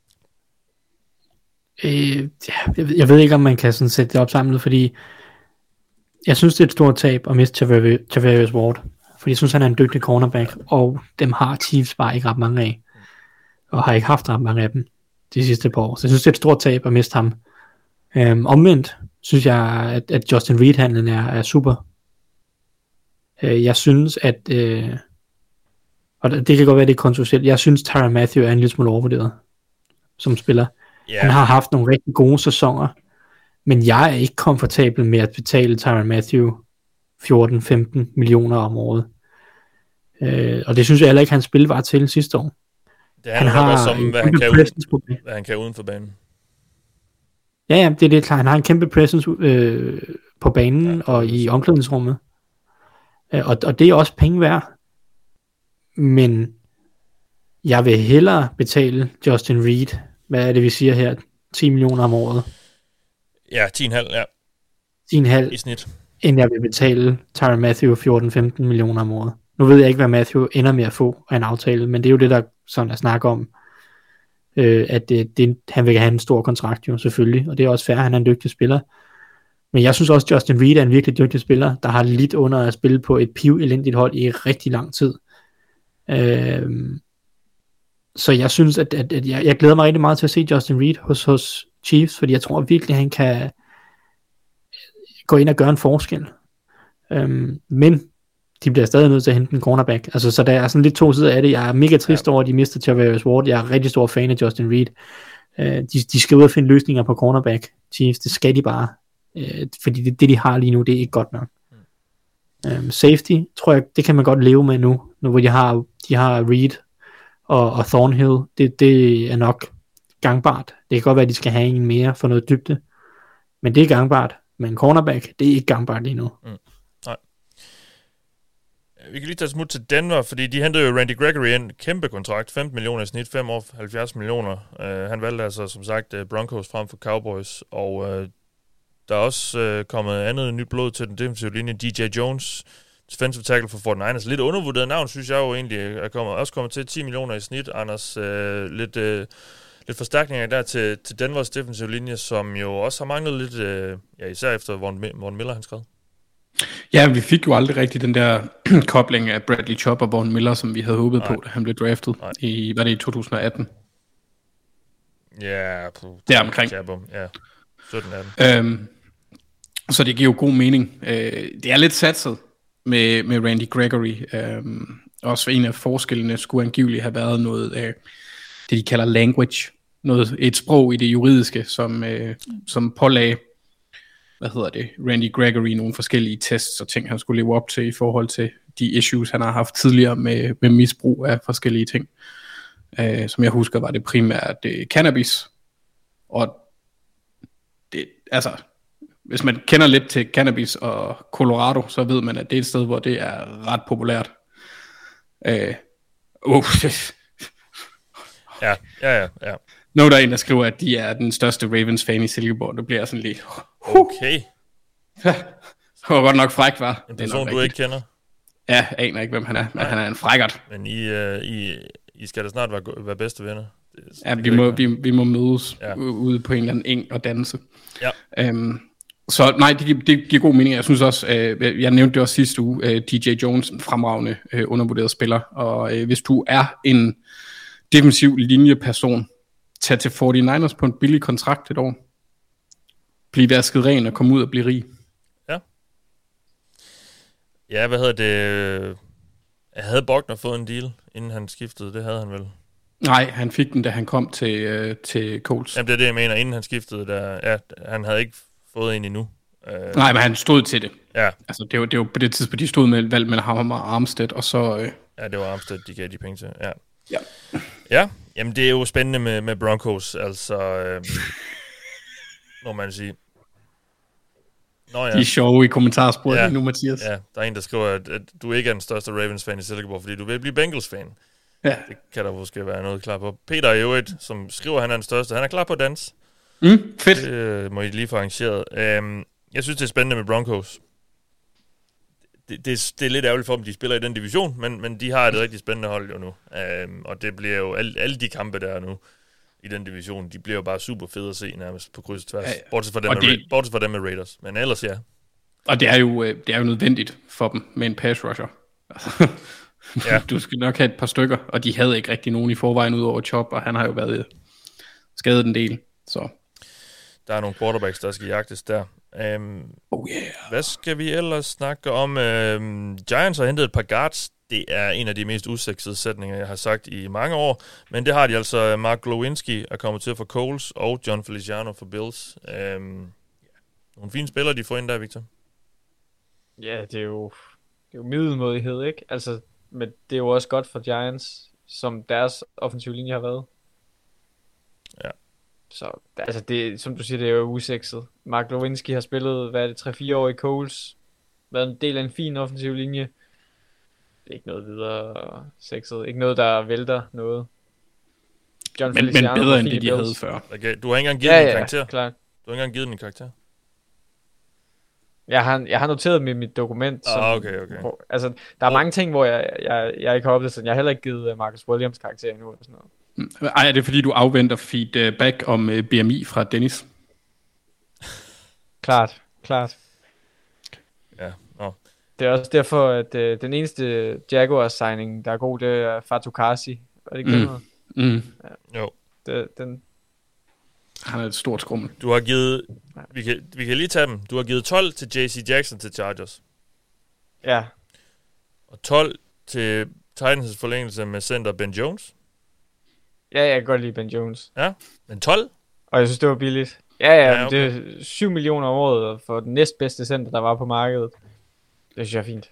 Jeg ved ikke, om man kan sådan sætte det op samlet, fordi jeg synes, det er et stort tab at miste Charvarius Ward, fordi jeg synes, han er en dygtig cornerback, og dem har Chiefs bare ikke ret mange af, og har ikke haft ret mange af dem de sidste par år. Så jeg synes, det er et stort tab at miste ham. Omvendt synes jeg, at Justin Reed-handlen er super. Jeg synes, at og det kan godt være, det er kontroversielt, jeg synes, Tyrann Mathieu er en lille smule overvurderet som spiller. Yeah. Han har haft nogle rigtig gode sæsoner, men jeg er ikke komfortabel med at betale Tyrann Mathieu 14-15 millioner om året. Og det synes jeg heller ikke, han spil var til sidste år. Det handler også om, hvad han kan uden for banen. Ja, det er klart. Han har en kæmpe presence på banen og i omklædningsrummet. Og det er også penge værd. Men jeg vil hellere betale Justin Reed, hvad er det, vi siger her, 10 millioner om året. Ja, 10,5, ja. 10,5 i snit. End jeg vil betale Tyrann Mathieu 14-15 millioner om året. Nu ved jeg ikke, hvad Mathieu ender med at få af en aftale, men det er jo det, der sådan er snak om, at han vil have en stor kontrakt jo, selvfølgelig, og det er også fair, han er en dygtig spiller. Men jeg synes også, at Justin Reed er en virkelig dygtig spiller, der har lidt under at spille på et piv-elendigt hold i rigtig lang tid. Så jeg synes, at jeg glæder mig rigtig meget til at se Justin Reed hos Chiefs, fordi jeg tror virkelig, han kan gå ind og gøre en forskel. Men de bliver stadig nødt til at hente en cornerback. Altså, så der er sådan lidt to sider af det. Jeg er mega trist over, at de mister Charvarius Ward. Jeg er rigtig stor fan af Justin Reed. De skal ud og finde løsninger på cornerback Chiefs. Det skal de bare. Fordi det de har lige nu, det er ikke godt nok. Safety, tror jeg, det kan man godt leve med nu hvor de har Reed og Thornhill. Det er nok gangbart. Det kan godt være, at de skal have en mere for noget dybde. Men det er gangbart. Men cornerback, det er ikke gangbart lige nu. Nej. Vi kan lige tage smut til Denver, fordi de hentede jo Randy Gregory ind, kæmpe kontrakt, 15 millioner i snit, 5 år, 70 millioner. Han valgte altså, som sagt, Broncos frem for Cowboys, og der er også kommet andet nyt blod til den defensive linje. DJ Jones, defensive tackle for 49ers. Lidt undervurderet navn, synes jeg jo egentlig, er kommet til 10 millioner i snit. Anders, lidt forstærkninger der til Denvers defensive linje, som jo også har manglet lidt, især efter Von Miller han skrev. Ja, vi fik jo aldrig rigtig den der kobling af Bradley Chubb og Von Miller, som vi havde håbet på, da han blev draftet. Var det i 2018? Ja, der omkring. Ja, 17-18. Så det giver jo god mening. Det er lidt satset med Randy Gregory. Også en af forskellene skulle angiveligt have været noget af det, de kalder language. Et sprog i det juridiske, som pålagde Randy Gregory nogle forskellige tests og ting, han skulle leve op til i forhold til de issues, han har haft tidligere med misbrug af forskellige ting. Som jeg husker, var det primært cannabis. Og det, altså, hvis man kender lidt til cannabis og Colorado, så ved man, at det er et sted, hvor det er ret populært. Ja. Nu er der en, der skriver, at de er den største Ravens-fan i Silkeborg. Det bliver sådan lidt... Okay. Det var godt nok fræk, var. En person, du ikke kender? Ja, jeg aner ikke, hvem han er, men han er en frækkert. Men I skal da snart være bedste venner. Ja, vi må mødes ude på en eller anden eng og danse. Ja. Så nej, det giver god mening. Jeg synes også, jeg nævnte det også sidste uge, DJ Jones, en fremragende undervurderet spiller. Og hvis du er en defensiv linjeperson, tag til 49ers på en billig kontrakt et år. blive vasket ren og komme ud og blive rig. Ja, hvad hedder det? Havde Bogner fået en deal, inden han skiftede? Det havde han vel? Nej, han fik den, da han kom til Colts. Jamen, det er det, jeg mener. Inden han skiftede, han havde ikke fået en endnu. Nej, men han stod til det. Ja. Altså, det var på det tidspunkt, de stod med valg mellem ham og Armstead, og så... Ja, det var Armstead, de gav de penge til. Ja. Ja. Ja, jamen det er jo spændende med Broncos, altså... må man sige. Nå, ja. De er sjove i kommentarsporet nu, Mathias. Ja, der er en, der skriver, at du ikke er den største Ravens-fan i Silkeborg, fordi du vil blive Bengals-fan. Ja. Det kan der måske være noget klar på. Peter i øvrigt, som skriver, at han er den største, han er klar på at danse. Fedt. Det må I lige få arrangeret. Jeg synes, det er spændende med Broncos. Det er lidt ærgerligt for dem, de spiller i den division, men de har et rigtig spændende hold jo nu. Og det bliver jo alle de kampe, der er nu i den division, de bliver jo bare super fede at se nærmest på kryds og tværs. Bortset fra dem med Raiders. Men ellers ja. Og det er jo nødvendigt for dem med en pass rusher. Ja. Du skal nok have et par stykker, og de havde ikke rigtig nogen i forvejen ud over Chop, og han har jo været skadet en del. Så. Der er nogle quarterbacks, der skal jagtes der. Hvad skal vi ellers snakke om? Giants har hentet et par guards. Det er en af de mest usexede sætninger, jeg har sagt i mange år. Men det har de altså. Mark Glowinski er kommet til for Coles, og John Feliciano for Bills. Nogle fine spillere, de får ind der, Victor. Ja, det er jo middelmådighed, ikke? Altså, men det er jo også godt for Giants, som deres offensive linje har været. Ja. Så altså det, som du siger, det er jo usexet. Mark Lewinsky har spillet, hvad er det, 3-4 år i Coles. Været en del af en fin offensiv linje. Det er ikke noget videre sexet. Ikke noget, der vælter noget. Men bedre end det, de havde før. Okay. Du har ikke engang givet den en karakter? Klart. Du har ikke engang givet den en karakter? Jeg har noteret med mit dokument. Okay. Hvor, altså, der er mange ting, hvor jeg ikke har oplevet sådan. Jeg har heller ikke givet Marcus Williams karakter endnu. Eller sådan noget. Ej, er det fordi, du afventer feedback om BMI fra Dennis? Klart. Ja, Det er også derfor, at den eneste Jaguars-signing, der er god, det er Fatou Kasi. Er det ikke det noget? Ja. Jo. Den... Han er et stort skrummel. Du har givet... Vi kan lige tage dem. Du har givet 12 til JC Jackson til Chargers. Ja. Og 12 til Titans' forlængelse med center Ben Jones. Ja, jeg kan godt lide Ben Jones. Ja, men 12? Og jeg synes, det var billigt. Ja, okay. Det er 7 millioner om året for den næstbedste center, der var på markedet. Det synes jeg er fint.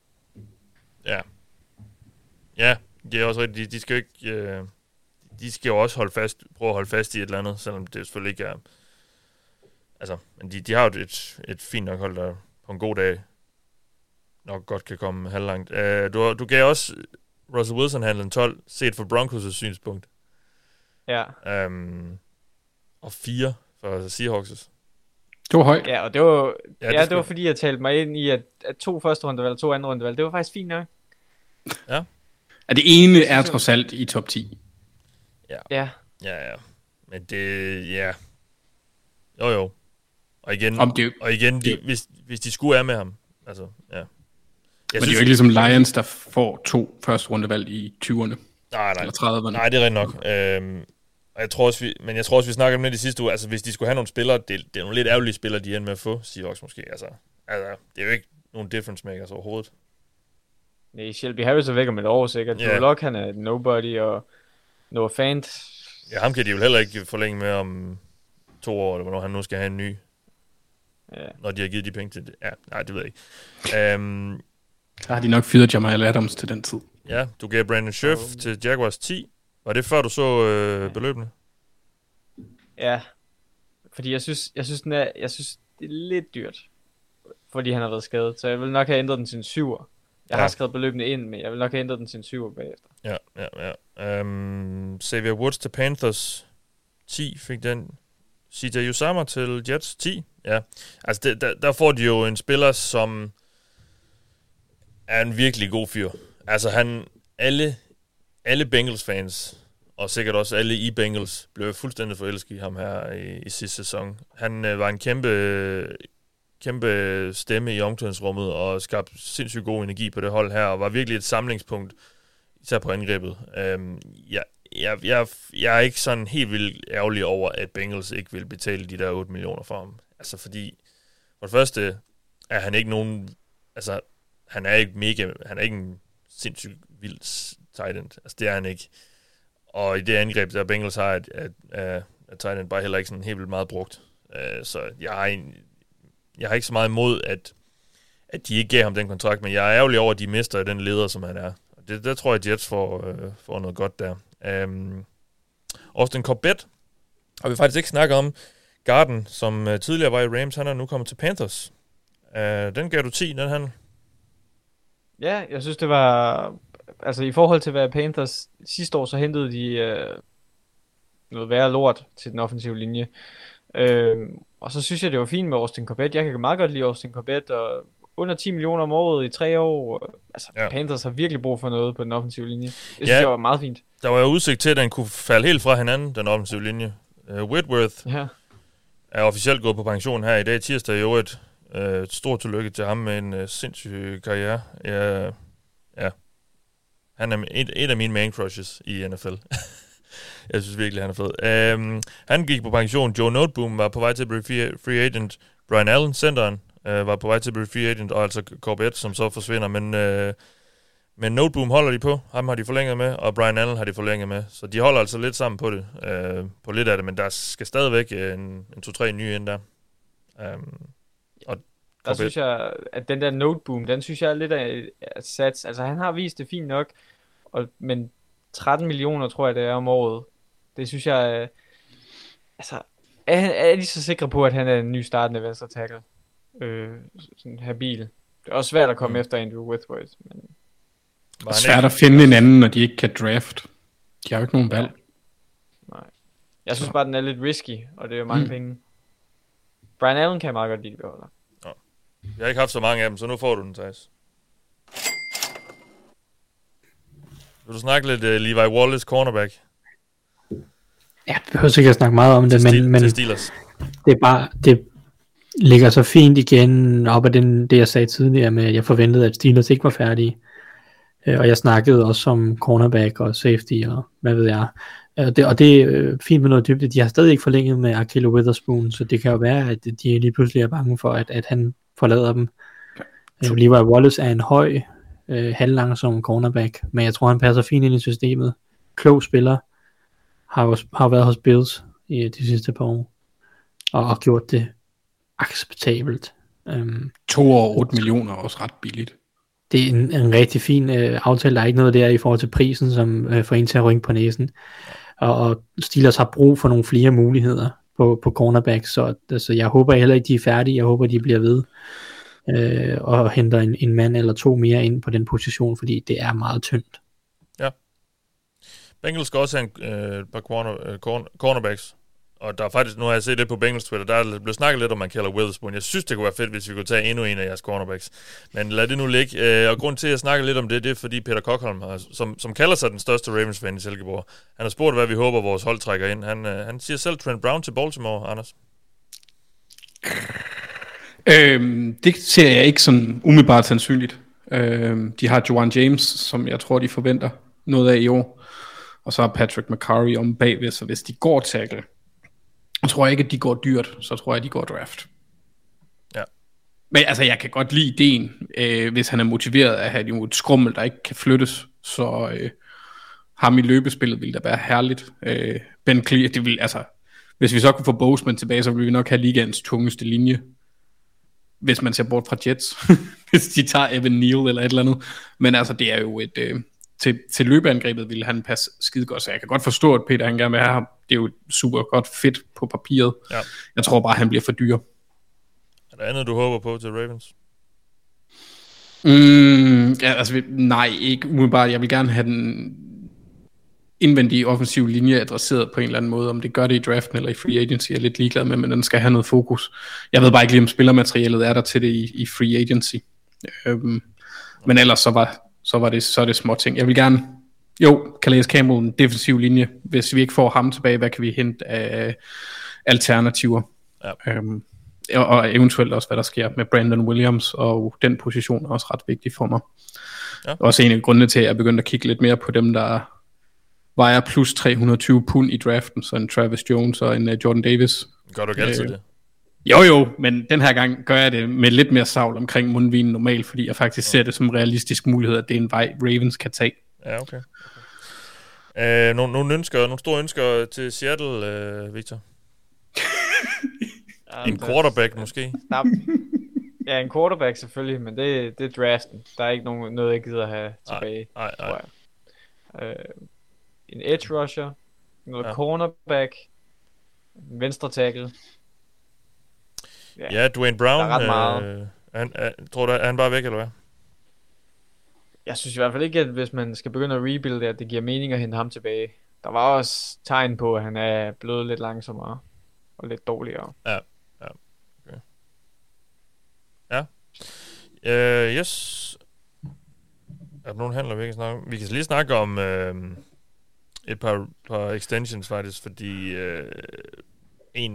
Ja. Ja, det er også rigtigt. De skal jo ikke... de skal jo også prøve at holde fast i et eller andet, selvom det selvfølgelig ikke er... Altså, men de har jo et fint nok hold, der på en god dag nok godt kan komme halvlangt. Du gav også Russell Wilson-handlen 12, set fra Broncos' synspunkt. Ja. Og 4 for Seahawks'. Det var højt. Ja, og det var, det var fordi, jeg talte mig ind i, at 2 første rundevalg og 2 andre rundevalg, det var faktisk fint nok. Ja. At det ene er trods alt i top 10. Ja. Men det, ja. Jo. Og igen, hvis de skulle er med ham. Altså, ja. Men det er jo ikke ligesom Lions, der får 2 første rundevalg i 20'erne. Nej. Eller 30'erne. Nej, det er rigtigt nok. Og jeg tror også, vi snakker om det de sidste uge. Altså, hvis de skulle have nogle spillere, det er nogle lidt ærgerlige spillere, de ender med at få, Seahawks måske. Altså, det er jo ikke nogen difference makers overhovedet. Nej, Shelby Harris er væk om et år sikkert. Joe Locke, han er nobody, og Noah Fant. Ja, ham kan de jo heller ikke forlænge med om 2 år, eller hvornår han nu skal have en ny. Ja. Når de har givet de penge til det. Ja, nej, det ved jeg ikke. Så har de nok fyret Jamal Adams til den tid. Ja, du gav Brandon Scherf til Jaguars 10. Var det før du så beløbene? Ja. Fordi jeg synes det er lidt dyrt. Fordi han har været skadet. Så jeg vil nok have ændret den til en 7'er. Jeg har skrevet beløbene ind, men jeg vil nok have ændret den til en 7'er bagefter. Ja. Xavier Woods til Panthers 10 fik den. CJ Uzomah til Jets 10. Ja, altså der får de jo en spiller, som er en virkelig god fyr. Altså alle Bengals-fans, og sikkert også alle i Bengals, blev fuldstændig forelsket i ham her i sidste sæson. Han var en kæmpe stemme i omklædningsrummet, og skabte sindssygt god energi på det hold her, og var virkelig et samlingspunkt, især på angrebet. jeg er ikke sådan helt vildt ærgerlig over, at Bengals ikke vil betale de der 8 millioner for ham. Altså fordi, for det første er han ikke nogen, altså han er ikke en sindssygt vild tight end. Altså det er han ikke. Og i det angreb, der Bengals har, at tight end bare heller ikke sådan helt vildt meget brugt. Så jeg har ikke så meget imod, at de ikke gav ham den kontrakt, men jeg er ærgerlig over, at de mister den leder, som han er. Der tror jeg, at Jets får noget godt der. Austin Corbett har vi faktisk ikke snakket om. Garden, som tidligere var i Rams, han er nu kommet til Panthers. Den gav du 10, den handel? Ja, jeg synes, det var... Altså, i forhold til, hvad Panthers sidste år, så hentede de noget værre lort til den offensive linje. Og så synes jeg, det var fint med Austin Corbett. Jeg kan meget godt lide Austin Corbett, og under 10 millioner om året i 3 år. Altså, ja. Panthers har virkelig brug for noget på den offensive linje. Det synes jeg var meget fint. Der var jo udsigt til, at den kunne falde helt fra hinanden, den offensive linje. Whitworth er officielt gået på pension her i dag, tirsdag i øvrigt. Stort tillykke til ham med en sindssyg karriere. Ja. Han er et af mine main crushes i NFL. Jeg synes virkelig, han er fed. Han gik på pension. Joe Noteboom var på vej til at blive free agent. Brian Allen, centeren, var på vej til at blive free agent, og altså Corbett, som så forsvinder. Men Noteboom holder de på. Ham har de forlænget med, og Brian Allen har de forlænget med. Så de holder altså lidt sammen på det, på lidt af det, men der skal stadigvæk en 2-3 nye ind der. Og der synes jeg, at den der Noteboom, den synes jeg er lidt af sats. Altså han har vist det fint nok, men 13 millioner tror jeg det er om året. Det synes jeg, altså er de så sikre på, at han er en ny startende venstre tackle? Sådan habil. Det er også svært at komme efter Andrew Whitworth. Men... Det er svært at finde en anden, når de ikke kan draft. De har jo ikke nogen valg. Nej. Jeg synes bare, den er lidt risky, og det er jo mange penge. Brian Allen kan jeg meget godt lide, beholder. Jeg har ikke haft så mange af dem, så nu får du den, Thijs. Vil du snakke lidt Levi Wallace, cornerback? Ja, vi behøver sikkert snakke meget om det, men det er bare, det ligger så fint igen op af det jeg sagde tidligere med, at jeg forventede, at Steelers ikke var færdige. Og jeg snakkede også om cornerback og safety og hvad ved jeg. Og det er fint med noget dybde. De har stadig ikke forlænget med Ahkello Witherspoon, så det kan jo være, at de lige pludselig er bange for, at han forlader dem. Levi Wallace er en høj, halvlangsom cornerback, men jeg tror, han passer fint ind i systemet. Klog spiller, har været hos Bills i de sidste par år, og har gjort det acceptabelt. 2 år 8 millioner er også ret billigt. Det er en rigtig fin aftale. Der er ikke noget der i forhold til prisen, som får en til at rynke på næsen. Og Steelers har brug for nogle flere muligheder på cornerback, så jeg håber heller ikke, de er færdige. Jeg håber, de bliver ved og henter en mand eller 2 mere ind på den position, fordi det er meget tyndt. Ja. Bengals skal også have et par cornerbacks. Og der er faktisk, nu har jeg set lidt på Bengals Twitter, der er blevet snakket lidt om, man kalder Witherspoon. Jeg synes, det kunne være fedt, hvis vi kunne tage endnu en af jeres cornerbacks. Men lad det nu ligge. Og grund til, at jeg snakker lidt om det, det er, fordi Peter Cockholm, som kalder sig den største Ravens-fan i Silkeborg, han har spurgt, hvad vi håber, vores hold trækker ind. Han siger selv Trent Brown til Baltimore, Anders. Det ser jeg ikke sådan umiddelbart sandsynligt. De har Juwan James, som jeg tror, de forventer noget af i år. Og så har Patrick McCurry om bagved, så hvis de går tackle, jeg tror ikke, at de går dyrt, så tror jeg, de går draft. Ja. Men altså, jeg kan godt lide ideen, hvis han er motiveret at have et skrummel, der ikke kan flyttes, så ham i løbespillet vil da være herligt. Ben Clear, det vil, altså, hvis vi så kunne få Boseman tilbage, så vil vi nok have ligaens tungeste linje, hvis man ser bort fra Jets, hvis de tager Evan Neal eller et eller andet. Men altså, det er jo et... Til løbeangrebet ville han passe skide godt, så jeg kan godt forstå, at Peter han gerne vil have ham. Det er jo super godt fedt på papiret. Ja. Jeg tror bare, han bliver for dyr. Er der andet, du håber på til Ravens? Ja, altså, nej, ikke umiddelbart. Jeg vil gerne have den indvendige offensive linje adresseret på en eller anden måde. Om det gør det i draften eller i free agency, jeg er lidt ligeglad med, men den skal have noget fokus. Jeg ved bare ikke lige, om spillermaterialet er der til det i free agency. Men ellers så er det små ting. Jeg vil gerne, Calais Campbell, en defensiv linje. Hvis vi ikke får ham tilbage, hvad kan vi hente af alternativer? Ja. Og eventuelt også, hvad der sker med Brandon Williams, og den position er også ret vigtig for mig. Ja. Også en af grundene til, at jeg begyndte at kigge lidt mere på dem, der vejer plus 320 pund i draften, så en Travis Jones og en Jordan Davis. Gør du ikke altid det? Jo, men den her gang gør jeg det med lidt mere savl omkring mundvinen normalt, fordi jeg faktisk ser det som en realistisk mulighed, at det er en vej, Ravens kan tage. Ja, okay. Nogle store ønsker til Seattle, Victor? En quarterback måske? Ja, en quarterback selvfølgelig, men det er draften. Der er ikke noget, jeg gider have tilbage. Nej. En edge rusher, noget cornerback, en venstre tackle. Ja, Dwayne Brown. Der er ret meget. Tror du, er han bare væk, eller hvad? Jeg synes i hvert fald ikke, at hvis man skal begynde at rebuilde, at det giver mening at hente ham tilbage. Der var også tegn på, at han er blevet lidt langsommere og lidt dårligere. Ja. Okay. Ja. Yes. Er der nogen handler, vi kan snakke om? Vi kan lige snakke om et par extensions faktisk, fordi en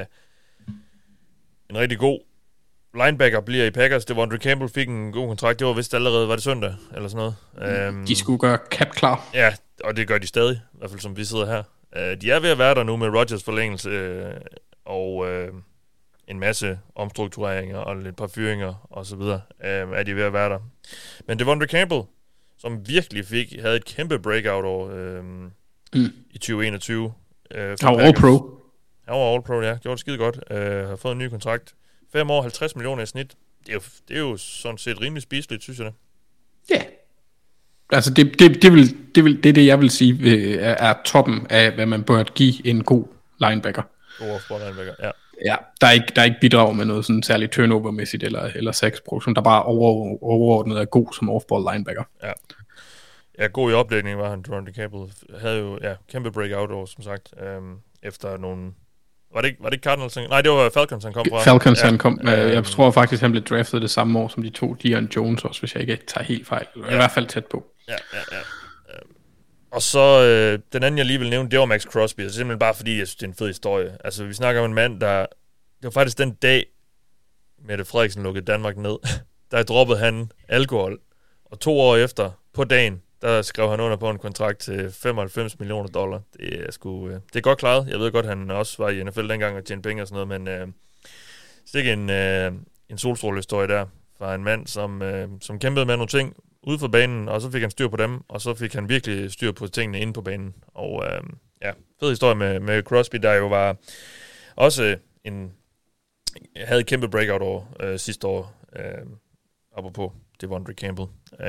rigtig god linebacker bliver i Packers. Det var Andre Campbell fik en god kontrakt. Det var vist allerede, var det søndag eller sådan noget. De skulle gøre cap klar. Ja, og det gør de stadig, i hvert fald som vi sidder her. De er ved at være der nu med Rodgers forlængelse og en masse omstruktureringer og et par fyringer og så videre. Er de ved at være der. Men det var Andre Campbell, som virkelig havde et kæmpe breakout år i 2021. Han var All-Pro. Han var All-Pro, ja. Gjorde det skide godt. Har fået en ny kontrakt. 5 år, 50 millioner i snit. Det er jo sådan set rimelig spiseligt, synes jeg det. Ja. Altså det er det, jeg vil sige, er toppen af, hvad man bør give en god linebacker. God off-ball linebacker, ja. Ja, der er ikke bidrag med noget sådan særligt turnover-mæssigt eller sacks-produktion, der bare overordnet er god som off-ball linebacker. Ja, god i opdækningen var han, Jordan Campbell. Havde jo kæmpe breakout år, som sagt, efter nogle... Var det ikke Cardinals? Nej, det var Falcons, han kom fra. Falcons, han kom. Jeg tror faktisk, han blev draftet det samme år, som de to Deion Jones også, hvis jeg ikke tager helt fejl. I hvert fald tæt på. Ja. Og så den anden, jeg lige vil nævne, det var Max Crosby. Altså, simpelthen bare fordi, jeg synes, det er en fed historie. Altså, vi snakker om en mand, der... Det var faktisk den dag, Mette Frederiksen lukkede Danmark ned. Der droppede han alkohol. Og 2 år efter, på dagen, der skrev han under på en kontrakt til $95 millioner. Det er sgu... det er godt klaret. Jeg ved godt, han også var i NFL dengang og tjente penge og sådan noget, men stik en solstrålehistorie der fra en mand, som kæmpede med nogle ting ude for banen, og så fik han styr på dem, og så fik han virkelig styr på tingene inde på banen. Og fed historie med Crosby, der jo var også havde et kæmpe breakout år sidste år, apropos Devondre Campbell.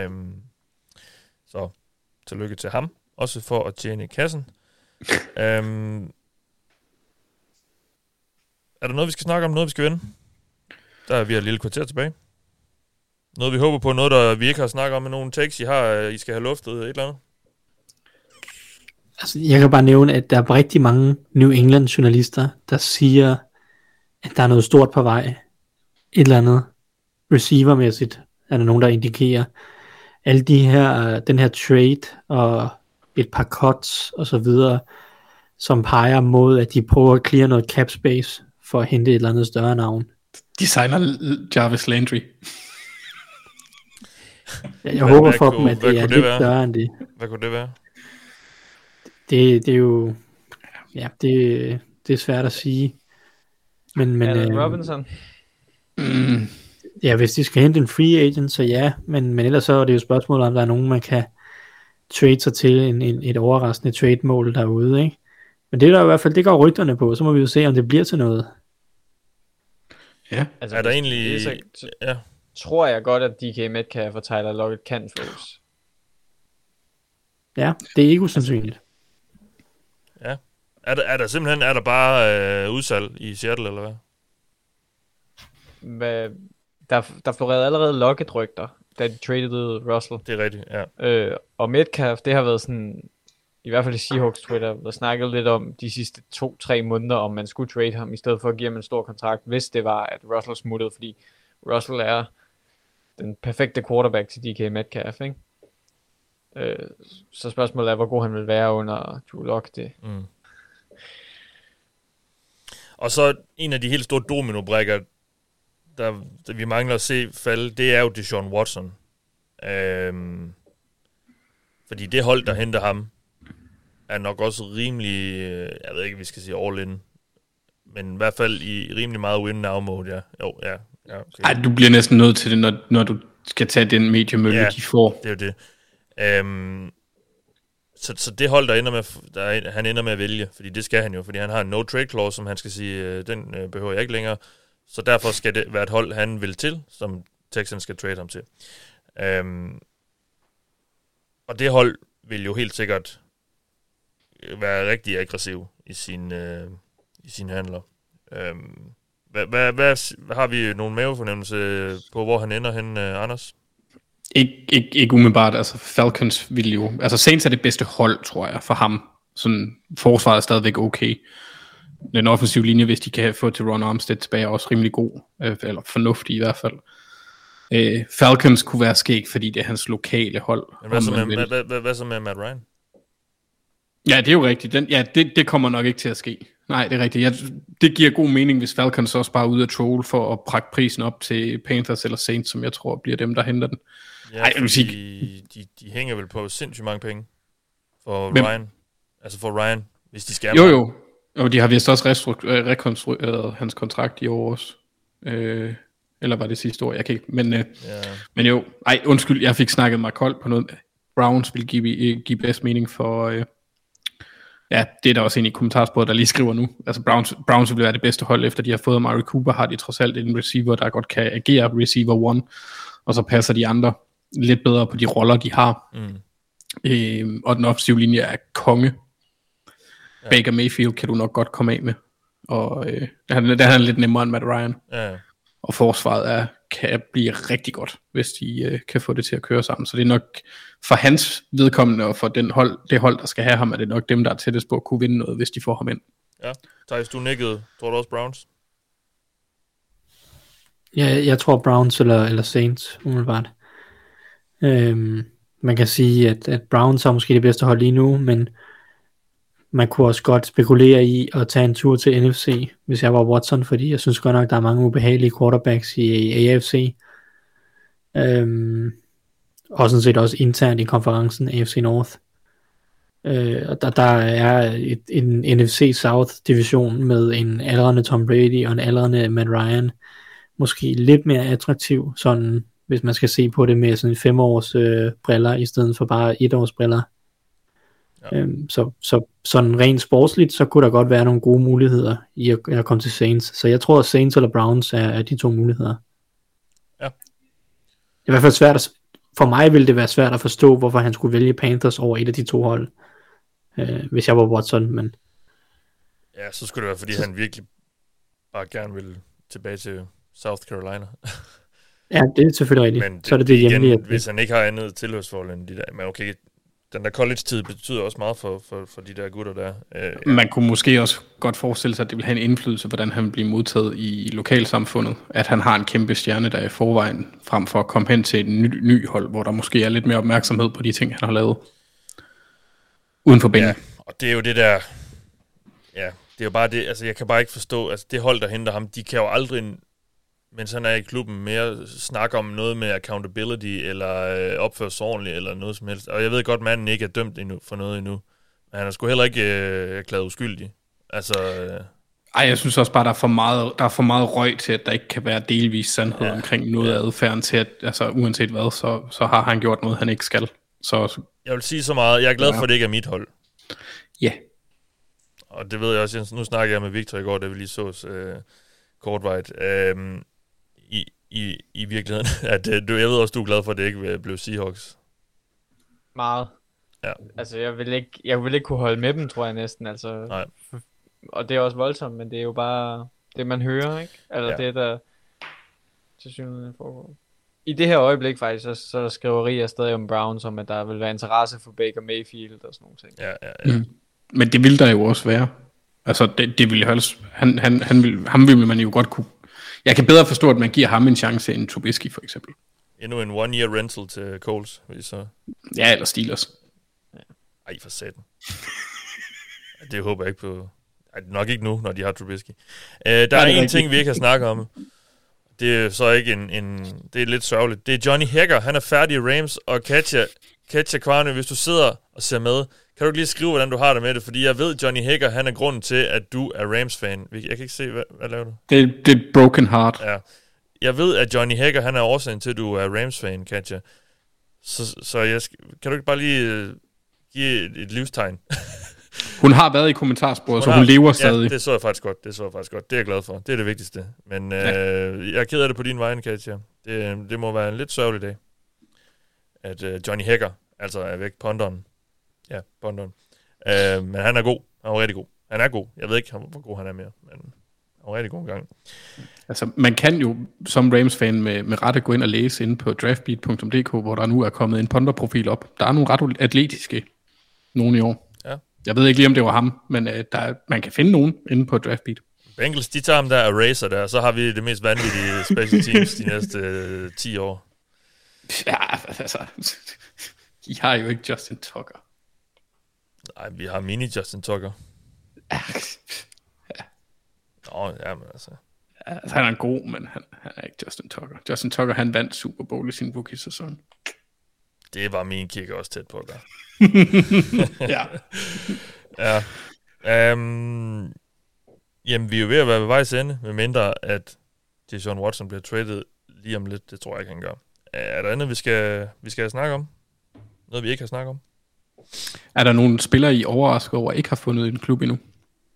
Så tillykke til ham, også for at tjene i kassen. Er der noget, vi skal snakke om? Noget, vi skal vinde? Der er vi et lille kvarter tilbage. Noget, vi håber på. Noget, der vi ikke har snakket om med nogle takes, I skal have luftet et eller andet? Altså, jeg kan bare nævne, at der er rigtig mange New England journalister, der siger, at der er noget stort på vej. Et eller andet receivermæssigt er der nogen, der indikerer. Alle den her trade og et par cuts og så videre, som peger mod, at de prøver at clear noget cap space for at hente et eller andet større navn. De signer Jarvis Landry. Jeg håber for dem, at det er lidt større end det. Hvad kunne det være? Det er jo... Ja, det er svært at sige. Men Robinson? Ja, hvis de skal hente en free agent, så ja. Men ellers så er det jo spørgsmålet, om der er nogen, man kan trade sig til et overraskende trade-mål derude, ikke? Men det er der i hvert fald, det går rygterne på. Så må vi jo se, om det bliver til noget. Ja. Altså, er der egentlig... Så tror jeg godt, at DK Metcalf og Tyler Lockett kan fås. Ja, det er ikke usandsynligt. Ja. Er der bare udsalg i Seattle, eller hvad? Der florerede allerede Lockett-rygter, da de traded Russell. Det er rigtigt, ja. Og Metcalf, det har været sådan, i hvert fald i Seahawks Twitter, der snakkede lidt om de sidste 2-3 måneder, om man skulle trade ham, i stedet for at give ham en stor kontrakt, hvis det var, at Russell smuttede, fordi Russell er den perfekte quarterback til DK Metcalf, ikke? Så spørgsmålet er, hvor god han vil være under Drew Lock det. Og så en af de helt store domino-brækker, der vi mangler at se falde, det er jo Deshaun Watson. Fordi det hold, der henter ham, er nok også rimelig, jeg ved ikke, vi skal sige all in, men i hvert fald i rimelig meget win now mode, ja. Jo, ja. Okay. Ej, du bliver næsten nødt til det, når du skal tage den mediemølle, de får. Det er jo det. Så det hold, han ender med at vælge, fordi det skal han jo, fordi han har en no-trade clause, som han skal sige, den behøver jeg ikke længere. Så derfor skal det være et hold, han vil til, som Texans skal trade ham til. Og det hold vil jo helt sikkert være rigtig aggressiv i sin handler. Hvad har vi nogle mavefornemmelse på, hvor han ender hen, Anders? Ikke umiddelbart. Altså Falcons vil jo... Altså Saints er det bedste hold, tror jeg, for ham. Sådan forsvaret er stadigvæk okay. Den offensive linje, hvis de kan få til Ron Armstead tilbage, er også rimelig god. Eller fornuftig i hvert fald. Falcons kunne være skæg, fordi det er hans lokale hold. Men hvad så med Matt Ryan? Ja, det er jo rigtigt. Det kommer nok ikke til at ske. Nej, det er rigtigt. Det giver god mening, hvis Falcons også bare er ude at troll for at prakke prisen op til Panthers eller Saints, som jeg tror bliver dem, der henter den. Ja, de hænger vel på sindssygt mange penge for Ryan. Altså for Ryan, hvis de skal. Jo. Og de har vist også rekonstrueret hans kontrakt i år også. Eller var det sidste år? Jeg kan ikke. Men jo. Ej, undskyld, jeg fik snakket mig koldt på noget. Browns vil give bedst mening for... Ja, det er der også en i kommentarsporet, der lige skriver nu. Altså Browns vil være det bedste hold, efter de har fået Amari Cooper, har de trods alt en receiver, der godt kan agere receiver 1, og så passer de andre lidt bedre på de roller, de har. Og den offensive linje er konge. Ja. Baker Mayfield kan du nok godt komme af med. Og der er han lidt nemmere end Matt Ryan. Ja. Og forsvaret kan blive rigtig godt, hvis de kan få det til at køre sammen. Så det er nok for hans vedkommende, og for det hold, der skal have ham, er det nok dem, der er tættest på at kunne vinde noget, hvis de får ham ind. Ja, Thijs, du nikkede. Tror du også Browns? Ja, jeg tror Browns eller Saints, umiddelbart. Man kan sige, at Browns har måske det bedste hold lige nu, men man kunne også godt spekulere i at tage en tur til NFC, hvis jeg var Watson, fordi jeg synes godt nok, der er mange ubehagelige quarterbacks i AFC. Og sådan set også internt i konferencen AFC North. Og der er en NFC South division med en aldrende Tom Brady og en aldrende Matt Ryan. Måske lidt mere attraktiv, sådan, hvis man skal se på det med sådan 5 års briller, i stedet for bare 1 års briller. Ja. Så sådan rent sportsligt, så kunne der godt være nogle gode muligheder i at komme til Saints. Så jeg tror, at Saints eller Browns er de 2 muligheder. Ja. Det er i hvert fald svært for mig ville det være svært at forstå, hvorfor han skulle vælge Panthers over et af de 2 hold, hvis jeg var Watson, men... Ja, så skulle det være, fordi han virkelig bare gerne ville tilbage til South Carolina. Ja, det er selvfølgelig rigtigt. Men så er det hjemlige. Hvis han ikke har andet tilhørsforhold end de der... Men okay, den der college-tid betyder også meget for de der gutter der. Man kunne måske også godt forestille sig, at det vil have en indflydelse, hvordan han vil blive modtaget i lokalsamfundet. At han har en kæmpe stjerne, der er i forvejen, frem for at komme hen til et ny hold, hvor der måske er lidt mere opmærksomhed på de ting, han har lavet. Uden for banen. Ja, og det er jo det der... Ja, det er jo bare det... Altså, jeg kan bare ikke forstå... Altså, det hold, der henter ham, de kan jo aldrig... Mens han er i klubben, mere snakke om noget med accountability, eller opføre sig ordentligt, eller noget som helst. Og jeg ved godt, at manden ikke er dømt for noget endnu. Men han er sgu heller ikke erklæret uskyldig. Altså... Ej, jeg synes også bare, der er for meget røg til, at der ikke kan være delvis sandhed omkring noget af adfærden til, at altså, uanset hvad, så har han gjort noget, han ikke skal. Så... Jeg vil sige så meget. Jeg er glad for, at det ikke er mit hold. Ja. Og det ved jeg også. Nu snakker jeg med Victor i går, da vi lige sås kortvejt. I virkeligheden, at jeg ved også, du er glad for, at det ikke blev Seahawks. Meget. Ja. Altså, jeg vil ikke kunne holde med dem, tror jeg næsten. Altså, nej. Og det er også voldsomt, men det er jo bare det, man hører, ikke? Eller det, der til synligheden foregår. I det her øjeblik faktisk, så skriver Ria stadig om Browns, om at der vil være interesse for Baker Mayfield og sådan nogle ting. Ja. Men det vil der jo også være. Altså, det vil jo også... Ham vil man jo godt kunne... Jeg kan bedre forstå, at man giver ham en chance end Trubisky, for eksempel. Endnu en one-year rental til Coles, hvis så... Ja, eller Steelers. Ja. Ej, for satan. Det håber jeg ikke på... Ej, nok ikke nu, når de har Trubisky. Der er en ting, vi ikke har snakket om. Det er så ikke det er lidt sørgeligt. Det er Johnny Hekker. Han er færdig i Rams, og Katja, Ketcha Kvarnø, hvis du sidder og ser med, kan du ikke lige skrive, hvordan du har det med det? Fordi jeg ved, Johnny Hekker, han er grunden til, at du er Rams-fan. Jeg kan ikke se, hvad laver du? Det er et broken heart. Ja. Jeg ved, at Johnny Hekker, han er årsagen til, at du er Rams-fan, Katja. Så kan du ikke bare lige give et livstegn? Hun har været i kommentarsporet, så hun lever stadig. Ja, det så jeg faktisk godt. Det er jeg glad for. Det er det vigtigste. Men jeg er ked af det på din vegne, Katja. Det må være en lidt sørgelig dag, at Johnny Hekker altså er væk, ponderen. Ja, ponderen. Men han er god. Han er rigtig god. Han er god. Jeg ved ikke, hvor god han er mere, men han er rigtig god en gang. Altså, man kan jo som Rams-fan med rette gå ind og læse inde på draftbeat.dk, hvor der nu er kommet en ponderprofil op. Der er nogle ret atletiske nogen i år. Ja. Jeg ved ikke lige, om det var ham, men man kan finde nogen inde på draftbeat. Bengals, de tager ham der og racer der, så har vi det mest vanvittige special teams de næste 10 år. Ja, altså, I har jo ikke Justin Tucker. Nej, vi har mini Justin Tucker. Ja. Nå, ja, men altså. Altså, han er god, men han er ikke Justin Tucker. Justin Tucker, han vandt Super Bowl i sin rookie-sæson. Det var min kicker også tæt på, der. Ja. Ja. Jamen, vi er jo ved at være ved vejs ende, med mindre at Deshaun Watson bliver traded lige om lidt. Det tror jeg ikke, han gør. Er der andet, vi skal snakke om? Noget, vi ikke har snakket om? Er der nogle spillere, I overrasker over, ikke har fundet en klub endnu?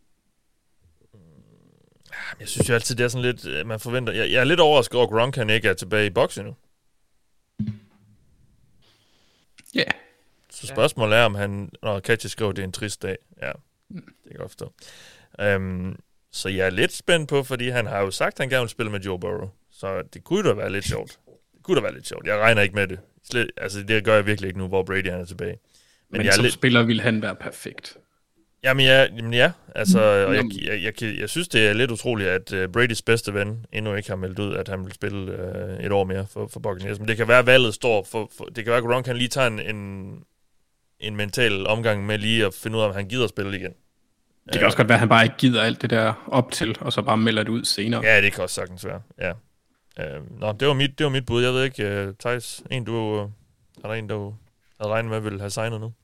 Jeg synes jo altid, det er sådan lidt, man forventer. Jeg er lidt overrasket over, at Gronk han ikke er tilbage i boks endnu. Ja. Yeah. Så spørgsmålet er, om han, når Katja skriver, det er en trist dag. Ja, det kan jeg godt forstå. Så jeg er lidt spændt på, fordi han har jo sagt, at han gerne vil spille med Joe Burrow. Så det kunne da være lidt sjovt. Jeg regner ikke med det. Altså, det gør jeg virkelig ikke nu, hvor Brady han er tilbage. Men jeg som spiller vil han være perfekt. Jamen ja. Altså, og jeg synes, det er lidt utroligt, at Bradys bedste ven endnu ikke har meldt ud, at han vil spille et år mere for Buccaneers. Men det kan være, at valget står det kan være, at Gronk kan lige tage en mental omgang med lige at finde ud af, om han gider at spille igen. Det kan også godt være, at han bare ikke gider alt det der op til, og så bare melder det ud senere. Ja, det kan også sagtens være, ja. Det var mit bud. Jeg ved ikke, Theis, er der en, du havde regnet med, ville have signet nu?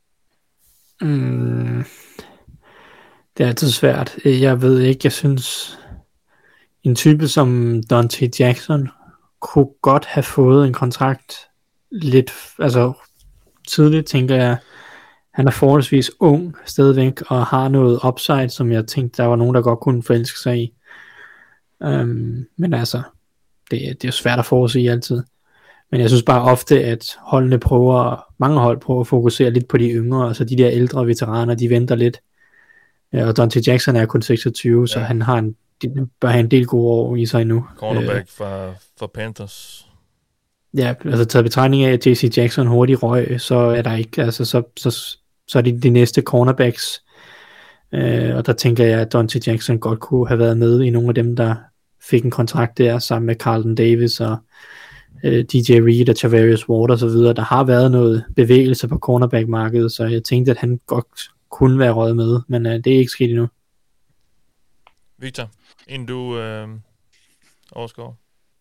Det er altid svært. Jeg ved ikke, jeg synes en type som Dante Jackson kunne godt have fået en kontrakt lidt, altså tidligt, tænker jeg. Han er forholdsvis ung stadigvæk, og har noget upside, som jeg tænkte, der var nogen, der godt kunne forelske sig i. Men altså, det er svært at forudsige altid. Men jeg synes bare ofte, at mange hold prøver at fokusere lidt på de yngre, og så de der ældre veteraner, de venter lidt. Og Dante Jackson er kun 26, så han bør have en del gode år i sig endnu. Cornerback for Panthers. Ja, altså taget betragtning af, at JC Jackson hurtigt røg, så er der ikke, altså så er det de næste cornerbacks. Og der tænker jeg, at Dante Jackson godt kunne have været med i nogle af dem, der fik en kontrakt der, sammen med Carlton Davis og DJ Reed og Charvarius Ward og så videre. Der har været noget bevægelse på cornerback-markedet, så jeg tænkte, at han godt kunne være røget med, men det er ikke sket endnu. Victor, inden du overskår?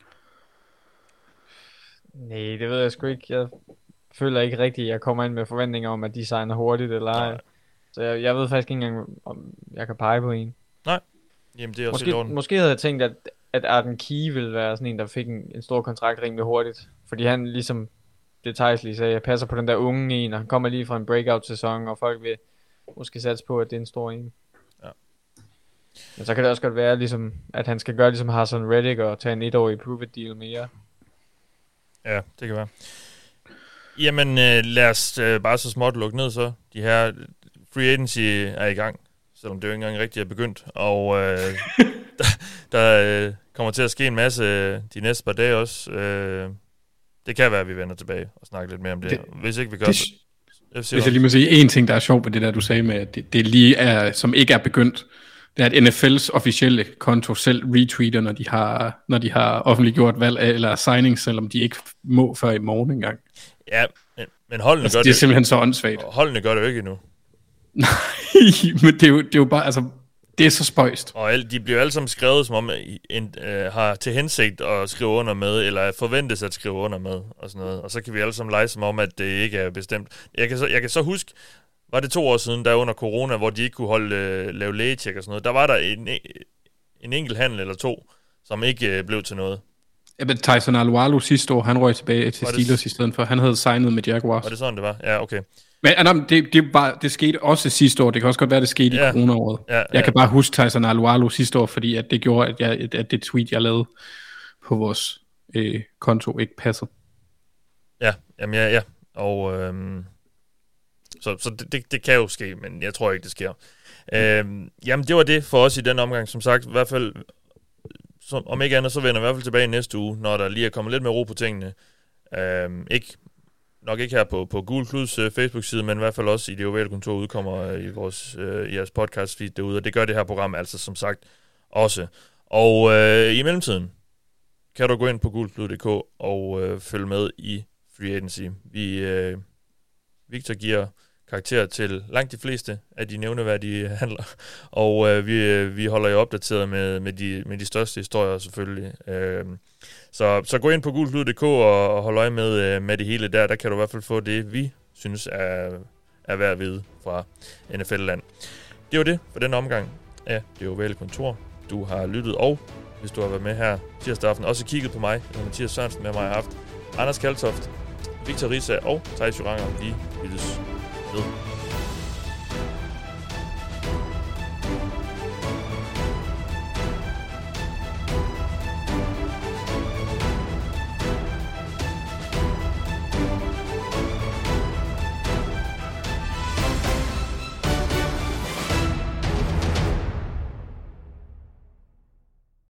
Nej, det ved jeg sgu ikke. Jeg føler ikke rigtigt, at jeg kommer ind med forventninger om, at de signer hurtigt eller ej. Så jeg ved faktisk ikke engang, om jeg kan pege på en. Nej, jamen det er også måske havde jeg tænkt, at Arden Key ville være sådan en, der fik en stor kontrakt rimelig hurtigt. Fordi han ligesom, det Theis lige sagde, passer på den der unge en, og han kommer lige fra en breakout-sæson, og folk vil måske satse på, at det er en stor en. Ja. Men så kan det også godt være, ligesom, at han skal gøre ligesom Hassan Reddick og tage en 1-årig prove-it deal mere. Ja, det kan være. Jamen, lad os bare så småt lukke ned så. De her free agency er i gang, selvom det jo ikke engang rigtig er begyndt. Og der kommer til at ske en masse de næste par dage også. Det kan være, at vi vender tilbage og snakker lidt mere om det. Hvis ikke vi gør det. Hvis jeg lige må sige en ting, der er sjovt ved det der, du sagde med, at det lige er, som ikke er begyndt, det er, at NFL's officielle konto selv retweeter, når de har offentliggjort valg eller signings, selvom de ikke må før i morgen engang. Ja, men holdene gør det. Det er simpelthen så åndssvagt. Holdene gør det jo ikke endnu. Nej, men det er jo bare, altså, Det er så spøjst. Og de bliver alle sammen skrevet, som om har til hensigt at skrive under med, eller forventes at skrive under med, og sådan noget. Og så kan vi alle sammen lege som om, at det ikke er bestemt. Jeg kan så huske, var det 2 år siden, der under corona, hvor de ikke kunne lave lægetjek og sådan noget, der var der en enkelt handel eller 2, som ikke blev til noget. Ja, men Tyson Alualu sidste år, han røg tilbage til Steelers i stedet for. Han havde signet med Jaguars. Var det sådan, det var? Ja, okay. Men det skete også sidste år. Det kan også godt være, det skete i corona-året. Jeg kan bare huske Tyson Alualu sidste år, fordi at det gjorde, at det tweet, jeg lavede på vores konto, ikke passede. Ja, jamen ja. Og så det kan jo ske, men jeg tror ikke, det sker. Jamen, det var det for os i den omgang. Som sagt, i hvert fald, om ikke andet, så vender vi i hvert fald tilbage næste uge, når der lige er kommet lidt mere ro på tingene. Nok ikke her på Gul Kluds Facebook-side, men i hvert fald også i det ovale kontor udkommer i jeres podcast-feed derude, og det gør det her program altså som sagt også. Og i mellemtiden kan du gå ind på gulklud.dk og følge med i Free Agency. Victor giver karakter til langt de fleste af de nævneværdige handler, og vi holder jo opdateret med de største historier selvfølgelig. Så gå ind på gulklud.dk og hold øje med det hele der. Der kan du i hvert fald få det, vi synes er værd at vide fra NFL-land. Det var det for den omgang af det ovale kontor. Du har lyttet, og hvis du har været med her tirsdag aften, også kigget på mig, og Mathias Sørensen med mig har haft Anders Kaltoft, Victor Risa og Thijs Joranger. Vi lyttes ved.